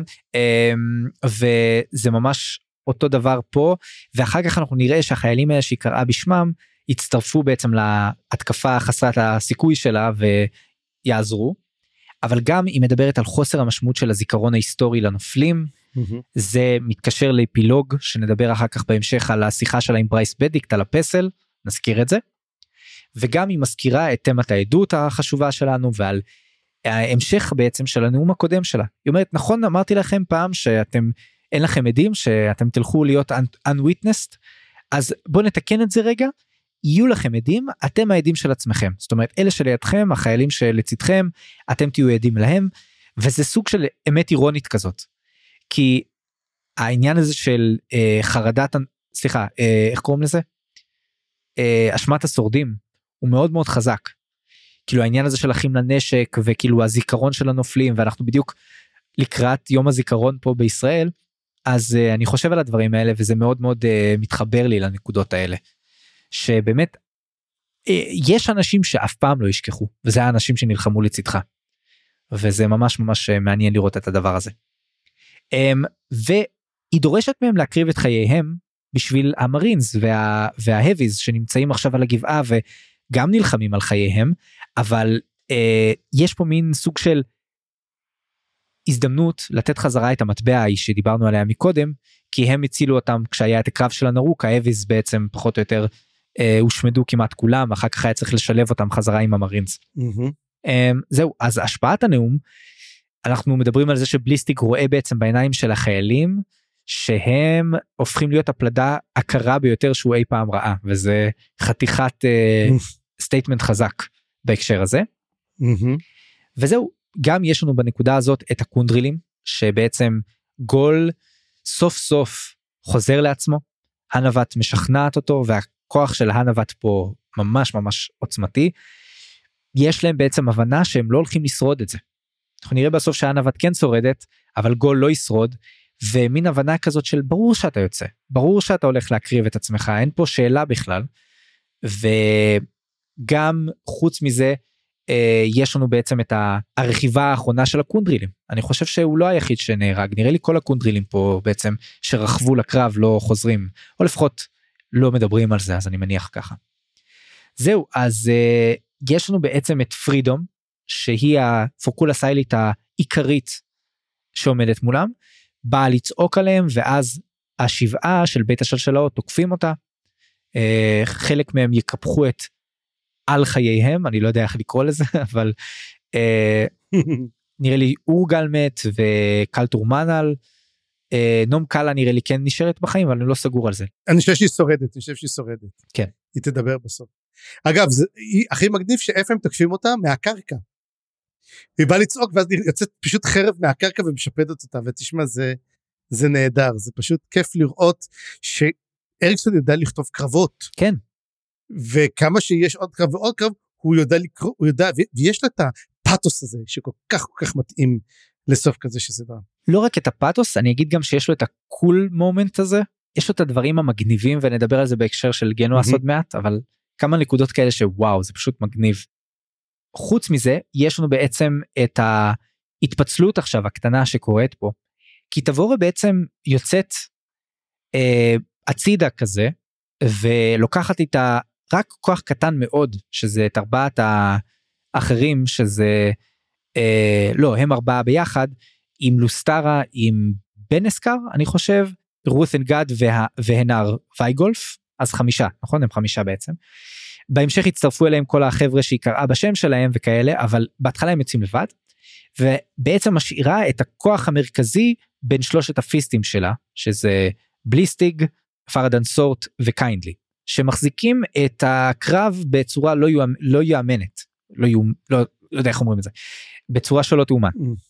וזה ממש אותו דבר פה, ואחר כך אנחנו נראה שהחיילים האלה שהיא קראה בשמם, הצטרפו בעצם להתקפה חסרת הסיכוי שלה ויעזרו, אבל גם היא מדברת על חוסר המשמעות של הזיכרון ההיסטורי לנופלים, זה מתקשר לאפילוג, שנדבר אחר כך בהמשך על השיחה שלה עם ברייס בדיקט על הפסל, נזכיר את זה, וגם היא מזכירה את תמת העדות החשובה שלנו, ועל ההמשך בעצם של הנאום הקודם שלה, היא אומרת, נכון אמרתי לכם פעם שאתם, אין לכם עדים, שאתם תלכו להיות unwitnessed, אז בואו נתקן את זה רגע, יהיו לכם עדים, אתם העדים של עצמכם, זאת אומרת, אלה שלידכם, החיילים שלצדכם, אתם תהיו עדים להם, וזה סוג של אמת אירונית כזאת, כי העניין הזה של אה, חרדת, סליחה, אה, איך קוראים לזה? אה, אשמת השורדים, הוא מאוד מאוד חזק, כאילו העניין הזה של אחים לנשק, וכאילו הזיכרון של הנופלים, ואנחנו בדיוק לקראת יום הזיכרון פה בישראל, אז אה, אני חושב על הדברים האלה, וזה מאוד מאוד אה, מתחבר לי לנקודות האלה, שבאמת, אה, יש אנשים שאף פעם לא ישכחו, וזה האנשים שנלחמו לצדך, וזה ממש ממש מעניין לראות את הדבר הזה. והיא דורשת מהם להקריב את חייהם בשביל המרינס וה, וההביז שנמצאים עכשיו על הגבעה וגם נלחמים על חייהם, אבל אה, יש פה מין סוג של הזדמנות לתת חזרה את המטבע ההיא שדיברנו עליה מקודם, כי הם הצילו אותם כשהיה את הקרב של הנרוק, ההביז בעצם פחות או יותר אה, הושמדו כמעט כולם, אחר כך היה צריך לשלב אותם חזרה עם המרינס. Mm-hmm. אה, זהו, אז השפעת הנאום, אנחנו מדברים על זה שבליסטיק רואה בעצם בעיניים של החיילים, שהם הופכים להיות הפלדה הקרה ביותר שהוא אי פעם ראה, וזה חתיכת סטייטמנט uh, חזק בהקשר הזה. Mm-hmm. וזהו, גם יש לנו בנקודה הזאת את הקונדרילים, שבעצם גול סוף סוף חוזר לעצמו, הנווט משכנעת אותו, והכוח של הנווט פה ממש ממש עוצמתי, יש להם בעצם הבנה שהם לא הולכים לשרוד את זה. אנחנו נראה בסוף שהנווט כן שורדת, אבל גול לא ישרוד, ומין הבנה כזאת של ברור שאתה יוצא, ברור שאתה הולך להקריב את עצמך, אין פה שאלה בכלל, וגם חוץ מזה, יש לנו בעצם את הרכיבה האחרונה של הקונדרילים, אני חושב שהוא לא היחיד שנהרג, נראה לי כל הקונדרילים פה בעצם, שרכבו לקרב לא חוזרים, או לפחות לא מדברים על זה, אז אני מניח ככה. זהו, אז יש לנו בעצם את פרידום, שהיא הפורקולה סיילית העיקרית שעומדת מולם, באה לצעוק עליהם, ואז השבעה של בית השלשלאות תוקפים אותה, חלק מהם יקפחו את על חייהם, אני לא יודע איך לקרוא לזה, אבל נראה לי אורגל מת, וקלטור מנל, נום קלה נראה לי כן נשארת בחיים, אבל אני לא סגור על זה. אני חושב שהיא שורדת, אני חושב שהיא שורדת. כן. היא תדבר בסוף. אגב, זה הכי מגניב שאיפה הם תוקפים אותה? מהקרקע. היא באה לצעוק, ואז יוצאת פשוט חרב מהקרקע ומשפדת אותה, ותשמע, זה, זה נהדר, זה פשוט כיף לראות שאריקסון יודע לכתוב קרבות. כן. וכמה שיש עוד קרב ועוד קרב, הוא יודע לקרוא, הוא יודע, ויש לה את הפאתוס הזה, שכל כך כל כך מתאים לסוף כזה של סדרה. לא רק את הפאתוס, אני אגיד גם שיש לו את הקול מומנט הזה, יש לו את הדברים המגניבים, ונדבר על זה בהקשר של גנואס עוד מעט, אבל כמה נקודות כאלה שוואו, זה פשוט מגניב. חוץ מזה, יש לנו בעצם את ההתפצלות עכשיו, הקטנה שקורית פה, כי תבורה בעצם יוצאת אה, הצידה כזה, ולוקחת איתה רק כוח קטן מאוד, שזה את ארבעת האחרים, שזה, אה, לא, הם ארבעה ביחד, עם לוסטרה, עם בנסקר, אני חושב, רות אנגד וה, והנר וייגולף, אז חמישה, נכון? הם חמישה בעצם. בהמשך הצטרפו אליהם כל החבר'ה שהיא קראה בשם שלהם וכאלה, אבל בהתחלה הם יוצאים לבד, ובעצם משאירה את הכוח המרכזי בין שלושת הפיסטים שלה, שזה בליסטיג, פרדן סורט וקיינדלי, שמחזיקים את הקרב בצורה לא, יואמ, לא יאמנת, לא, יאמ, לא, לא יודע איך אומרים את זה, בצורה שלא תאומן.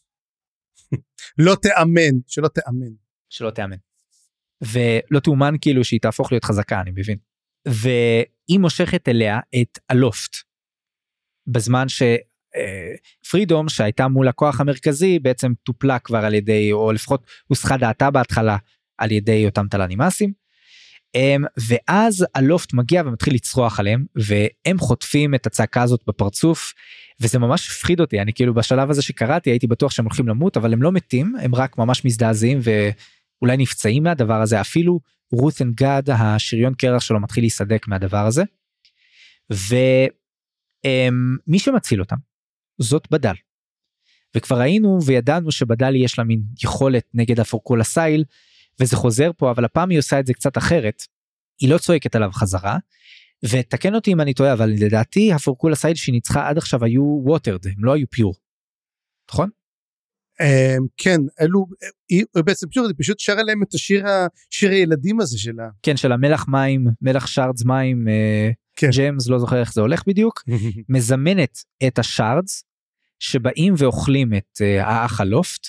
לא תאמן, שלא תאמן. שלא תאמן. ולא תאומן כאילו שהיא תהפוך להיות חזקה, אני מבין. והיא מושכת אליה את הלופט, בזמן שפרידום שהייתה מול הכוח המרכזי, בעצם טופלה כבר על ידי, או לפחות הוסחה דעתה בהתחלה, על ידי אותם תלנימאסים, ואז הלופט מגיע ומתחיל לצרוח עליהם, והם חוטפים את הצעקה הזאת בפרצוף, וזה ממש הפחיד אותי, אני כאילו בשלב הזה שקראתי, הייתי בטוח שהם הולכים למות, אבל הם לא מתים, הם רק ממש מזדעזעים, ואולי נפצעים מהדבר הזה, אפילו רות אנגד, השריון קרח שלו מתחיל להיסדק מהדבר הזה, ומי שמציל אותם, זאת בדל, וכבר ראינו וידענו שבדל יש לה מין יכולת נגד הפורקול הסייל, וזה חוזר פה, אבל הפעם היא עושה את זה קצת אחרת, היא לא צועקת עליו חזרה, ותקן אותי אם אני טועה, אבל לדעתי הפורקול הסייל שהיא ניצחה עד עכשיו היו ווטרד, הם לא היו פיור, נכון? כן, אלו, היא בעצם פיור, היא פשוט שרה להם את השיר, שיר הילדים הזה שלה. כן, של המלח מים, מלח שרדס מים, ג'יימס, לא זוכר איך זה הולך בדיוק, מזמנת את השרדס, שבאים ואוכלים את האח הלופט,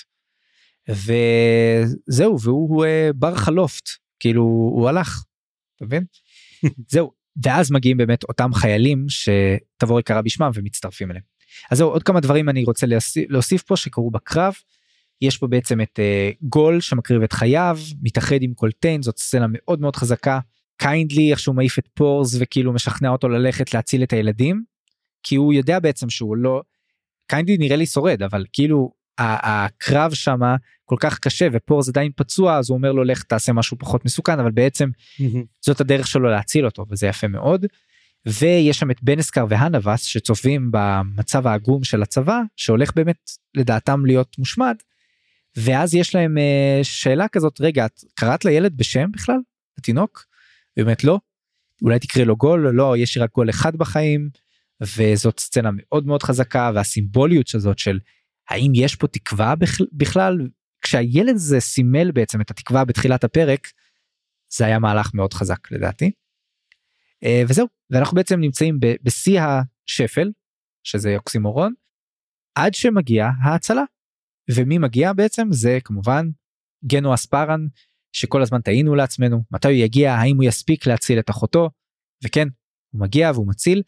וזהו, והוא בר חלופט, כאילו הוא הלך, אתה מבין? זהו, ואז מגיעים באמת אותם חיילים שתבורי קרא בשמם ומצטרפים אליהם. אז זהו, עוד כמה דברים אני רוצה להוסיף פה שקרו בקרב, יש פה בעצם את גול שמקריב את חייו, מתאחד עם קולטיין, זאת סצנה מאוד מאוד חזקה, קיינדלי איך שהוא מעיף את פורס וכאילו משכנע אותו ללכת להציל את הילדים, כי הוא יודע בעצם שהוא לא, קיינדלי נראה לי שורד, אבל כאילו הקרב שם כל כך קשה ופורס עדיין פצוע, אז הוא אומר לו לך תעשה משהו פחות מסוכן, אבל בעצם זאת הדרך שלו להציל אותו, וזה יפה מאוד. ויש שם את בנסקר והנבס שצופים במצב העגום של הצבא, שהולך באמת לדעתם להיות מושמד, ואז יש להם שאלה כזאת, רגע, את קראת לילד בשם בכלל? התינוק? באמת לא? אולי תקרא לו גול? לא, יש רק גול אחד בחיים, וזאת סצנה מאוד מאוד חזקה, והסימבוליות שזאת של האם יש פה תקווה בכלל, כשהילד זה סימל בעצם את התקווה בתחילת הפרק, זה היה מהלך מאוד חזק לדעתי. וזהו, ואנחנו בעצם נמצאים בשיא השפל, שזה אוקסימורון, עד שמגיע ההצלה. ומי מגיע בעצם? זה כמובן גנואס פארן, שכל הזמן טעינו לעצמנו, מתי הוא יגיע, האם הוא יספיק להציל את אחותו, וכן, הוא מגיע והוא מציל,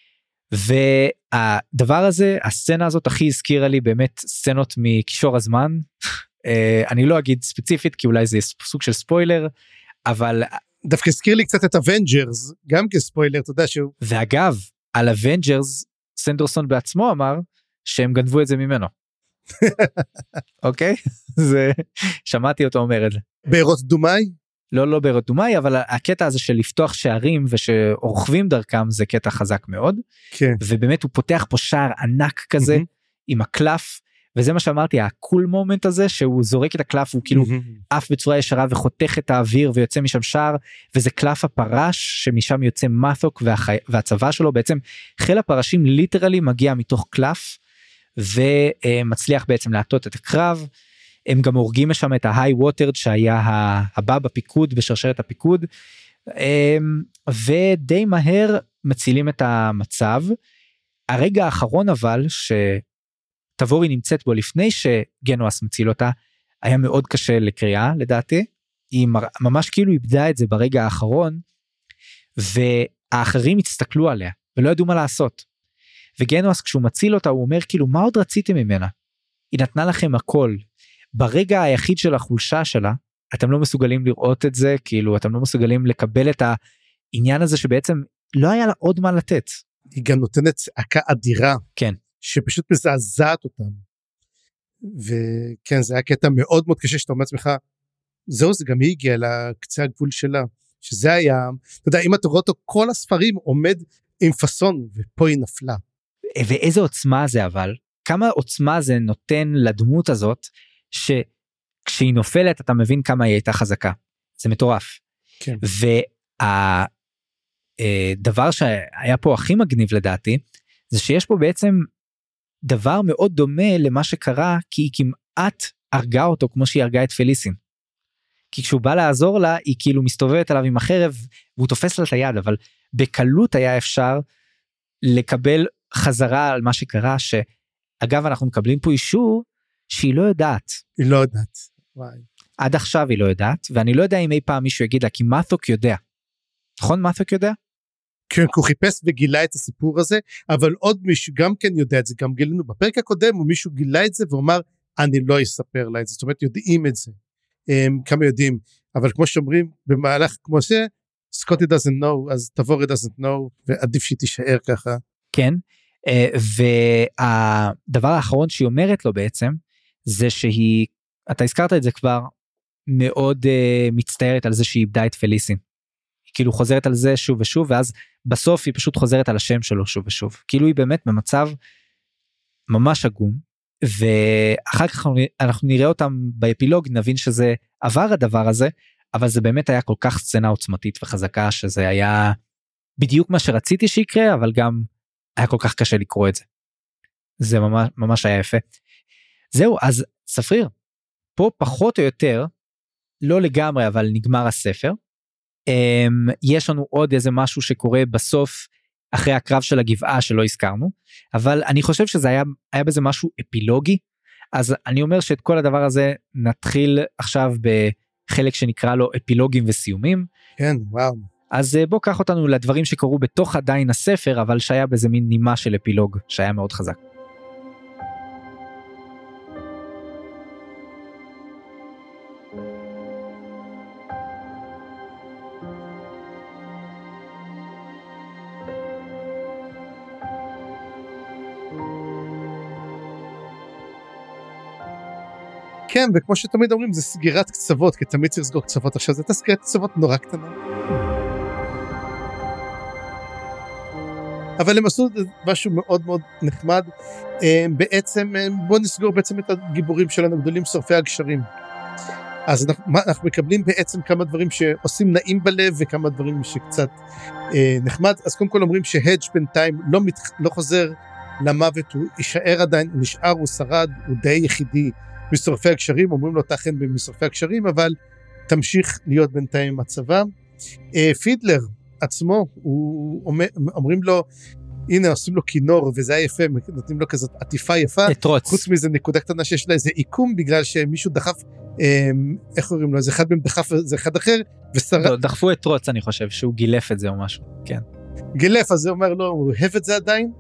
והדבר הזה, הסצנה הזאת הכי הזכירה לי באמת סצנות מקישור הזמן, אני לא אגיד ספציפית, כי אולי זה סוג של ספוילר, אבל דווקא הזכיר לי קצת את אבנג'רס, גם כספוילר, אתה יודע שהוא... ואגב, על אבנג'רס, סנדרסון בעצמו אמר, שהם גנבו את זה ממנו. אוקיי? זה, שמעתי אותו אומר את זה. בארות דומאי? לא, לא בארות דומאי, אבל הקטע הזה של לפתוח שערים, ושרוכבים דרכם, זה קטע חזק מאוד. כן. ובאמת הוא פותח פה שער ענק כזה, עם הקלף, וזה מה שאמרתי, הקול מומנט הזה, שהוא זורק את הקלף, הוא כאילו עף בצורה ישרה, וחותך את האוויר, ויוצא משם שער, וזה קלף הפרש, שמשם יוצא מתוק, והחי... והצבא שלו, בעצם חיל הפרשים ליטרלי מגיע מתוך קלף, ומצליח בעצם להטות את הקרב, הם גם הורגים משם את ההיי ווטרד, שהיה הבא בפיקוד, בשרשרת הפיקוד, ודי מהר מצילים את המצב. הרגע האחרון אבל, ש... תבורי נמצאת בו לפני שגנואס מציל אותה, היה מאוד קשה לקריאה לדעתי, היא ממש כאילו איבדה את זה ברגע האחרון, והאחרים הצטקלו עליה, ולא ידעו מה לעשות, וגנואס כשהוא מציל אותה, הוא אומר כאילו, מה עוד רציתם ממנה? היא נתנה לכם הכל. ברגע היחיד של החולשה שלה, אתם לא מסוגלים לראות את זה, כאילו אתם לא מסוגלים לקבל את העניין הזה שבעצם לא היה לה עוד מה לתת. היא גם נותנת צעקה אדירה. כן. שפשוט מזעזעת אותם. וכן, זה היה קטע מאוד מאוד קשה, שאתה אומר לעצמך, זהו, זה גם היא הגיעה לקצה הגבול שלה, שזה היה, אתה יודע, אם אתה רואה אותו, כל הספרים עומד עם פסון, ופה היא נפלה. ואיזה עוצמה זה אבל, כמה עוצמה זה נותן לדמות הזאת, שכשהיא נופלת, אתה מבין כמה היא הייתה חזקה. זה מטורף. כן. והדבר שהיה פה הכי מגניב לדעתי, זה שיש פה בעצם דבר מאוד דומה למה שקרה, כי היא כמעט הרגה אותו כמו שהיא הרגה את פליסין. כי כשהוא בא לעזור לה, היא כאילו מסתובבת עליו עם החרב, והוא תופס לה את היד, אבל בקלות היה אפשר לקבל חזרה על מה שקרה, שאגב אנחנו מקבלים פה אישור, שהיא לא יודעת. היא לא יודעת. וואי. עד עכשיו היא לא יודעת, ואני לא יודע אם אי פעם מישהו יגיד לה, כי מתוק יודע. נכון מתוק יודע? כן, הוא חיפש וגילה את הסיפור הזה, אבל עוד מישהו גם כן יודע את זה, גם גילינו בפרק הקודם, הוא מישהו גילה את זה, ואומר, אני לא אספר לה את זה, זאת אומרת, יודעים את זה, um, כמה יודעים, אבל כמו שאומרים, במהלך כמו זה, סקוטי doesn't know, אז תבורי doesn't know, ועדיף שהיא תישאר ככה. כן, והדבר האחרון שהיא אומרת לו בעצם, זה שהיא, אתה הזכרת את זה כבר, מאוד uh, מצטערת על זה שהיא איבדה את פליסין, כאילו חוזרת על זה שוב ושוב, ואז בסוף היא פשוט חוזרת על השם שלו שוב ושוב, כאילו היא באמת במצב ממש עגום, ואחר כך אנחנו נראה אותם באפילוג, נבין שזה עבר הדבר הזה, אבל זה באמת היה כל כך סצנה עוצמתית וחזקה, שזה היה בדיוק מה שרציתי שיקרה, אבל גם היה כל כך קשה לקרוא את זה, זה ממש, ממש היה יפה. זהו, אז ספריר, פה פחות או יותר, לא לגמרי, אבל נגמר הספר, Um, יש לנו עוד איזה משהו שקורה בסוף, אחרי הקרב של הגבעה שלא הזכרנו, אבל אני חושב שזה היה, היה בזה משהו אפילוגי, אז אני אומר שאת כל הדבר הזה נתחיל עכשיו בחלק שנקרא לו אפילוגים וסיומים. כן, וואו. אז בוא קח אותנו לדברים שקרו בתוך עדיין הספר, אבל שהיה בזה מין נימה של אפילוג, שהיה מאוד חזק. כן, וכמו שתמיד אומרים, זה סגירת קצוות, כי תמיד צריך לסגור קצוות, עכשיו זה סגירת קצוות נורא קטנה. אבל הם עשו משהו מאוד מאוד נחמד, בעצם, בואו נסגור בעצם את הגיבורים שלנו, גדולים שורפי הגשרים. אז אנחנו, אנחנו מקבלים בעצם כמה דברים שעושים נעים בלב, וכמה דברים שקצת אה, נחמד. אז קודם כל אומרים שהדג' בינתיים לא, מת, לא חוזר למוות, הוא יישאר עדיין, הוא נשאר, הוא שרד, הוא די יחידי, משורפי הקשרים, אומרים לו תכן במשורפי הקשרים, אבל תמשיך להיות בינתיים מצבם. פידלר עצמו, הוא אומר, אומרים לו, הנה עושים לו כינור, וזה היה יפה, נותנים לו כזאת עטיפה יפה, חוץ מזה נקודה קטנה שיש לה איזה עיקום, בגלל שמישהו דחף, איך קוראים לו, זה אחד מהם דחף, זה אחד אחר, ושרד... דחפו את רוץ, אני חושב, שהוא גילף את זה או משהו, כן. גילף, אז זה אומר לו, הוא אוהב את זה עדיין,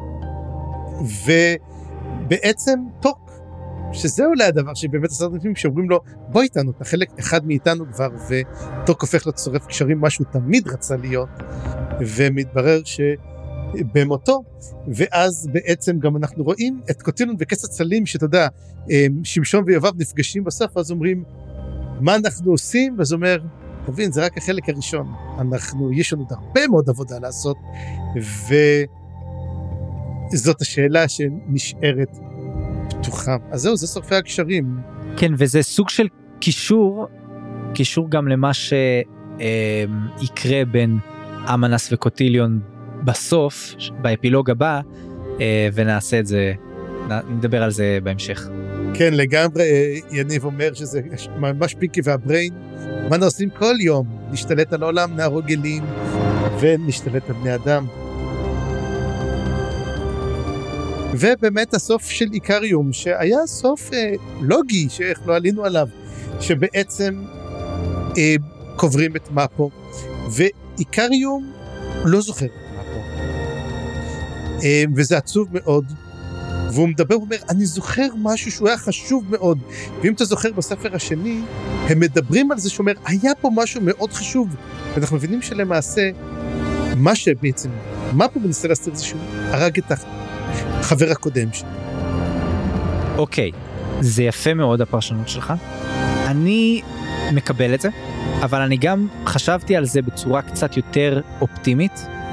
ובעצם טוק, שזה אולי הדבר שבאמת עשרת נפים שאומרים לו בוא איתנו, אתה חלק אחד מאיתנו כבר, וטוק הופך להיות שורף קשרים, משהו תמיד רצה להיות, ומתברר שבמותו, ואז בעצם גם אנחנו רואים את קוטילון וכס הצלים, שאתה יודע, שמשון ויובב נפגשים בסוף, אז אומרים מה אנחנו עושים, ואז אומר תבין, זה רק החלק הראשון, אנחנו, יש לנו הרבה מאוד עבודה לעשות, וזאת השאלה שנשארת פתוחה. אז זהו, זה שורפי הקשרים. כן, וזה סוג של קישור, קישור גם למה שיקרה בין אמנס וקוטיליון בסוף, באפילוג הבא, ונעשה את זה, נדבר על זה בהמשך. כן, לגמרי, יניב אומר שזה ממש פיקי והבריין, מה נעשים כל יום? נשתלט על העולם, נהרוג גלים, ונשתלט על בני אדם. ובאמת הסוף של איקריום, שהיה סוף אה, לוגי, שאיך לא עלינו עליו, שבעצם אה, קוברים את מפו, ואיקריום לא זוכר את מפו. וזה עצוב מאוד, והוא מדבר, הוא אומר, אני זוכר משהו שהוא היה חשוב מאוד, ואם אתה זוכר בספר השני, הם מדברים על זה שאומר, היה פה משהו מאוד חשוב, ואנחנו מבינים שלמעשה, מה שבעצם, מה פה מנסה להסתיר זה שהוא הרג את החבר הקודם שלו. אוקיי, זה יפה מאוד הפרשנות שלך, אני מקבל את זה, אבל אני גם חשבתי על זה בצורה קצת יותר אופטימית,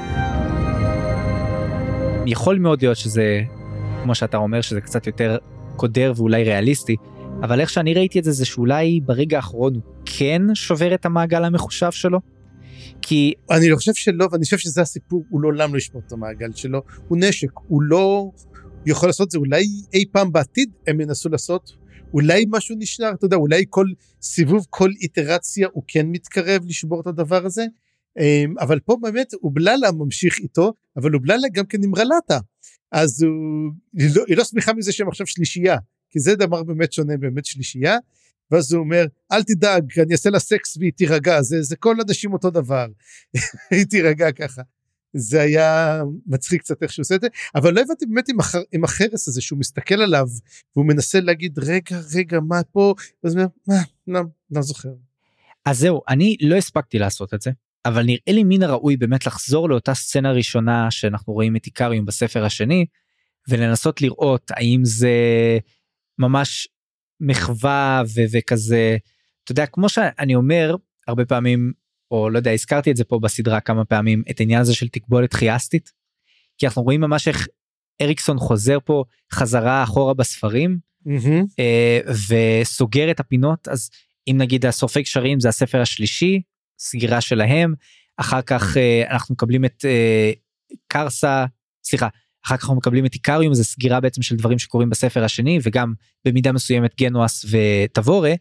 יכול מאוד להיות שזה, כמו שאתה אומר, שזה קצת יותר קודר ואולי ריאליסטי, אבל איך שאני ראיתי את זה, זה שאולי ברגע האחרון הוא כן שובר את המעגל המחושב שלו, כי... אני לא חושב שלא, ואני חושב שזה הסיפור, הוא לעולם לא ישבור את המעגל שלו, הוא נשק, הוא לא יכול לעשות את זה, אולי אי פעם בעתיד הם ינסו לעשות, אולי משהו נשאר, אתה יודע, אולי כל סיבוב, כל איטרציה, הוא כן מתקרב לשבור את הדבר הזה, אבל פה באמת אובללה ממשיך איתו, אבל אובללה גם כן עם רלטה, אז הוא, היא לא, היא לא שמחה מזה שהם עכשיו שלישייה, כי זה דבר באמת שונה, באמת שלישייה, ואז הוא אומר, אל תדאג, אני אעשה לה סקס והיא תירגע, זה, זה כל אנשים אותו דבר, היא תירגע ככה, זה היה מצחיק קצת איך שהוא עושה את זה, אבל לא הבנתי באמת עם, החר, עם החרס הזה, שהוא מסתכל עליו, והוא מנסה להגיד, רגע, רגע, מה פה, ואז הוא אומר, מה, לא, לא זוכר. אז זהו, אני לא הספקתי לעשות את זה, אבל נראה לי מן הראוי באמת לחזור לאותה סצנה ראשונה שאנחנו רואים את איקריום בספר השני, ולנסות לראות האם זה ממש מחווה ו- וכזה, אתה יודע, כמו שאני אומר הרבה פעמים, או לא יודע, הזכרתי את זה פה בסדרה כמה פעמים, את העניין הזה של תקבולת חייסטית, כי אנחנו רואים ממש איך אריקסון חוזר פה חזרה אחורה בספרים, mm-hmm. וסוגר את הפינות, אז אם נגיד השורפי קשרים זה הספר השלישי, סגירה שלהם, אחר כך אנחנו מקבלים את קרסה, סליחה, אחר כך אנחנו מקבלים את איקריום, זה סגירה בעצם של דברים שקורים בספר השני, וגם במידה מסוימת גנואס וטבורה,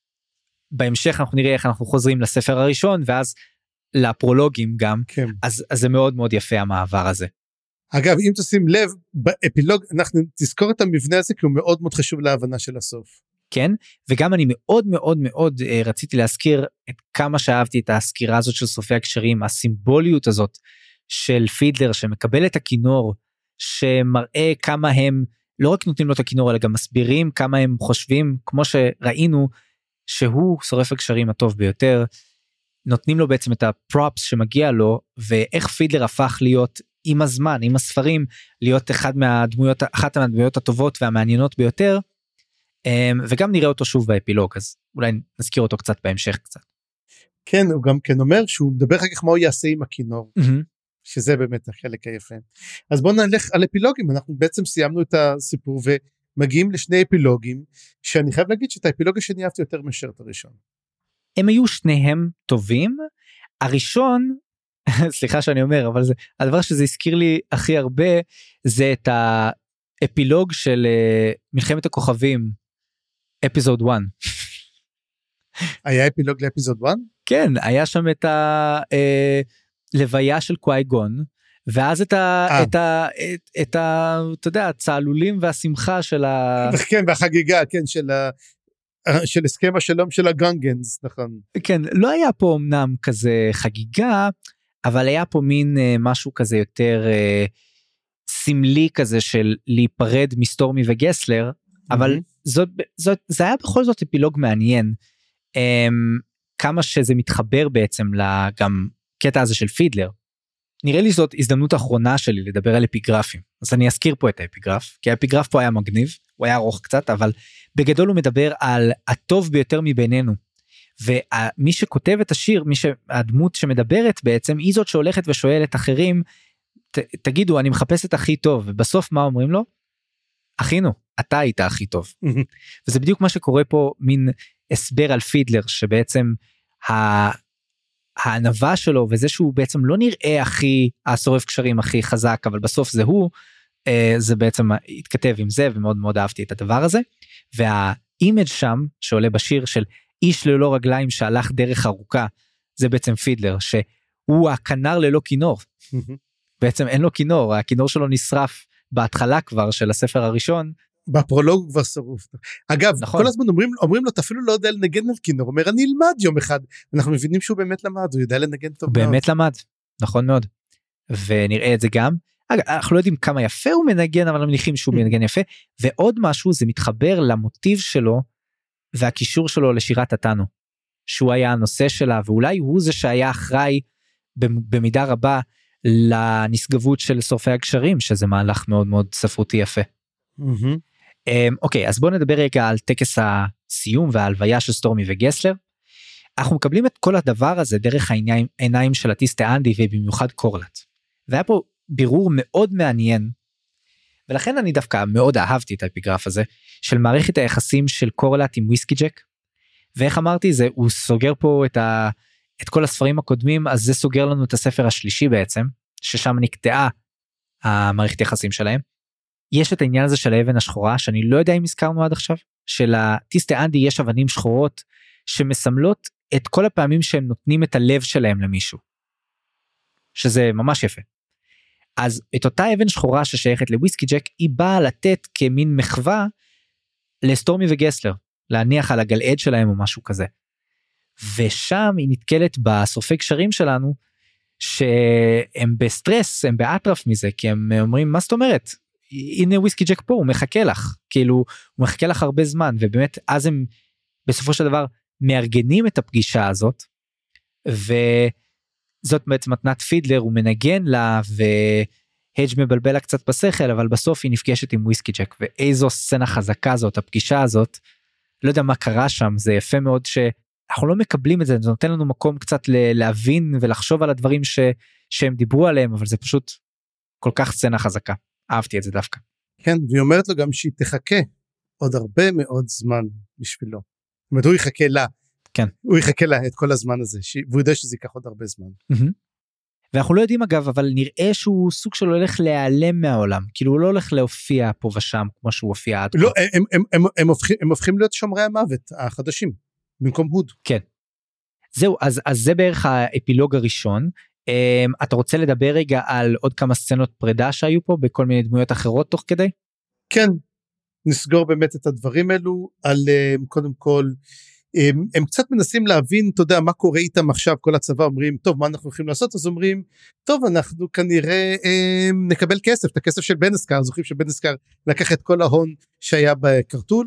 בהמשך אנחנו נראה איך אנחנו חוזרים לספר הראשון, ואז לפרולוגים גם, כן. אז, אז זה מאוד מאוד יפה המעבר הזה. אגב, אם תשים לב, באפילוג, אנחנו תזכור את המבנה הזה, כי הוא מאוד מאוד חשוב להבנה של הסוף. כן, וגם אני מאוד מאוד מאוד uh, רציתי להזכיר את כמה שאהבתי את הסקירה הזאת של סופי הקשרים, הסימבוליות הזאת של פידלר שמקבל את הכינור, שמראה כמה הם לא רק נותנים לו את הכינור, אלא גם מסבירים כמה הם חושבים, כמו שראינו, שהוא שורף הקשרים הטוב ביותר, נותנים לו בעצם את הפרופס שמגיע לו, ואיך פידלר הפך להיות עם הזמן, עם הספרים, להיות אחד מהדמויות, אחת מהדמויות הטובות והמעניינות ביותר, וגם נראה אותו שוב באפילוג, אז אולי נזכיר אותו קצת בהמשך קצת. כן, הוא גם כן אומר שהוא מדבר אחר כך מה הוא יעשה עם הכינור, שזה באמת החלק היפה. אז בואו נלך על אפילוגים, אנחנו בעצם סיימנו את הסיפור ומגיעים לשני אפילוגים, שאני חייב להגיד שאת האפילוג השני אהבתי יותר מאשר את הראשון. הם היו שניהם טובים, הראשון, סליחה שאני אומר, אבל זה, הדבר שזה הזכיר לי הכי הרבה, זה את האפילוג של uh, מלחמת הכוכבים, אפיזוד אחת. היה אפילוג לאפיזוד אחת? כן, היה שם את הלוויה של קוואי-גון, ואז את ה... את ה... את, את ה... אתה יודע, הצעלולים והשמחה של ה... כן, והחגיגה, כן, של ה... של הסכם השלום של הגנגנס, נכון. כן, לא היה פה אמנם כזה חגיגה, אבל היה פה מין uh, משהו כזה יותר uh, סמלי כזה של להיפרד מסטורמי וגסלר, mm-hmm. אבל זאת, זאת, זה היה בכל זאת אפילוג מעניין, um, כמה שזה מתחבר בעצם לגם קטע הזה של פידלר. נראה לי זאת הזדמנות האחרונה שלי לדבר על אפיגרפים, אז אני אזכיר פה את האפיגרף, כי האפיגרף פה היה מגניב, הוא היה ארוך קצת, אבל בגדול הוא מדבר על הטוב ביותר מבינינו, ומי שכותב את השיר, מי שהדמות שמדברת בעצם, היא זאת שהולכת ושואלת אחרים, ת, תגידו, אני מחפש את הכי טוב, ובסוף מה אומרים לו? אחינו, אתה היית הכי טוב. וזה בדיוק מה שקורה פה, מין הסבר על פידלר, שבעצם הענווה שלו, וזה שהוא בעצם לא נראה הכי, השורף קשרים הכי חזק, אבל בסוף זה הוא, זה בעצם התכתב עם זה, ומאוד מאוד אהבתי את הדבר הזה, והאימג' שם, שעולה בשיר של איש ללא רגליים שהלך דרך ארוכה, זה בעצם פידלר, שהוא הכנר ללא כינור, בעצם אין לו כינור, הכינור שלו נשרף בהתחלה כבר של הספר הראשון, בפרולוג הוא כבר שרוף. אגב, נכון. כל הזמן אומרים, אומרים לו, אתה אפילו לא יודע לנגן על כינור, הוא אומר, אני אלמד יום אחד, אנחנו מבינים שהוא באמת למד, הוא יודע לנגן טוב הוא מאוד. באמת למד, נכון מאוד, ונראה את זה גם, אנחנו לא יודעים כמה יפה הוא מנגן, אבל מניחים שהוא מנגן יפה, ועוד משהו, זה מתחבר למוטיב שלו, והקישור שלו לשירת התנו, שהוא היה הנושא שלה, ואולי הוא זה שהיה אחראי, במידה רבה, לנסגבות של שורפי הגשרים, שזה מהלך מאוד מאוד ספרותי יפה. אוקיי, אז בואו נדבר רגע על טקס הסיום, וההלוויה של סטורמי וגסלר, אנחנו מקבלים את כל הדבר הזה, דרך העיניים של אטיסטה אנדי, ובמיוחד קורלט, והיה פה בירור מאוד מעניין, ולכן אני דווקא מאוד אהבתי את האפיגרף הזה, של מערכת היחסים של קורלט עם וויסקי ג'ק, ואיך אמרתי, זה, הוא סוגר פה את, ה, את כל הספרים הקודמים, אז זה סוגר לנו את הספר השלישי בעצם, ששם נקטעה המערכת היחסים שלהם. יש את העניין הזה של האבן השחורה, שאני לא יודע אם הזכרנו עד עכשיו, של אטיסטה אנדי יש אבנים שחורות, שמסמלות את כל הפעמים שהם נותנים את הלב שלהם למישהו, שזה ממש יפה. אז את אותה אבן שחורה ששייכת לוויסקי ג'ק, היא באה לתת כמין מחווה לסטורמי וגסלר, להניח על הגלעד שלהם או משהו כזה. ושם היא נתקלת בשורפי קשרים שלנו, שהם בסטרס, הם באטרף מזה, כי הם אומרים, מה זאת אומרת? הנה וויסקי ג'ק פה, הוא מחכה לך, כאילו, הוא מחכה לך הרבה זמן, ובאמת אז הם בסופו של דבר מארגנים את הפגישה הזאת, וזאת בעצם מתנת פידלר, הוא מנגן לה, והדג' מבלבל לה קצת בשכל, אבל בסוף היא נפגשת עם וויסקי ג'ק, ואיזו סצנה חזקה זאת, הפגישה הזאת, לא יודע מה קרה שם, זה יפה מאוד שאנחנו לא מקבלים את זה, זה נותן לנו מקום קצת להבין ולחשוב על הדברים ש, שהם דיברו עליהם, אבל זה פשוט כל כך סצנה חזקה, אהבתי את זה דווקא. כן, והיא אומרת לו גם שהיא תחכה עוד הרבה מאוד זמן בשבילו, זאת אומרת הוא יחכה לה, כן. הוא יחכה לה את כל הזמן הזה, והוא יודע שזה ייקח עוד הרבה זמן. Mm-hmm. ואנחנו לא יודעים אגב, אבל נראה שהוא סוג שלו הולך להיעלם מהעולם, כאילו הוא לא הולך להופיע פה ושם, כמו שהוא הופיע עד לא, הם, הם, הם, הם, הופכים, הם הופכים להיות שומרי המוות החדשים, במקום הוד. כן. זהו, אז, אז זה בערך האפילוג הראשון, um, אתה רוצה לדבר רגע על עוד כמה סצנות פרידה שהיו פה, בכל מיני דמויות אחרות תוך כדי? כן, נסגור באמת את הדברים האלו, על um, קודם כל, הם, הם קצת מנסים להבין, אתה יודע, מה קורה איתם עכשיו, כל הצבא אומרים, טוב, מה אנחנו הולכים לעשות? אז אומרים, טוב, אנחנו כנראה הם, נקבל כסף, את הכסף של בנסקר, זוכרים שבנסקר לקח את כל ההון שהיה בקרטול,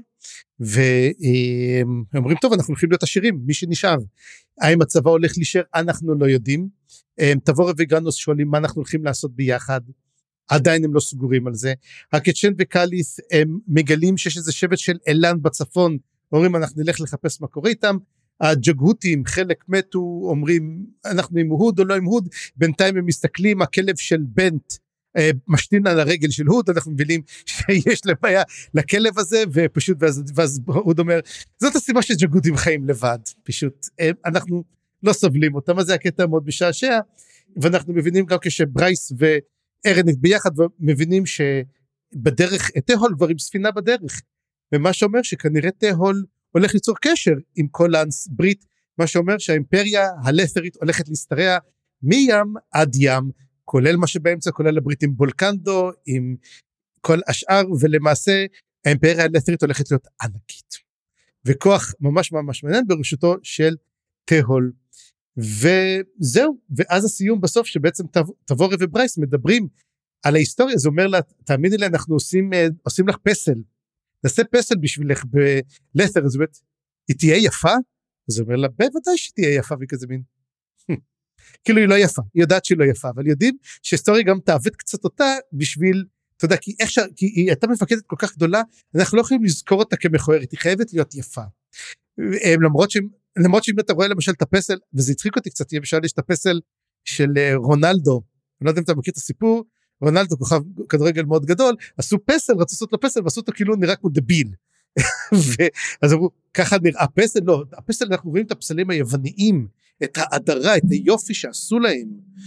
והם אומרים, טוב, אנחנו הולכים להיות עשירים, מי שנשאר, האם הצבא הולך להישאר? אנחנו לא יודעים, הם, תבור וגרנוס שואלים, מה אנחנו הולכים לעשות ביחד, עדיין הם לא סגורים על זה, הקצ'ן וקליס, הם מגלים שיש איזה שבט של אלן בצפון, אומרים אנחנו נלך לחפש מה קורה איתם, הג'גהותים חלק מתו, אומרים אנחנו עם הוד או לא עם הוד, בינתיים הם מסתכלים, הכלב של בנט אה, משתין על הרגל של הוד, אנחנו מבינים שיש לבעיה לכלב הזה, ופשוט ואז, ואז הוד אומר, זאת הסיבה שג'גהותים חיים לבד, פשוט אה, אנחנו לא סובלים אותם, אז זה הקטע מאוד משעשע, ואנחנו מבינים גם כשברייס וארן ביחד, ומבינים שבדרך, תהול כבר עם ספינה בדרך, ומה שאומר שכנראה תהול הולך ליצור קשר עם כל לאנס ברית, מה שאומר שהאימפריה הלת'רית הולכת להסתרע מים עד ים, כולל מה שבאמצע, כולל הברית עם בולקנדו, עם כל השאר, ולמעשה האימפריה הלת'רית הולכת להיות ענקית. וכוח ממש ממש מעניין בראשותו של תהול. וזהו, ואז הסיום בסוף שבעצם תבורי וברייס מדברים על ההיסטוריה, זה אומר לה, תאמיני לי, אנחנו עושים, עושים לך פסל, נעשה פסל בשבילך בלת'ר, אז באמת, היא תהיה יפה? אז הוא אומר לה, בוודאי שהיא תהיה יפה, והיא כזה מין, כאילו היא לא יפה, היא יודעת שהיא לא יפה, אבל יודעים שהיסטוריה גם תעוות קצת אותה, בשביל, אתה יודע, כי, איך ש... כי היא הייתה מפקדת כל כך גדולה, אנחנו לא יכולים לזכור אותה כמכוערת, היא חייבת להיות יפה, למרות שאם, למרות שאם אתה רואה למשל את הפסל, וזה הצחיק אותי קצת, למשל יש את הפסל של רונלדו, אני לא יודע אם אתה מכיר את הסיפור, רונלדו כוכב כדורגל מאוד גדול, עשו פסל, רצו לעשות לו פסל, ועשו אותו כאילו נראה כמו דביל, אז אמרו, ככה נראה פסל, לא, הפסל אנחנו רואים את הפסלים היווניים, את ההדרה, את היופי שעשו להם,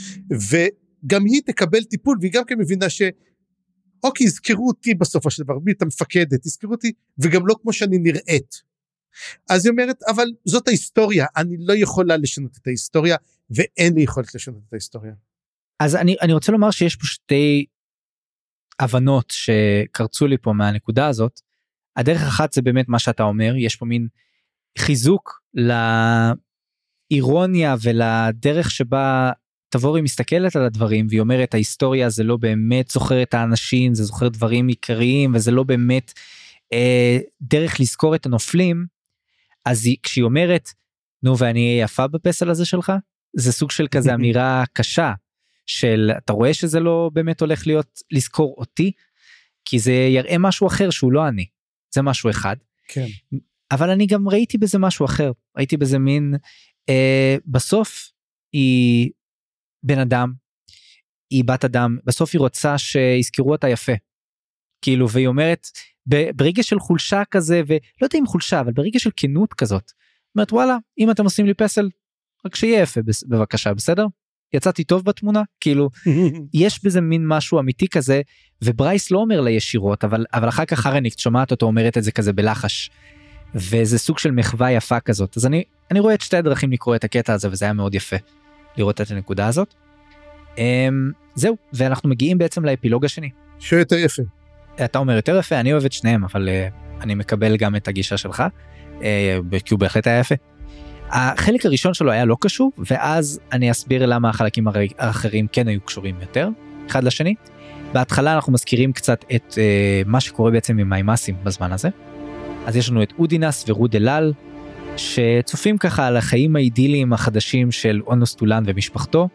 וגם היא תקבל טיפול, והיא גם כן מבינה ש, אוקיי, הזכרו אותי בסופו של דבר, מי את המפקדת, הזכרו אותי, וגם לא כמו שאני נראית, אז היא אומרת, אבל זאת ההיסטוריה, אני לא יכולה לשנות את ההיסטוריה, ואין לי יכולת לשנות את ההיסטוריה. אז אני, אני רוצה לומר שיש פה שתי הבנות שקרצו לי פה מהנקודה הזאת. הדרך אחת זה באמת מה שאתה אומר, יש פה מין חיזוק לאירוניה ולדרך שבה תבורי מסתכלת על הדברים והיא אומרת ההיסטוריה זה לא באמת זוכר את האנשים, זה זוכר דברים עיקריים וזה לא באמת אה, דרך לזכור את הנופלים, אז היא, כשהיא אומרת נו ואני אהיה יפה בפסל הזה שלך, זה סוג של כזה אמירה קשה של אתה רואה שזה לא באמת הולך להיות לזכור אותי, כי זה יראה משהו אחר שהוא לא אני, זה משהו אחד. כן. אבל אני גם ראיתי בזה משהו אחר, ראיתי בזה מין, אה, בסוף היא בן אדם, היא בת אדם, בסוף היא רוצה שיזכרו אותה יפה, כאילו, והיא אומרת, ברגע של חולשה כזה, ולא יודע אם חולשה, אבל ברגע של כנות כזאת, אומרת וואלה, אם אתם עושים לי פסל, רק שיהיה יפה בבקשה, בסדר? יצאתי טוב בתמונה, כאילו, יש בזה מין משהו אמיתי כזה, וברייס לא אומר לה ישירות, אבל, אבל אחר כך הרניקט שומעת אותו, אומרת את זה כזה בלחש, וזה סוג של מחווה יפה כזאת, אז אני, אני רואה את שתי הדרכים לקרוא את הקטע הזה, וזה היה מאוד יפה, לראות את הנקודה הזאת. Um, זהו, ואנחנו מגיעים בעצם לאפילוג השני. שיותר יפה. אתה אומר יותר יפה, אני אוהב את שניהם, אבל uh, אני מקבל גם את הגישה שלך, uh, כי הוא בהחלט היה יפה. החלק הראשון שלו היה לא קשור, ואז אני אסביר למה החלקים האחרים כן היו קשורים יותר, אחד לשני. בהתחלה אנחנו מזכירים קצת את uh, מה שקורה בעצם עם האימאסים בזמן הזה. אז יש לנו את אודינס ורוד אלל, שצופים ככה על החיים האידיליים החדשים של אונוסטולן ומשפחתו.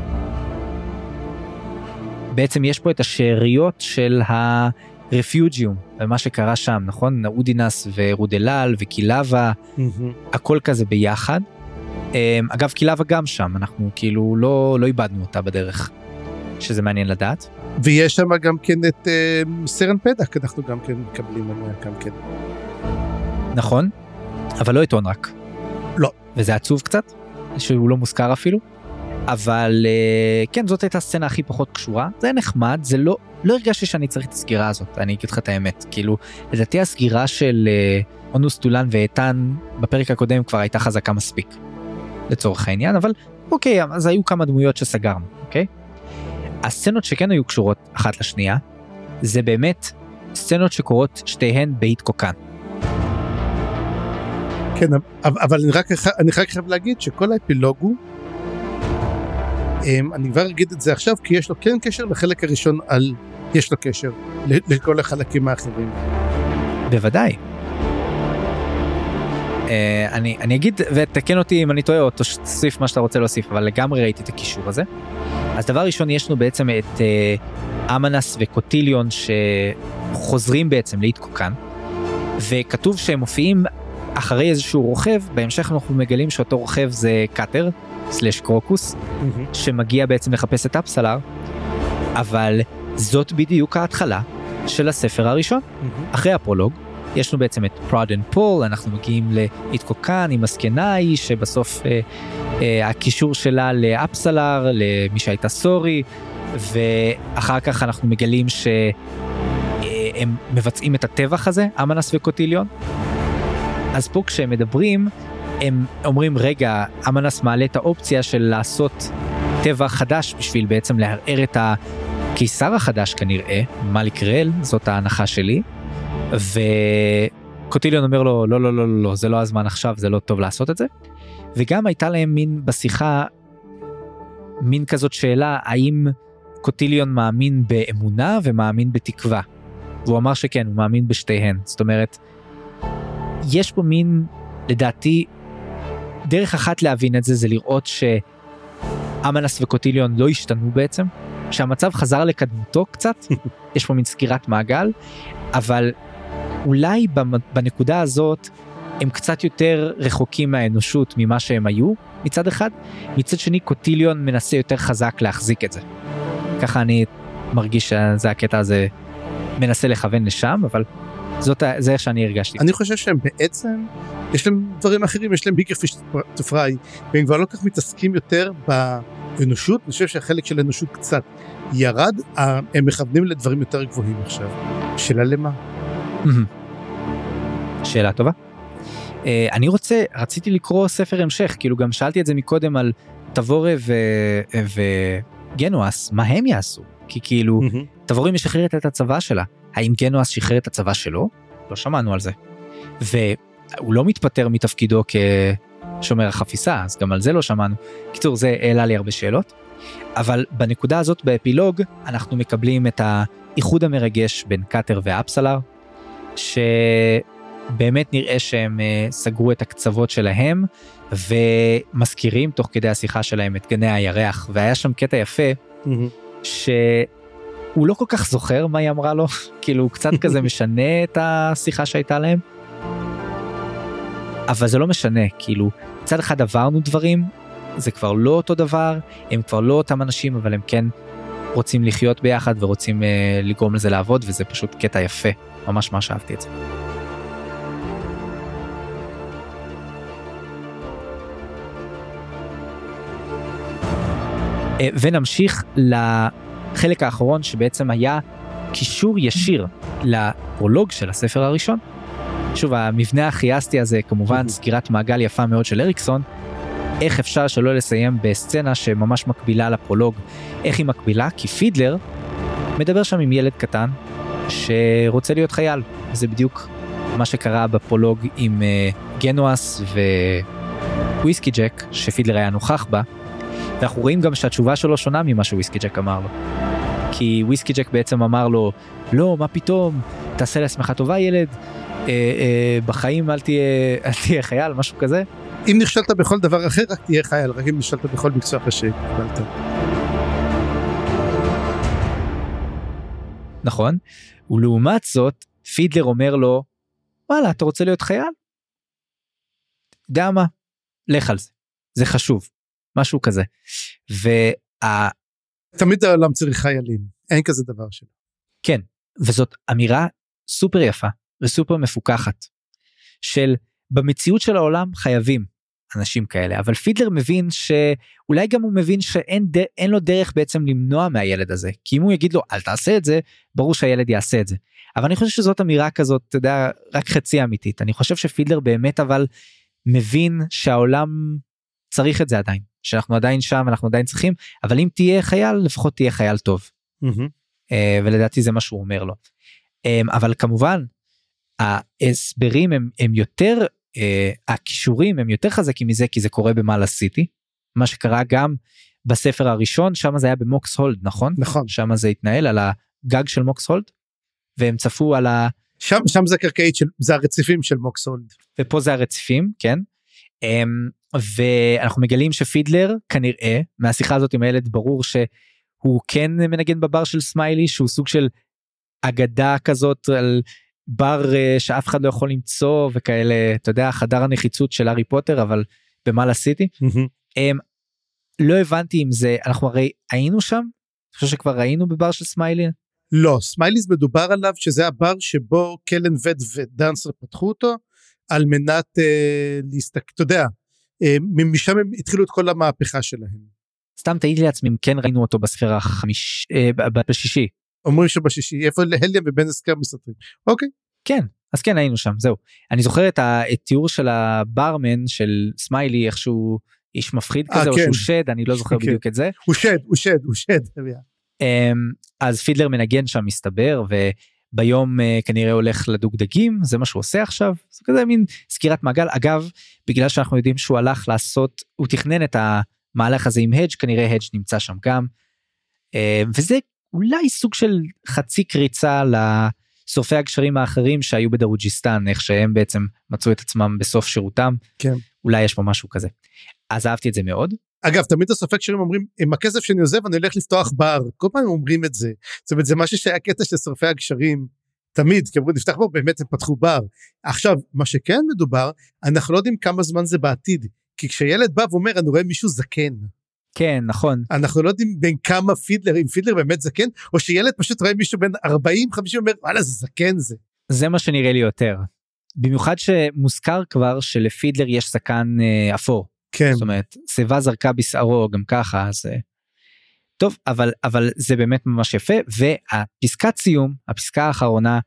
בעצם יש פה את השאריות של הרפיוג'יום, ומה שקרה שם, נכון? אודינס ורוד אלל וקילאבה, mm-hmm. הכל כזה ביחד. אגב, קילאבה גם שם, אנחנו כאילו לא, לא איבדנו אותה בדרך, שזה מעניין לדעת. ויש שם גם כן את uh, סרן פדק, אנחנו גם כן מקבלים עליה גם כן. נכון, אבל לא את אונרק. לא. וזה עצוב קצת, שהוא לא מוזכר אפילו. אבל כן, זאת הייתה הסצנה הכי פחות קשורה, זה נחמד, זה לא, לא הרגשתי שאני צריך את הסגירה הזאת, אני אגיד לך את האמת, כאילו, לדעתי הסגירה של אונוסטולן ואיתן בפרק הקודם כבר הייתה חזקה מספיק, לצורך העניין, אבל אוקיי, אז היו כמה דמויות שסגרנו, אוקיי? הסצנות שכן היו קשורות אחת לשנייה, זה באמת סצנות שקורות שתיהן בית קוקן. כן, אבל אני רק, אני רק חייב להגיד שכל האפילוג הוא, אני כבר אגיד את זה עכשיו, כי יש לו כן קשר לחלק הראשון, על, יש לו קשר לכל החלקים האחרים. בוודאי. אני, אני אגיד, ותקן אותי אם אני טועה, או תוסיף מה שאתה רוצה להוסיף, אבל לגמרי ראיתי את הקישור הזה. אז דבר ראשון, יש לנו בעצם את אמנס וקוטיליון, שחוזרים בעצם להתקוקן, וכתוב שהם מופיעים אחרי איזשהו רוכב, בהמשך אנחנו מגלים שאותו רוכב זה קאטר, סלש קרוקוס, mm-hmm. שמגיע בעצם לחפש את אפסלר, אבל זאת בדיוק ההתחלה של הספר הראשון. Mm-hmm. אחרי הפרולוג, יש לנו בעצם את פרוד אנד פול, אנחנו מגיעים להתקוקן עם הסקנאי, שבסוף אה, אה, הקישור שלה לאפסלר, למי שהייתה סורי, ואחר כך אנחנו מגלים שהם אה, מבצעים את הטבח הזה, אמנס וקוטיליון. אז פה כשהם מדברים, הם אומרים, רגע, אמנס מעלה את האופציה של לעשות טבע חדש, בשביל בעצם לערער את הקיסר החדש כנראה, מליק ראל, זאת ההנחה שלי, וקוטיליון אומר לו, לא, לא, לא, לא, זה לא הזמן עכשיו, זה לא טוב לעשות את זה, וגם הייתה להם מין בשיחה, מין כזאת שאלה, האם קוטיליון מאמין באמונה ומאמין בתקווה, והוא אמר שכן, הוא מאמין בשתיהן, זאת אומרת, יש פה מין, לדעתי, דרך אחת להבין את זה, זה לראות שאמנס וקוטיליון לא השתנו בעצם, שהמצב חזר לקדמותו קצת, יש פה מין סגירת מעגל, אבל אולי בנקודה הזאת, הם קצת יותר רחוקים מהאנושות ממה שהם היו, מצד אחד, מצד שני קוטיליון מנסה יותר חזק להחזיק את זה. ככה אני מרגיש שזה הקטע הזה מנסה לכוון לשם, אבל זאת, זה איך שאני הרגשתי. אני חושב שהם בעצם, יש להם דברים אחרים, יש להם ביקר פיש טו פריי, והם כבר לא כך מתעסקים יותר באנושות, אני חושב שהחלק של האנושות קצת ירד, הם מכוונים לדברים יותר גבוהים עכשיו. שאלה למה? שאלה טובה. אני רוצה, רציתי לקרוא ספר המשך, כאילו גם שאלתי את זה מקודם על תבורה וגנואס, מה הם יעשו? כי כאילו, תבורה משחררת את הצבא שלה, האם גנואס שחרר את הצבא שלו? לא שמענו על זה. והוא לא מתפטר מתפקידו כשומר החפיסה, אז גם על זה לא שמענו. קיצור, זה העלה לי הרבה שאלות. אבל בנקודה הזאת באפילוג, אנחנו מקבלים את האיחוד המרגש בין קאטר ואפסלר, שבאמת נראה שהם סגרו את הקצוות שלהם, ומזכירים תוך כדי השיחה שלהם את גני הירח, והיה שם קטע יפה, שהוא לא כל כך זוכר מה היא אמרה לו, כאילו הוא קצת כזה משנה את השיחה שהייתה להם, אבל זה לא משנה, כאילו מצד אחד עברנו דברים, זה כבר לא אותו דבר, הם כבר לא אותם אנשים, אבל הם כן רוצים לחיות ביחד, ורוצים uh, לגרום לזה לעבוד, וזה פשוט קטע יפה, ממש ממש אהבתי את זה. ונמשיך לחלק האחרון שבעצם היה קישור ישיר לפרולוג של הספר הראשון. שוב, המבנה החייסטי הזה כמובן סגירת מעגל יפה מאוד של אריקסון. איך אפשר שלא לסיים בסצנה שממש מקבילה לפרולוג? איך היא מקבילה? כי פידלר מדבר שם עם ילד קטן שרוצה להיות חייל. זה בדיוק מה שקרה בפרולוג עם גנואס וויסקי ג'ק שפידלר היה נוכח בה. ואנחנו רואים גם שהתשובה שלו שונה ממה שוויסקי ג'ק אמר לו. כי וויסקי ג'ק בעצם אמר לו, לא, מה פתאום, תעשה לעצמך טובה ילד, אה, אה, בחיים אל תהיה, אל תהיה חייל, משהו כזה. אם נכשלת בכל דבר אחר, רק תהיה חייל, רק אם נכשלת בכל מקצוע אחר שקיבלת. נכון, ולעומת זאת, פידלר אומר לו, וואלה, אתה רוצה להיות חייל? יודע מה? לך על זה, זה חשוב. משהו כזה. וה... תמיד העולם צריך חיילים, אין כזה דבר שלו. כן, וזאת אמירה סופר יפה וסופר מפוקחת, של במציאות של העולם חייבים אנשים כאלה, אבל פידלר מבין שאולי גם הוא מבין שאין ד... אין לו דרך בעצם למנוע מהילד הזה, כי אם הוא יגיד לו אל תעשה את זה, ברור שהילד יעשה את זה. אבל אני חושב שזאת אמירה כזאת, אתה יודע, רק חצי אמיתית. אני חושב שפידלר באמת אבל מבין שהעולם צריך את זה עדיין. שאנחנו עדיין שם, אנחנו עדיין צריכים, אבל אם תהיה חייל, לפחות תהיה חייל טוב. Mm-hmm. ולדעתי זה מה שהוא אומר לו. אבל כמובן, ההסברים הם, הם יותר, הכישורים הם יותר חזקים מזה, כי זה קורה במעלה סיטי, מה שקרה גם בספר הראשון, שם זה היה במוקס הולד, נכון? נכון. שם זה התנהל על הגג של מוקס הולד, והם צפו על ה... שם, שם זה הקרקעית של, זה הרציפים של מוקס הולד. ופה זה הרציפים, כן. ואנחנו מגלים שפידלר כנראה מהשיחה הזאת עם הילד ברור שהוא כן מנגן בבר של סמיילי, שהוא סוג של אגדה כזאת על בר שאף אחד לא יכול למצוא וכאלה, אתה יודע, חדר הנחיצות של הארי פוטר, אבל במעלה סיטי. לא הבנתי אם זה, אנחנו הרי היינו שם, אני חושב שכבר ראינו בבר של סמיילי. לא, סמייליז מדובר עליו שזה הבר שבו קלן וד ודנסר פתחו אותו, על מנת אה, להסתכל, אתה יודע, אה, משם הם התחילו את כל המהפכה שלהם. סתם תהיתי לעצמי, כן ראינו אותו בספר החמיש, אה, בשישי. אומרים שבשישי, איפה להליאם ובן אסקר מסתתרים. אוקיי. כן, אז כן היינו שם, זהו. אני זוכר את התיאור של הברמן של סמיילי, איך שהוא איש מפחיד כזה, 아, או כן. שהוא שד, אני לא זוכר כן. בדיוק את זה. הוא שד, הוא שד, הוא שד. אה, אז פידלר מנגן שם מסתבר, ו... ביום uh, כנראה הולך לדוג דגים, זה מה שהוא עושה עכשיו, זה כזה מין סקירת מעגל. אגב, בגלל שאנחנו יודעים שהוא הלך לעשות, הוא תכנן את המהלך הזה עם הדג', כנראה הדג' נמצא שם גם, uh, וזה אולי סוג של חצי קריצה לסופי הגשרים האחרים שהיו בדרוג'יסטן, איך שהם בעצם מצאו את עצמם בסוף שירותם, כן. אולי יש פה משהו כזה. אז אהבתי את זה מאוד. אגב, תמיד הסופי הגשרים אומרים, עם הכסף שאני עוזב, אני הולך לפתוח בר, כל פעם הם אומרים את זה, זאת אומרת, זה משהו שהיה קטע של סופי הגשרים, תמיד, כי אמרו, נפתח בר, באמת הם פתחו בר. עכשיו, מה שכן מדובר, אנחנו לא יודעים כמה זמן זה בעתיד, כי כשילד בא ואומר, אני רואה מישהו זקן. כן, נכון. אנחנו לא יודעים בין כמה פידלר, אם פידלר באמת זקן, או שילד פשוט רואה מישהו בין ארבעים חמישים, אומר, וואלה, זה זקן זה. זה מה שנראה לי יותר. במיוחד שמוזכר כבר שלפידלר יש זקן אה, אפור. כן. זאת אומרת, שיבה זרקה בשערו גם ככה, אז טוב, אבל, אבל זה באמת ממש יפה, והפסקת סיום, הפסקה האחרונה,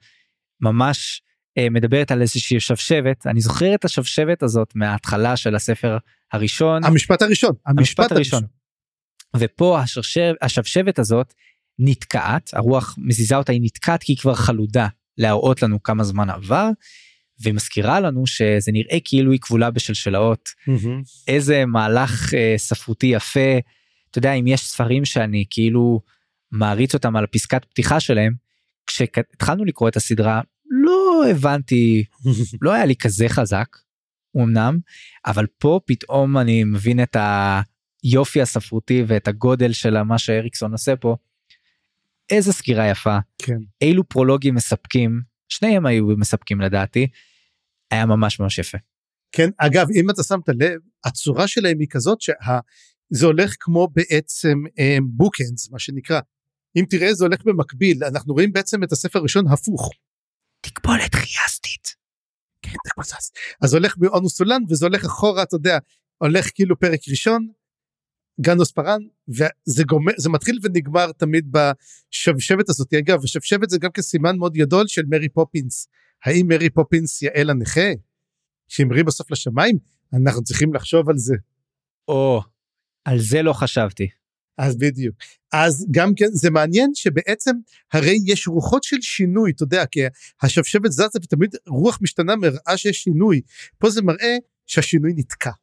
ממש אה, מדברת על איזושהי שבשבת, אני זוכר את השבשבת הזאת מההתחלה של הספר הראשון. המשפט הראשון. המשפט, המשפט הראשון. הראשון. ופה השרשב, השבשבת הזאת נתקעת, הרוח מזיזה אותה, היא נתקעת כי היא כבר חלודה, להראות לנו כמה זמן עבר, ומזכירה לנו שזה נראה כאילו היא כבולה בשלשלאות, mm-hmm. איזה מהלך אה, ספרותי יפה, אתה יודע, אם יש ספרים שאני כאילו מעריץ אותם על פסקת פתיחה שלהם, כשהתחלנו לקרוא את הסדרה, לא הבנתי, לא היה לי כזה חזק, אמנם, אבל פה פתאום אני מבין את היופי הספרותי ואת הגודל של מה שאריקסון עושה פה. איזה סקירה יפה, כן. אילו פרולוגים מספקים, שניהם היו מספקים לדעתי, היה ממש ממש יפה. כן, אגב, אם אתה שמת לב, הצורה שלהם היא כזאת שזה הולך כמו בעצם בוקנס, מה שנקרא. אם תראה, זה הולך במקביל, אנחנו רואים בעצם את הספר הראשון הפוך. תקבולת חייסטית. כן, תקבולת. אז הולך באונוס סולן, וזה הולך אחורה, אתה יודע, הולך כאילו פרק ראשון, גנוס פרן, וזה גומר, זה מתחיל ונגמר תמיד בשבשבת הזאת. אגב, השבשבת זה גם כסימן מאוד גדול של מרי פופינס. האם מרי פופינס יעל הנכה? שאמרי בסוף לשמיים? אנחנו צריכים לחשוב על זה. או, על זה לא חשבתי. אז בדיוק. אז גם כן, זה מעניין שבעצם, הרי יש רוחות של שינוי, אתה יודע, כי השבשבת זזה, ותמיד רוח משתנה מראה שיש שינוי. פה זה מראה שהשינוי נתקע.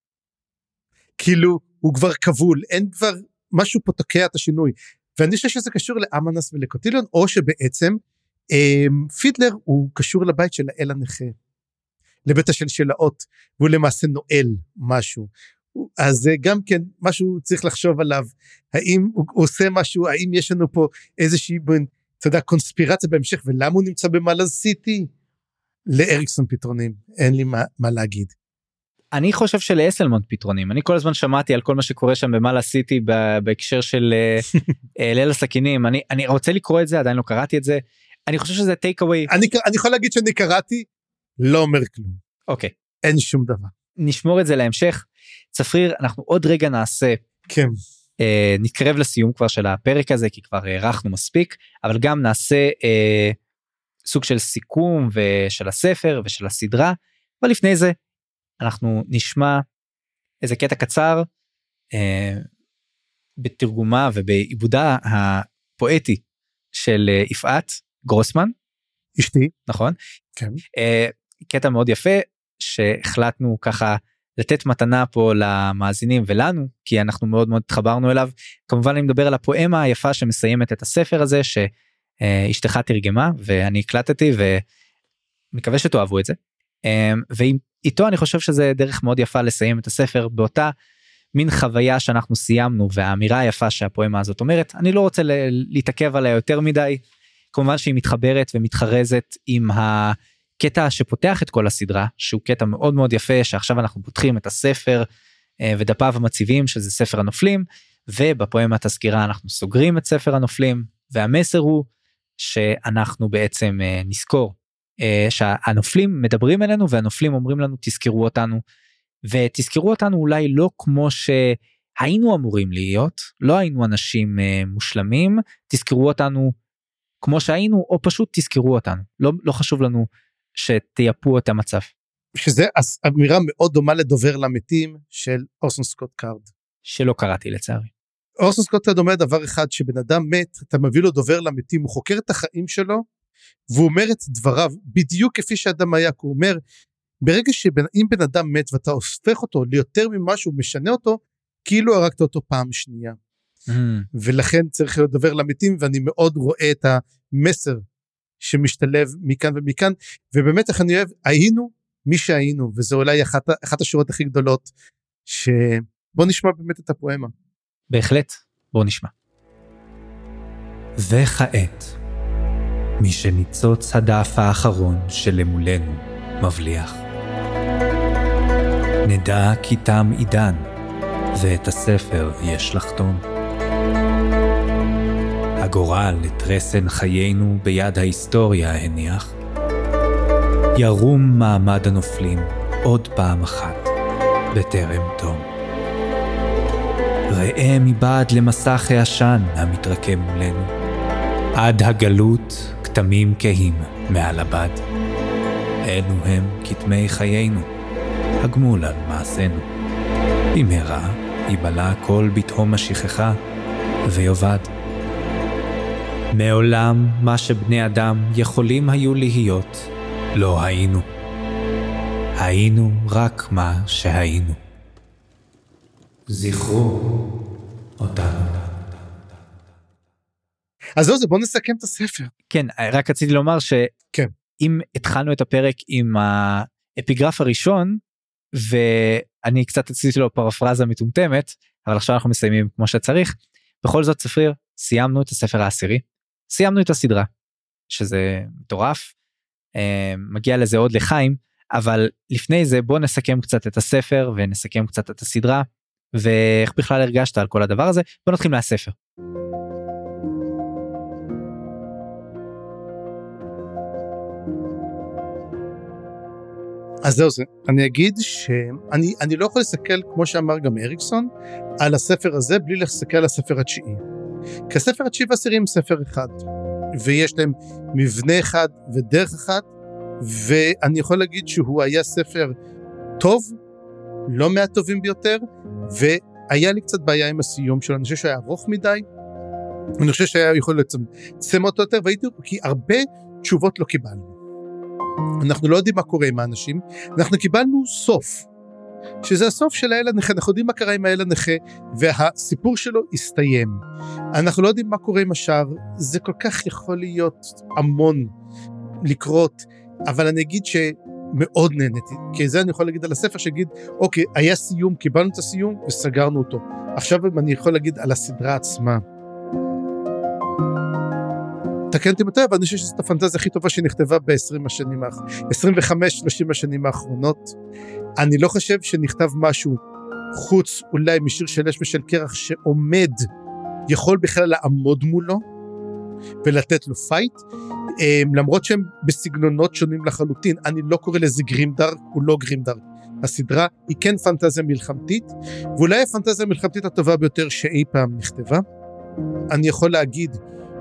כאילו, הוא כבר כבול, אין כבר, משהו פה תוקע את השינוי. ואני חושב שזה קשור לאמנס ולקוטיליון, או שבעצם, אה, פידלר הוא קשור לבית של האל הנכה. לבית השלשלאות, והוא למעשה נועל משהו. אז זה גם כן משהו צריך לחשוב עליו, האם הוא עושה משהו, האם יש לנו פה איזושהי, אתה יודע, קונספירציה בהמשך, ולמה הוא נמצא במלאז סיטי? לאריקסון פתרונים, אין לי מה, מה להגיד. אני חושב שלאסלמונד פתרונים, אני כל הזמן שמעתי על כל מה שקורה שם במלאז סיטי, בהקשר של ליל הסכינים, אני, אני רוצה לקרוא את זה, עדיין לא קראתי את זה, אני חושב שזה טייק אווי. אני, אני יכול להגיד שאני קראתי, לא אומר כלום. אוקיי. אין שום דבר. נשמור את זה להמשך. צפריר, אנחנו עוד רגע נעשה, כן. אה, נתקרב לסיום כבר של הפרק הזה, כי כבר הערכנו מספיק, אבל גם נעשה אה, סוג של סיכום ושל הספר ושל הסדרה, אבל לפני זה, אנחנו נשמע איזה קטע קצר, אה, בתרגומה ובעיבודה הפואטי של אה, יפעת גרוסמן. אשתי. נכון? כן. אה, קטע מאוד יפה, שהחלטנו ככה, לתת מתנה פה למאזינים ולנו, כי אנחנו מאוד מאוד התחברנו אליו. כמובן אני מדבר על הפואמה היפה שמסיימת את הספר הזה, שאשתך תרגמה, ואני הקלטתי, ומקווה שתאהבו את זה. ואיתו אני חושב שזה דרך מאוד יפה לסיים את הספר, באותה מין חוויה שאנחנו סיימנו, והאמירה היפה שהפואמה הזאת אומרת, אני לא רוצה להתעכב עליה יותר מדי, כמובן שהיא מתחברת ומתחרזת עם ה... קטע שפותח את כל הסדרה, שהוא קטע מאוד מאוד יפה, שעכשיו אנחנו פותחים את הספר ודפיו המציבים, שזה ספר הנופלים, ובפואמת הסגירה אנחנו סוגרים את ספר הנופלים, והמסר הוא שאנחנו בעצם נזכור, שהנופלים מדברים אלינו, והנופלים אומרים לנו תזכרו אותנו, ותזכרו אותנו אולי לא כמו שהיינו אמורים להיות, לא היינו אנשים מושלמים, תזכרו אותנו כמו שהיינו, או פשוט תזכרו אותנו, לא, לא חשוב לנו שתייפו את המצב. שזה אמירה מאוד דומה לדובר למתים של אורסון סקוט קארד. שלא קראתי לצערי. אורסון סקוט קארד אומר דבר אחד, שבן אדם מת, אתה מביא לו דובר למתים, הוא חוקר את החיים שלו, והוא אומר את דבריו, בדיוק כפי שאדם היה, הוא אומר, ברגע שאם בן אדם מת, ואתה הופך אותו ליותר ממה שהוא משנה אותו, כאילו הרגת אותו פעם שנייה. Mm. ולכן צריך להיות דובר למתים, ואני מאוד רואה את המסר, שמשתלב מכאן ומכאן, ובאמת איך אני אוהב, היינו מי שהיינו, וזה אולי אחת, אחת השורות הכי גדולות, שבוא נשמע באמת את הפואמה. בהחלט, בוא נשמע. וכעת, מי שניצוץ הדף האחרון שלמולנו מבליח. נדע כי תם עידן, ואת הספר יש לחתום. הגורל את רסן חיינו ביד ההיסטוריה הניח. ירום מעמד הנופלים עוד פעם אחת, בטרם תום. ראה מבעד למסך העשן המתרקם מולנו, עד הגלות כתמים כהים מעל הבד. אלו הם כתמי חיינו, הגמול על מעשינו. במהרה יבלע כל בתהום השכחה ויובד. מעולם מה שבני אדם יכולים היו להיות, לא היינו. היינו רק מה שהיינו. זכרו, אותנו. אז לא זה, בוא נסכם את הספר. כן, רק רציתי לומר שאם כן. התחלנו את הפרק עם האפיגרף הראשון, ואני קצת עשיתי לו פרפרזה מטומטמת, אבל עכשיו אנחנו מסיימים כמו שצריך, בכל זאת צפריר, סיימנו את הספר העשירי, סיימנו את הסדרה, שזה מטורף, מגיע לזה עוד לחיים, אבל לפני זה בוא נסכם קצת את הספר, ונסכם קצת את הסדרה, ואיך בכלל הרגשת על כל הדבר הזה, בוא נתחיל מהספר. אז זהו זה, אני אגיד שאני אני לא יכול לסתכל, כמו שאמר גם אריקסון, על הספר הזה בלי לסתכל על הספר התשיעי. כי הספר התשיעי והעשירי הם ספר אחד, ויש להם מבנה אחד ודרך אחת, ואני יכול להגיד שהוא היה ספר טוב, לא מהטובים ביותר, והיה לי קצת בעיה עם הסיום שלו, אני חושב שהיה ארוך מדי, אני חושב שהיה יכול לצמצם אותו יותר, והייתי, כי הרבה תשובות לא קיבלנו. אנחנו לא יודעים מה קורה עם האנשים, אנחנו קיבלנו סוף, שזה הסוף של האל הנכה, אנחנו יודעים מה קרה עם האל הנכה, והסיפור שלו הסתיים. אנחנו לא יודעים מה קורה עם השאר, זה כל כך יכול להיות המון לקרות, אבל אני אגיד שמאוד נהניתי, כי זה אני יכול להגיד על הספר, שיגיד, אוקיי, היה סיום, קיבלנו את הסיום וסגרנו אותו. עכשיו אני יכול להגיד על הסדרה עצמה. תקנתי מתי, אבל אני חושב שזאת הפנטזיה הכי טובה שנכתבה ב-עשרים השנים, עשרים וחמש שלושים השנים האחרונות. אני לא חושב שנכתב משהו חוץ אולי משיר של אש ושל קרח שעומד, יכול בכלל לעמוד מולו ולתת לו פייט, למרות שהם בסגנונות שונים לחלוטין. אני לא קורא לזה גרימדארק, הוא לא גרימדארק. הסדרה היא כן פנטזיה מלחמתית, ואולי הפנטזיה המלחמתית הטובה ביותר שאי פעם נכתבה. אני יכול להגיד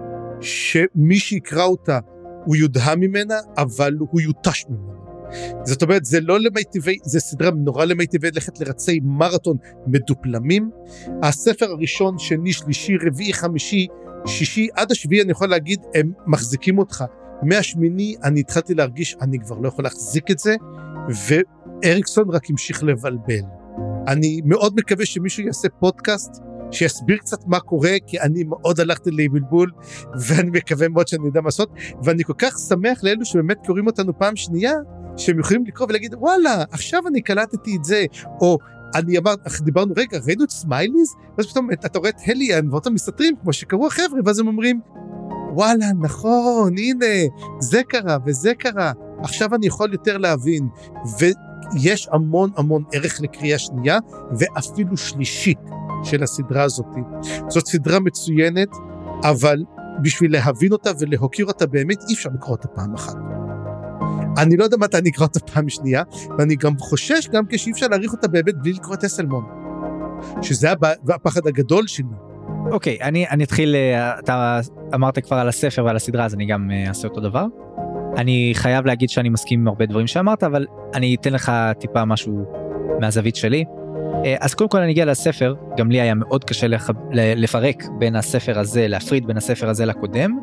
שמי שיקרא אותה הוא יודהה ממנה, אבל הוא יוטש ממנה. זאת אומרת, זה לא למיטיבי, זה סדרה נורא למיטיבי לכת לרצי מרתון מדופלמים. הספר הראשון, שני, שלישי, רביעי, חמישי, שישי, עד השביעי אני יכול להגיד, הם מחזיקים אותך. מהשמיני אני התחלתי להרגיש, אני כבר לא יכול להחזיק את זה, ואריקסון רק המשיך לבלבל. אני מאוד מקווה שמישהו יעשה פודקאסט, שיסביר קצת מה קורה, כי אני מאוד הלכתי לבלבול, ואני מקווה מאוד שאני יודע מה לעשות, ואני כל כך שמח לאלו שבאמת קוראים אותנו פעם שנייה, שהם יכולים לקרוא ולהגיד, וואלה, עכשיו אני קלטתי את זה, או אני אמר, דיברנו, רגע, ראינו את סמייליז, ואז פתאום אתה רואה את הליאן, ואותם מסתתרים, כמו שקראו החבר'ה, ואז הם אומרים, וואלה, נכון, הנה, זה קרה וזה קרה, עכשיו אני יכול יותר להבין, ויש המון המון ערך לקריאה שנייה, ואפילו שלישית, של הסדרה הזאת. זאת סדרה מצוינת, אבל בשביל להבין אותה ולהוקיר אותה באמת, אי אפשר לקרוא אותה פעם אחת. אני לא יודע מתי אני אקרא אותה פעם שנייה, ואני גם חושש גם כשאי אפשר להעריך אותה באמת בלי לקרוא את אסלמון. שזה הפחד הגדול שלי. אוקיי, אני, אני אתחיל, אתה אמרת כבר על הספר ועל הסדרה, אז אני גם אעשה אותו דבר. אני חייב להגיד שאני מסכים עם הרבה דברים שאמרת, אבל אני אתן לך טיפה משהו מהזווית שלי. אז קודם כל אני אגיע לספר, גם לי היה מאוד קשה לח... לפרק בין הספר הזה, להפריד בין הספר הזה לקודם,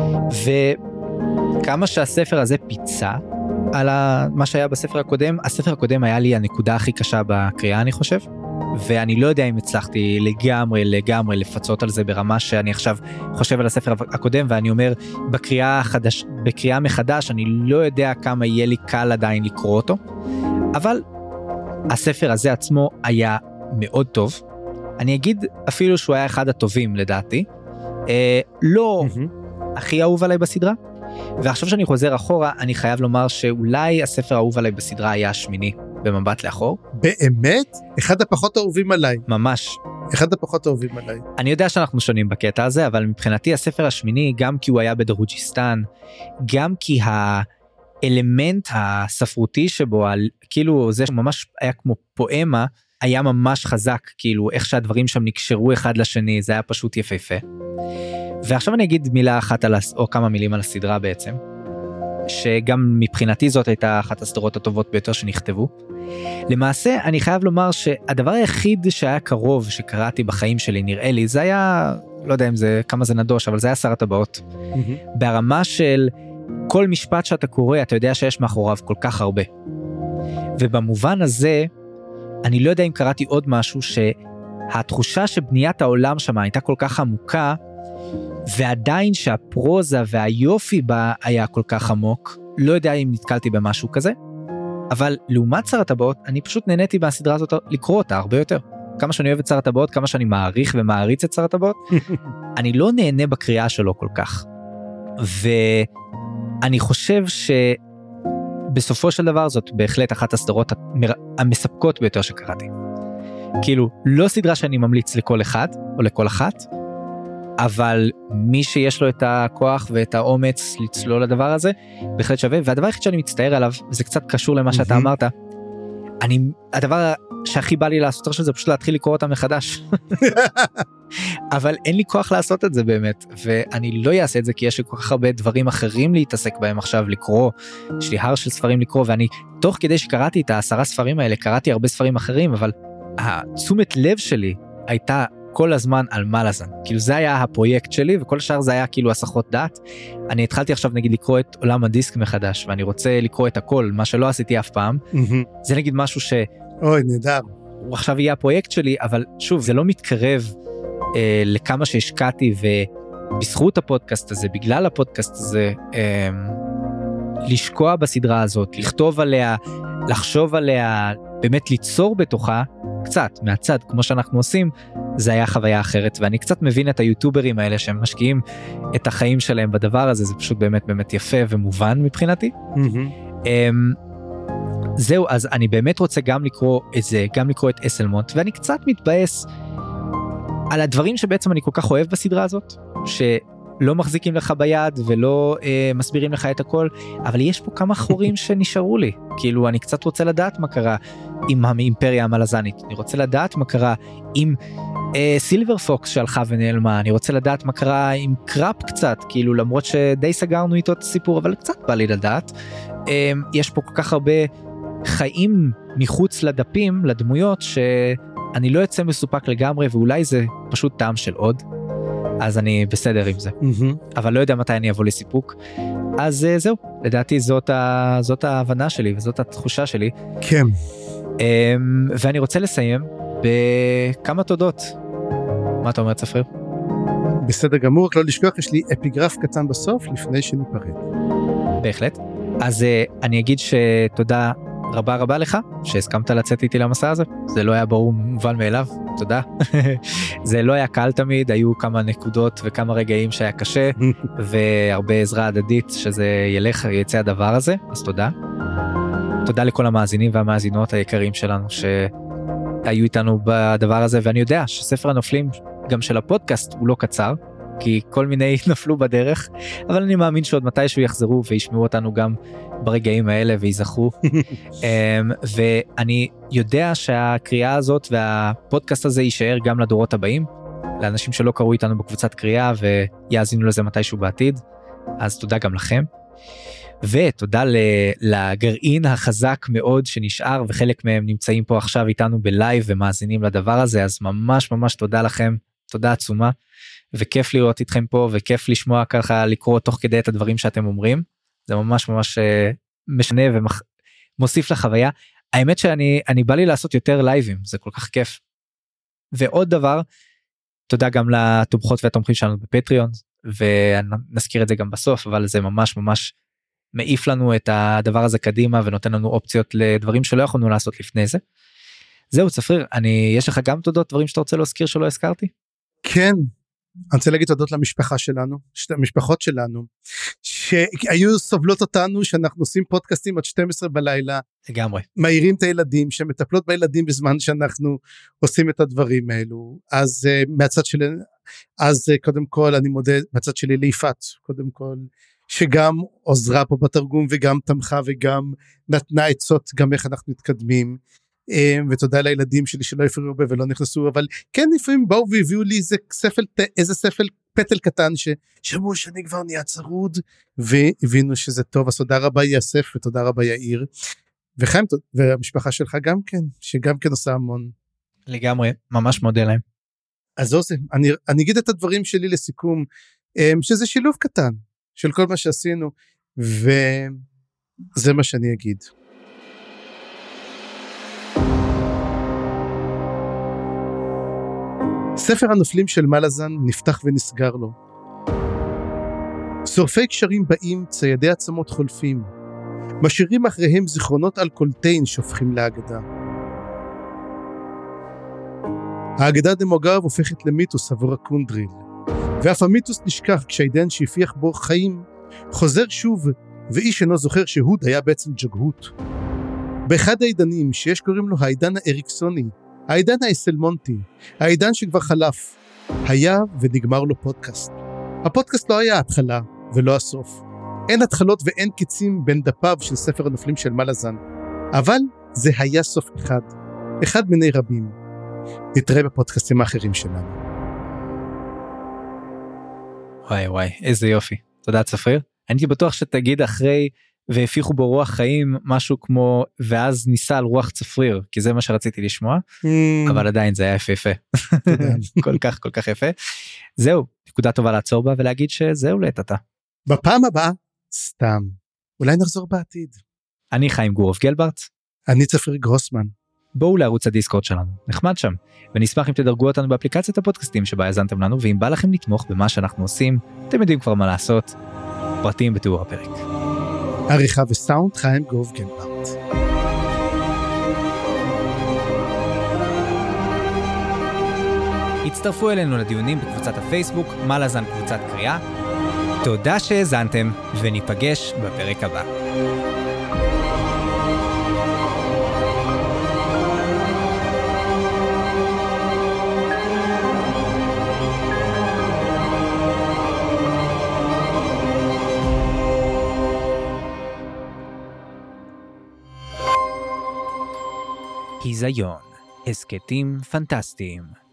וכמה שהספר הזה פיצה על מה שהיה בספר הקודם, הספר הקודם היה לי הנקודה הכי קשה בקריאה אני חושב, ואני לא יודע אם הצלחתי לגמרי לגמרי לפצות על זה ברמה שאני עכשיו חושב על הספר הקודם, ואני אומר בקריאה, חדש, בקריאה מחדש אני לא יודע כמה יהיה לי קל עדיין לקרוא אותו, אבל הספר הזה עצמו היה מאוד טוב, אני אגיד אפילו שהוא היה אחד הטובים לדעתי, אה, לא mm-hmm. הכי אהוב עליי בסדרה, ועכשיו שאני חוזר אחורה, אני חייב לומר שאולי הספר האהוב עליי בסדרה היה השמיני, במבט לאחור. באמת? אחד הפחות אהובים עליי. ממש. אחד הפחות אהובים עליי. אני יודע שאנחנו שונים בקטע הזה, אבל מבחינתי הספר השמיני, גם כי הוא היה בדרוג'יסטן, גם כי ה... אלמנט הספרותי שבו, כאילו זה ממש היה כמו פואמה, היה ממש חזק, כאילו איך שהדברים שם נקשרו אחד לשני, זה היה פשוט יפהפה. ועכשיו אני אגיד מילה אחת על, או כמה מילים על הסדרה בעצם, שגם מבחינתי זאת הייתה אחת הסדרות הטובות ביותר שנכתבו. למעשה אני חייב לומר שהדבר היחיד שהיה קרוב שקראתי בחיים שלי, נראה לי, זה היה, לא יודע אם זה, כמה זה נדוש, אבל זה היה שר הטבעות. Mm-hmm. ברמה של כל משפט שאתה קורא, אתה יודע שיש מאחוריו כל כך הרבה. ובמובן הזה, אני לא יודע אם קראתי עוד משהו התחושה שבניית העולם שם הייתה כל כך עמוקה, ועדיין שהפרוזה והיופי בה היה כל כך עמוק, לא יודע אם נתקלתי במשהו כזה, אבל לעומת שר הטבעות, אני פשוט נהניתי מהסדרה הזאת לקרוא אותה הרבה יותר. כמה שאני אוהב את שר הטבעות, כמה שאני מעריך ומעריץ את שר הטבעות, אני לא נהנה בקריאה שלו כל כך. ואני חושב שבסופו של דבר זאת בהחלט אחת הסדרות המספקות ביותר שקראתי. כאילו, לא סדרה שאני ממליץ לכל אחד או לכל אחת, אבל מי שיש לו את הכוח ואת האומץ לצלול לדבר הזה, בהחלט שווה. והדבר היחיד שאני מצטער עליו, וזה קצת קשור למה שאתה אמרת, אני, הדבר שהכי בא לי לעשות עכשיו זה פשוט להתחיל לקרוא אותם מחדש. אבל אין לי כוח לעשות את זה באמת, ואני לא אעשה את זה כי יש לי כל כך הרבה דברים אחרים להתעסק בהם עכשיו, לקרוא, יש לי הר של ספרים לקרוא, ואני תוך כדי שקראתי את העשרה ספרים האלה, קראתי הרבה ספרים אחרים, אבל התשומת לב שלי הייתה כל הזמן על מלאזן, כאילו זה היה הפרויקט שלי, וכל השאר זה היה כאילו הסחות דעת. אני התחלתי עכשיו נגיד לקרוא את עולם הדיסק מחדש, ואני רוצה לקרוא את הכל, מה שלא עשיתי אף פעם, זה נגיד משהו ש... אוי, נהדר. הוא עכשיו יהיה הפרויקט שלי, אבל שוב, זה לא מתקרב אה, לכמה שהשקעתי, ובזכות הפודקאסט הזה, בגלל הפודקאסט הזה, אה, לשקוע בסדרה הזאת, לכתוב עליה, לחשוב עליה, באמת ליצור בתוכה, קצת מהצד, כמו שאנחנו עושים, זה היה חוויה אחרת, ואני קצת מבין את היוטוברים האלה, שהם משקיעים את החיים שלהם בדבר הזה, זה פשוט באמת באמת יפה ומובן מבחינתי. Mm-hmm. Um, זהו, אז אני באמת רוצה גם לקרוא את זה, גם לקרוא את אסלמונט, ואני קצת מתבאס על הדברים שבעצם אני כל כך אוהב בסדרה הזאת, שלא מחזיקים לך ביד ולא אה, מסבירים לך את הכל, אבל יש פה כמה חורים שנשארו לי, כאילו אני קצת רוצה לדעת מה קרה עם האימפריה המלזנית, אני רוצה לדעת מה קרה עם אה, סילבר פוקס שהלכה ונעלמה, אני רוצה לדעת מה קרה עם קראפ קצת, כאילו למרות שדי סגרנו איתו את הסיפור, אבל קצת בא לי לדעת, אה, יש פה כל כך הרבה חיים מחוץ לדפים, לדמויות, שאני לא יוצא מסופק לגמרי, ואולי זה פשוט טעם של עוד, אז אני בסדר עם זה. Mm-hmm. אבל לא יודע מתי אני אבוא לסיפוק. אז זהו, לדעתי זאת, ה... זאת ההבנה שלי, וזאת התחושה שלי. כן. ואני רוצה לסיים בכמה תודות. מה אתה אומר, צפריר? בסדר גמור, רק לא לשכוח, יש לי אפיגרף קטן בסוף, לפני שניפרד. בהחלט. אז אני אגיד שתודה רבה רבה לך, שהסכמת לצאת איתי למסע הזה. זה לא היה ברור מובן מאליו, תודה. זה לא היה קל תמיד, היו כמה נקודות וכמה רגעים שהיה קשה, והרבה עזרה הדדית שזה ילך, יצא הדבר הזה, אז תודה. תודה לכל המאזינים והמאזינות היקרים שלנו, שהיו איתנו בדבר הזה, ואני יודע שספר הנופלים, גם של הפודקאסט, הוא לא קצר, כי כל מיני נפלו בדרך, אבל אני מאמין שעוד מתישהו יחזרו וישמעו אותנו גם ברגעים האלה ויזכרו. ואני יודע שהקריאה הזאת והפודקאסט הזה יישאר גם לדורות הבאים, לאנשים שלא קראו איתנו בקבוצת קריאה ויאזינו לזה מתישהו בעתיד, אז תודה גם לכם. ותודה לגרעין החזק מאוד שנשאר, וחלק מהם נמצאים פה עכשיו איתנו בלייב ומאזינים לדבר הזה, אז ממש ממש תודה לכם, תודה עצומה. וכיף לראות איתכם פה, וכיף לשמוע ככה, לקרוא תוך כדי את הדברים שאתם אומרים, זה ממש ממש משנה ומוסיף לחוויה. האמת שאני אני בא לי לעשות יותר לייבים, זה כל כך כיף. ועוד דבר, תודה גם לתומכות והתומכים שלנו בפטריון, ונזכיר את זה גם בסוף, אבל זה ממש ממש מעיף לנו את הדבר הזה קדימה, ונותן לנו אופציות לדברים שלא יכולנו לעשות לפני זה. זהו, צפריר, אני, יש לך גם תודות, דברים שאתה רוצה להזכיר שלא הזכרתי? כן. אני רוצה להגיד תודות למשפחה שלנו, המשפחות שלנו, שהיו סובלות אותנו, שאנחנו עושים פודקאסטים עד שתים עשרה בלילה, לגמרי. מעירים את הילדים, שמטפלות בילדים בזמן שאנחנו עושים את הדברים האלו, אז uh, מהצד שלי, אז uh, קודם כל אני מודה, מהצד שלי ליפת, קודם כל, שגם עוזרה פה בתרגום, וגם תמכה, וגם נתנה עצות, גם איך אנחנו מתקדמים, ותודה לילדים שלי שלא הפריעו הרבה ולא נכנסו, אבל כן לפעמים באו והביאו לי איזה ספל, איזה ספל פטל קטן ששמעו שאני כבר נהיה צרוד, והבינו שזה טוב, אז תודה רבה יאסף ותודה רבה יאיר, וחיים, והמשפחה שלך גם כן, שגם כן עושה המון. לגמרי, ממש מודה להם. אז זו זה, אני, אני אגיד את הדברים שלי לסיכום, שזה שילוב קטן של כל מה שעשינו, וזה מה שאני אגיד. ספר הנופלים של מלאזן נפתח ונסגר לו. שורפי קשרים באים, ציידי עצמות חולפים. משאירים אחריהם זיכרונות על קולטיין שופכים לאגדה. האגדה דמוגרב הופכת למיתוס עבור הקונדריל, ואף המיתוס נשכח כשהעידן שהפיח בו חיים חוזר שוב, ואיש אינו זוכר שהוד היה בעצם ג'גהות. באחד העידנים שיש קוראים לו העידן האריקסוני, העידן האסלמונטי, העידן שכבר חלף, היה ונגמר לו פודקאסט. הפודקאסט לא היה התחלה ולא הסוף. אין התחלות ואין קיצים בין דפיו של ספר הנופלים של מלאזן, אבל זה היה סוף אחד, אחד מיני רבים. נתראה בפודקאסטים האחרים שלנו. וואי וואי, איזה יופי. תודה צפריר. הייתי בטוח שתגיד אחרי והפיחו בו רוח חיים משהו כמו ואז ניסה על רוח צפריר, כי זה מה שרציתי לשמוע, אבל עדיין זה היה יפה יפה. כל כך כל כך יפה. זהו, נקודה טובה לעצור בה ולהגיד שזהו לעת עתה. בפעם הבאה, סתם. אולי נחזור בעתיד. אני חיים גורוב גלברט. אני צפריר גרוסמן. בואו לערוץ הדיסקורד שלנו, נחמד שם, ונשמח אם תדרגו אותנו באפליקציית הפודקאסטים שבה האזנתם לנו, ואם בא לכם לתמוך במה שאנחנו עושים, אתם יודעים כבר מה לעשות, פרטים בתיאור הפרק. עריכה וסאונד חיים גורוב גלברט. הצטרפו אלינו לדיונים בקבוצת הפייסבוק, מלאזן קבוצת קריאה. תודה שהאזנתם, וניפגש בפרק הבא. היזיון, הסקטים פנטסטיים.